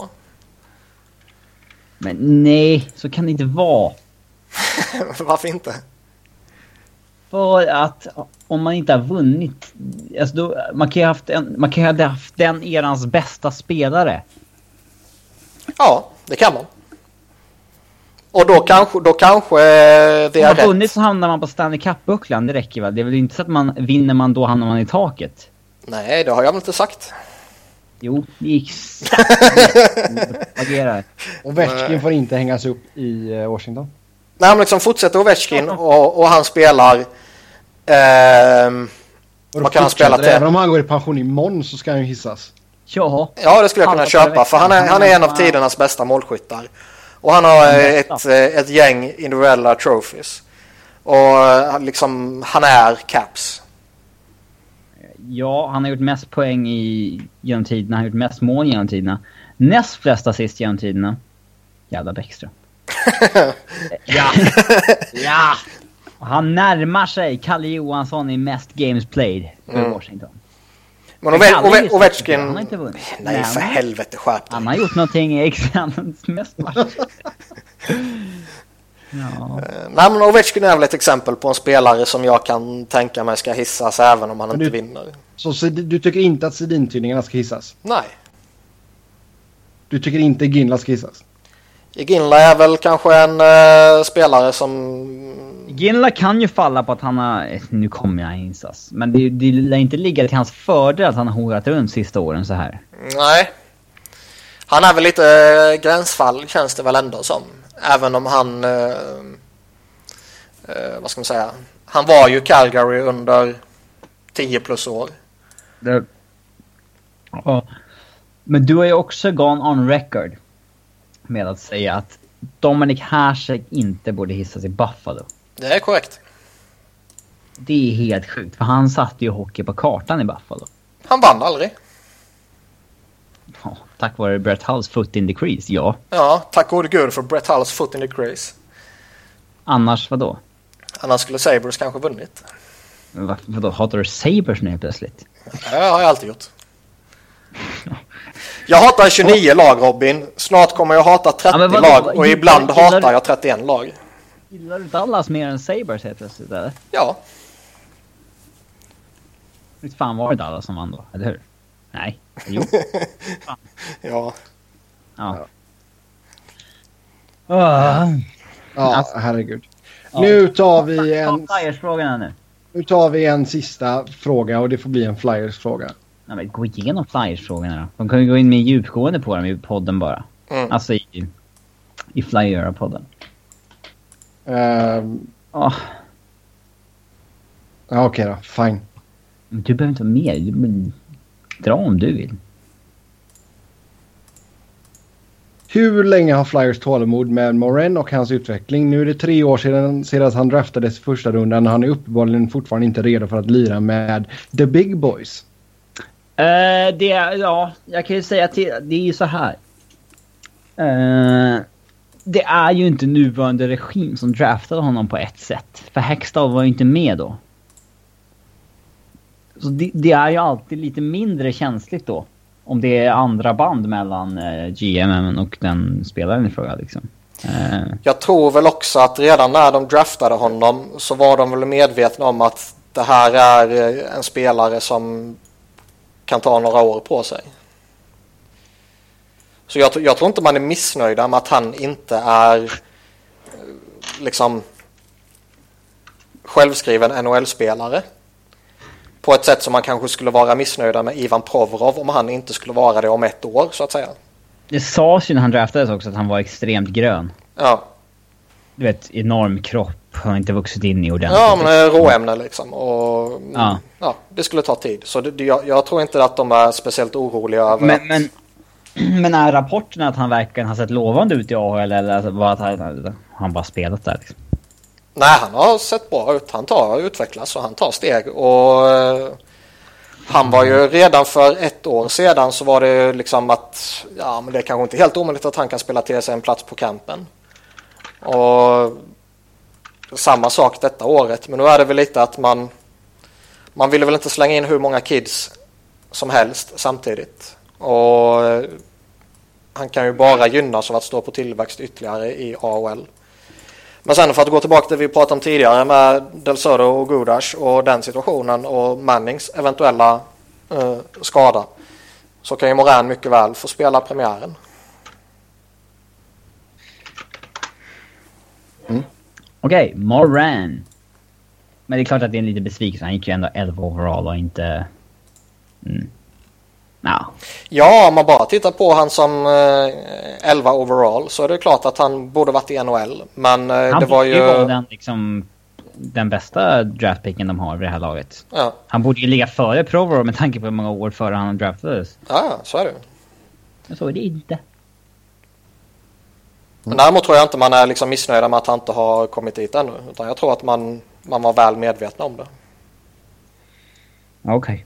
Men nej, så kan det inte vara. Varför inte? För att om man inte har vunnit, alltså då, man kan ju ha haft den erans bästa spelare. Ja, det kan man. Och då kanske det är Om man rätt. vunnit så hamnar man på Stanley Cup-bucklan, det räcker väl. Det är väl inte så att man vinner man då hamnar man i taket. Nej, det har jag väl inte sagt. Jo, det gick exakt. Agerar. Och Ovechkin får inte hängas upp i Washington. Nej, men liksom fortsätter Ovechkin och han spelar vad kan han spela till? Även om han går i pension imorgon så ska han ju hissas. Ja. Ja, det skulle jag kunna köpa, för han är en av tidernas bästa målskyttar. Och han har ett gäng individuella trophies. Och liksom, han är Caps. Ja, han har gjort mest poäng genom tiderna. Han har gjort mest mål genom tiderna. Näst flesta assist genom tiderna. Jävla Bäckström. Ja. Och han närmar sig Kalle Johansson i mest games played för Washington. Men Ovechkin... Han har inte vunnit. Nej, för helvete, skärp dig. Han har gjort någonting i examens mest matcher. Ja. Nej, men Ovechkin är väl ett exempel på en spelare som jag kan tänka mig ska hissas även om han inte vinner. Så du tycker inte att Sedin-tidningarna ska hissas? Nej. Du tycker inte Ginla ska hissas? Ginla är väl kanske en spelare som... Ginla kan ju falla på att han har... Nu kommer jag hissas. Men det lär inte ligga till hans fördel att han har horat runt sista åren så här. Nej. Han är väl lite gränsfall, känns det väl ändå som. Även om han... vad ska man säga? Han var ju Calgary under 10 plus år. Ja. Men du har ju också gone on record med att säga att Dominik Hasek inte borde hissas i Buffalo. Det är korrekt. Det är helt sjukt, för han satte ju hockey på kartan i Buffalo. Han vann aldrig. Ja, tack vare Brett Hulls foot in the crease, ja. Ja, tack gode gud för Brett Hulls foot in the crease. Annars vadå? Annars skulle Sabres kanske vunnit. Vadå, hatar du Sabres nu plötsligt? Ja, det har jag alltid gjort. Jag hatar 29 lag, Robin. Snart kommer jag hata 30 lag och ibland hatar jag 31 lag. Gillar du Dallas mer än Sabres helt plötsligt, eller? Ja. Vilket fan var det Dallas som vann då, eller hur? Nej, jo. Ja. Ja, herregud. Nu tar vi en sista fråga och det får bli en Flyers-fråga. Ja, men gå igenom Flyers-frågorna då. De kan ju gå in med djupgående på dem i podden bara. Alltså i Flyer-podden. Ja, okej då. Fine. Du behöver inte vara med. Du dra om du vill. Hur länge har Flyers tålamod med Morin och hans utveckling? Nu är det 3 år sedan han draftades i första rundan och han är uppenbarligen fortfarande inte redo för att lira med the big boys. Jag kan ju säga att det är ju så här. Det är ju inte nuvarande regim som draftade honom på ett sätt. För Hextall var ju inte med då. Så det är ju alltid lite mindre känsligt då. Om det är andra band mellan GM och den spelaren i fråga liksom. Jag tror väl också att redan när de draftade honom så var de väl medvetna om att det här är en spelare som kan ta några år på sig. Så jag tror inte man är missnöjda med att han inte är liksom självskriven NHL-spelare. På ett sätt som man kanske skulle vara missnöjda med Ivan Provorov om han inte skulle vara det om 1 år, så att säga. Det sades ju när han draftades också att han var extremt grön. Ja. du vet, enorm kropp. Har inte vuxit in i ordentligt. Ja, men råämne liksom. Och ja, det skulle ta tid. Så jag tror inte att de är speciellt oroliga över men är rapporten att han verkligen har sett lovande ut i AHL eller bara att han bara spelat där liksom? Nej, han har sett bra ut. Han utvecklas och han tar steg. Och han var ju redan för 1 år sedan så var det liksom att ja, men det är kanske inte helt omöjligt att han kan spela till sig en plats på campen. Och samma sak detta året. Men nu är det väl lite att man ville väl inte slänga in hur många kids som helst samtidigt. Och han kan ju bara gynnas av att stå på tillväxt ytterligare i AHL. Men sen för att gå tillbaka till det vi pratade om tidigare med Del Soto och Gudas och den situationen och Mannings eventuella skada, så kan ju Moran mycket väl få spela premiären. Okej, Moran. Men det är klart att det är en liten besvikelse. Han gick ju ändå 11 overall och inte... Ja, om man bara tittar på han som 11 overall så är det klart att han borde varit i NHL. Men han det var ju... vara den bästa draftpicken de har vid det här laget. Ja. Han borde ju ligga före Provorov med tanke på hur många år före han draftades. Ja, så är det. Men så är det inte. Men däremot tror jag inte man är liksom missnöjd med att han inte har kommit dit ännu. Utan jag tror att man var väl medveten om det. Okej.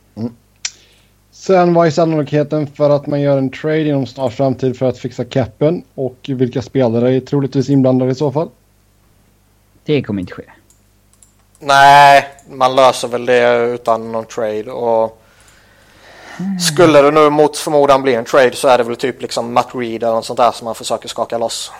Sen vad är sannolikheten för att man gör en trade inom snar framtid för att fixa capen? Och vilka spelare är troligtvis inblandade i så fall? Det kommer inte ske. Nej, man löser väl det utan någon trade. Och skulle det nu mot förmodan bli en trade så är det väl typ liksom Matt Reed eller något sånt där som man försöker skaka loss.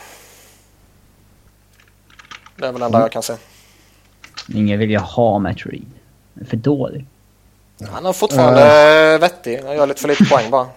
Det är väl enda jag kan se. Ingen vill ju ha Matt Reed. För dålig. Han är fortfarande vettig. Han gör lite för lite poäng bara.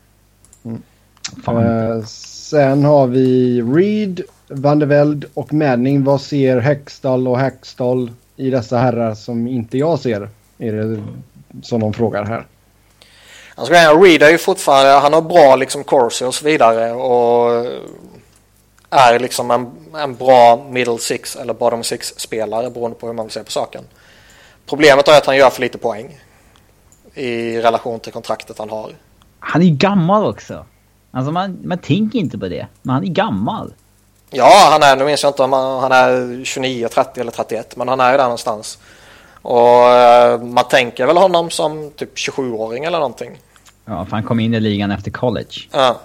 Sen har vi Reed, Van de Velde och Manning. Vad ser Hextall och Hackstall i dessa herrar som inte jag ser? Är det som de frågar här? Alltså, Reed är ju fortfarande, han har bra liksom corsi och så vidare och är liksom en bra middle six eller bottom six spelare beroende på hur man vill se på saken. Problemet är att han gör för lite poäng i relation till kontraktet han har. Han är ju gammal också. Alltså man tänker inte på det. Men han är gammal. Ja, han är, nu minns jag inte om han är 29, 30 eller 31. Men han är ju där någonstans. Och man tänker väl honom som typ 27-åring eller någonting. Ja, för han kom in i ligan efter college. Ja.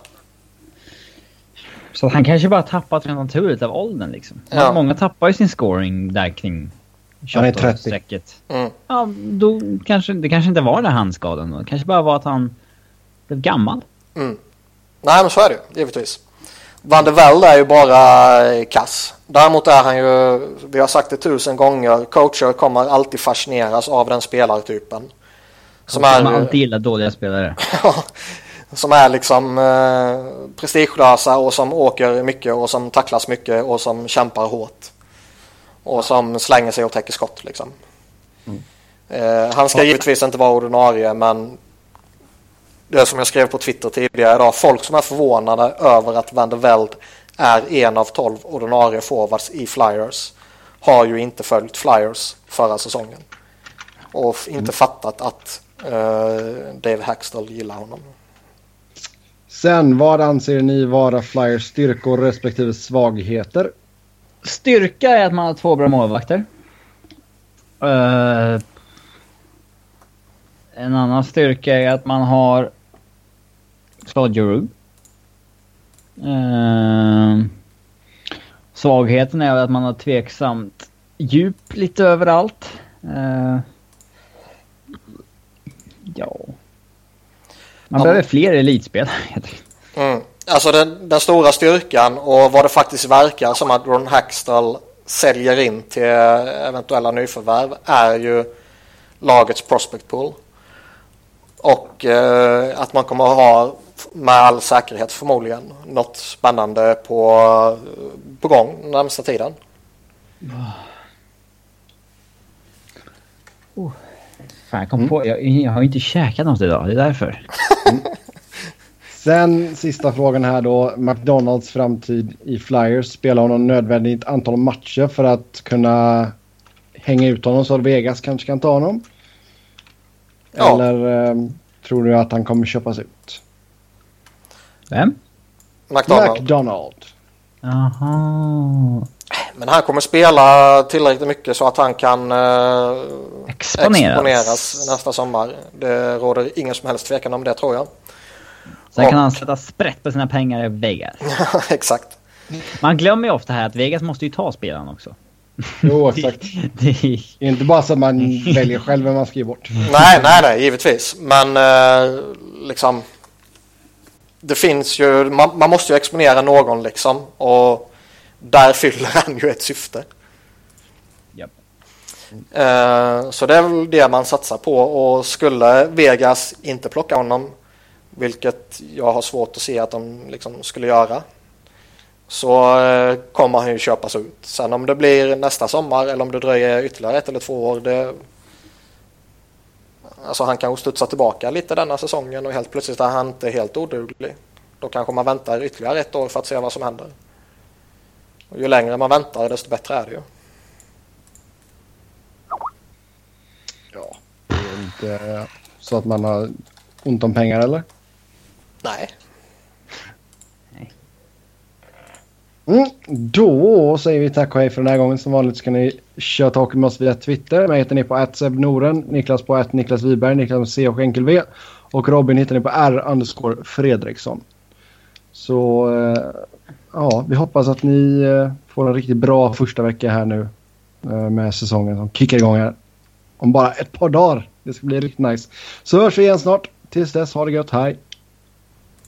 Så han kanske bara tappat rent naturligt av åldern liksom. Ja. Många tappar ju sin scoring där kring 28-strecket. Ja, då kanske det kanske inte var det handskadan. Det kanske bara var att han blev gammal. Nej, men så är det ju, givetvis. Van de Velde är ju bara kass. Däremot är han ju, vi har sagt det 1000 gånger, coacher kommer alltid fascineras av den spelartypen. Som alltid gillar dåliga spelare. Som är liksom prestigelösa och som åker mycket och som tacklas mycket och som kämpar hårt. Och som slänger sig och täcker skott liksom. Han ska givetvis inte vara ordinarie, men det som jag skrev på Twitter tidigare idag, folk som är förvånade över att Van de Velde är en av 12 ordinarie forwards i Flyers har ju inte följt Flyers förra säsongen och inte fattat att Dave Hackstall gillar honom. Sen, vad anser ni vara Flyers styrkor respektive svagheter? Styrka är att man har 2 bra målvakter. En annan styrka är att man har Claude Giroux. Svagheten är att man har tveksamt djup lite överallt. Ja. Man behöver fler elitspelare. Alltså den stora styrkan och vad det faktiskt verkar som att Ron Hackstall säljer in till eventuella nyförvärv är ju lagets prospect pool. Och att man kommer att ha med all säkerhet förmodligen något spännande på gång närmsta tiden. Fan, jag kom på, jag har inte käkat något idag, det är därför. Sen sista frågan här då. McDonalds framtid i Flyers. Spelar honom nödvändigt antal matcher för att kunna hänga ut honom så att Vegas kanske kan ta honom? Ja. Eller tror du att han kommer köpas ut? Vem? McDonald. Jaha. Men han kommer spela tillräckligt mycket så att han kan exponeras nästa sommar. Det råder ingen som helst tvekan om det, tror jag. Sen kan han sätta sprätt på sina pengar i Vegas. Exakt. Man glömmer ju ofta här att Vegas måste ju ta spelaren också. Jo, exakt. Det är inte bara så att man väljer själv vem man ska ge bort. Nej, givetvis. Men liksom... Det finns ju... Man måste ju exponera någon liksom. Och där fyller han ju ett syfte. Yep. Så det är väl det man satsar på. Och skulle Vegas inte plocka honom, vilket jag har svårt att se att de liksom skulle göra, så kommer han ju köpas ut. Sen om det blir nästa sommar eller om det dröjer ytterligare 1 eller 2 år, alltså han kan ju studsa tillbaka lite denna säsongen och helt plötsligt är han inte helt oduglig. Då kanske man väntar ytterligare 1 år för att se vad som händer. Och ju längre man väntar, desto bättre är det ju. Ja, det är inte så att man har ont om pengar, eller? Nej. Då säger vi tack och hej för den här gången. Som vanligt ska ni köra taket med oss via Twitter. Mig heter ni på @sebnoren, Niklas på @Niklas Wiberg, Niklas med C och enkel V, och Robin hittar ni på R_Fredriksson. Så ja, vi hoppas att ni får en riktigt bra första vecka här nu med säsongen som kickar igång här om bara ett par dagar. Det ska bli riktigt nice. Så hörs vi igen snart. Tills dess, ha det gött, hej!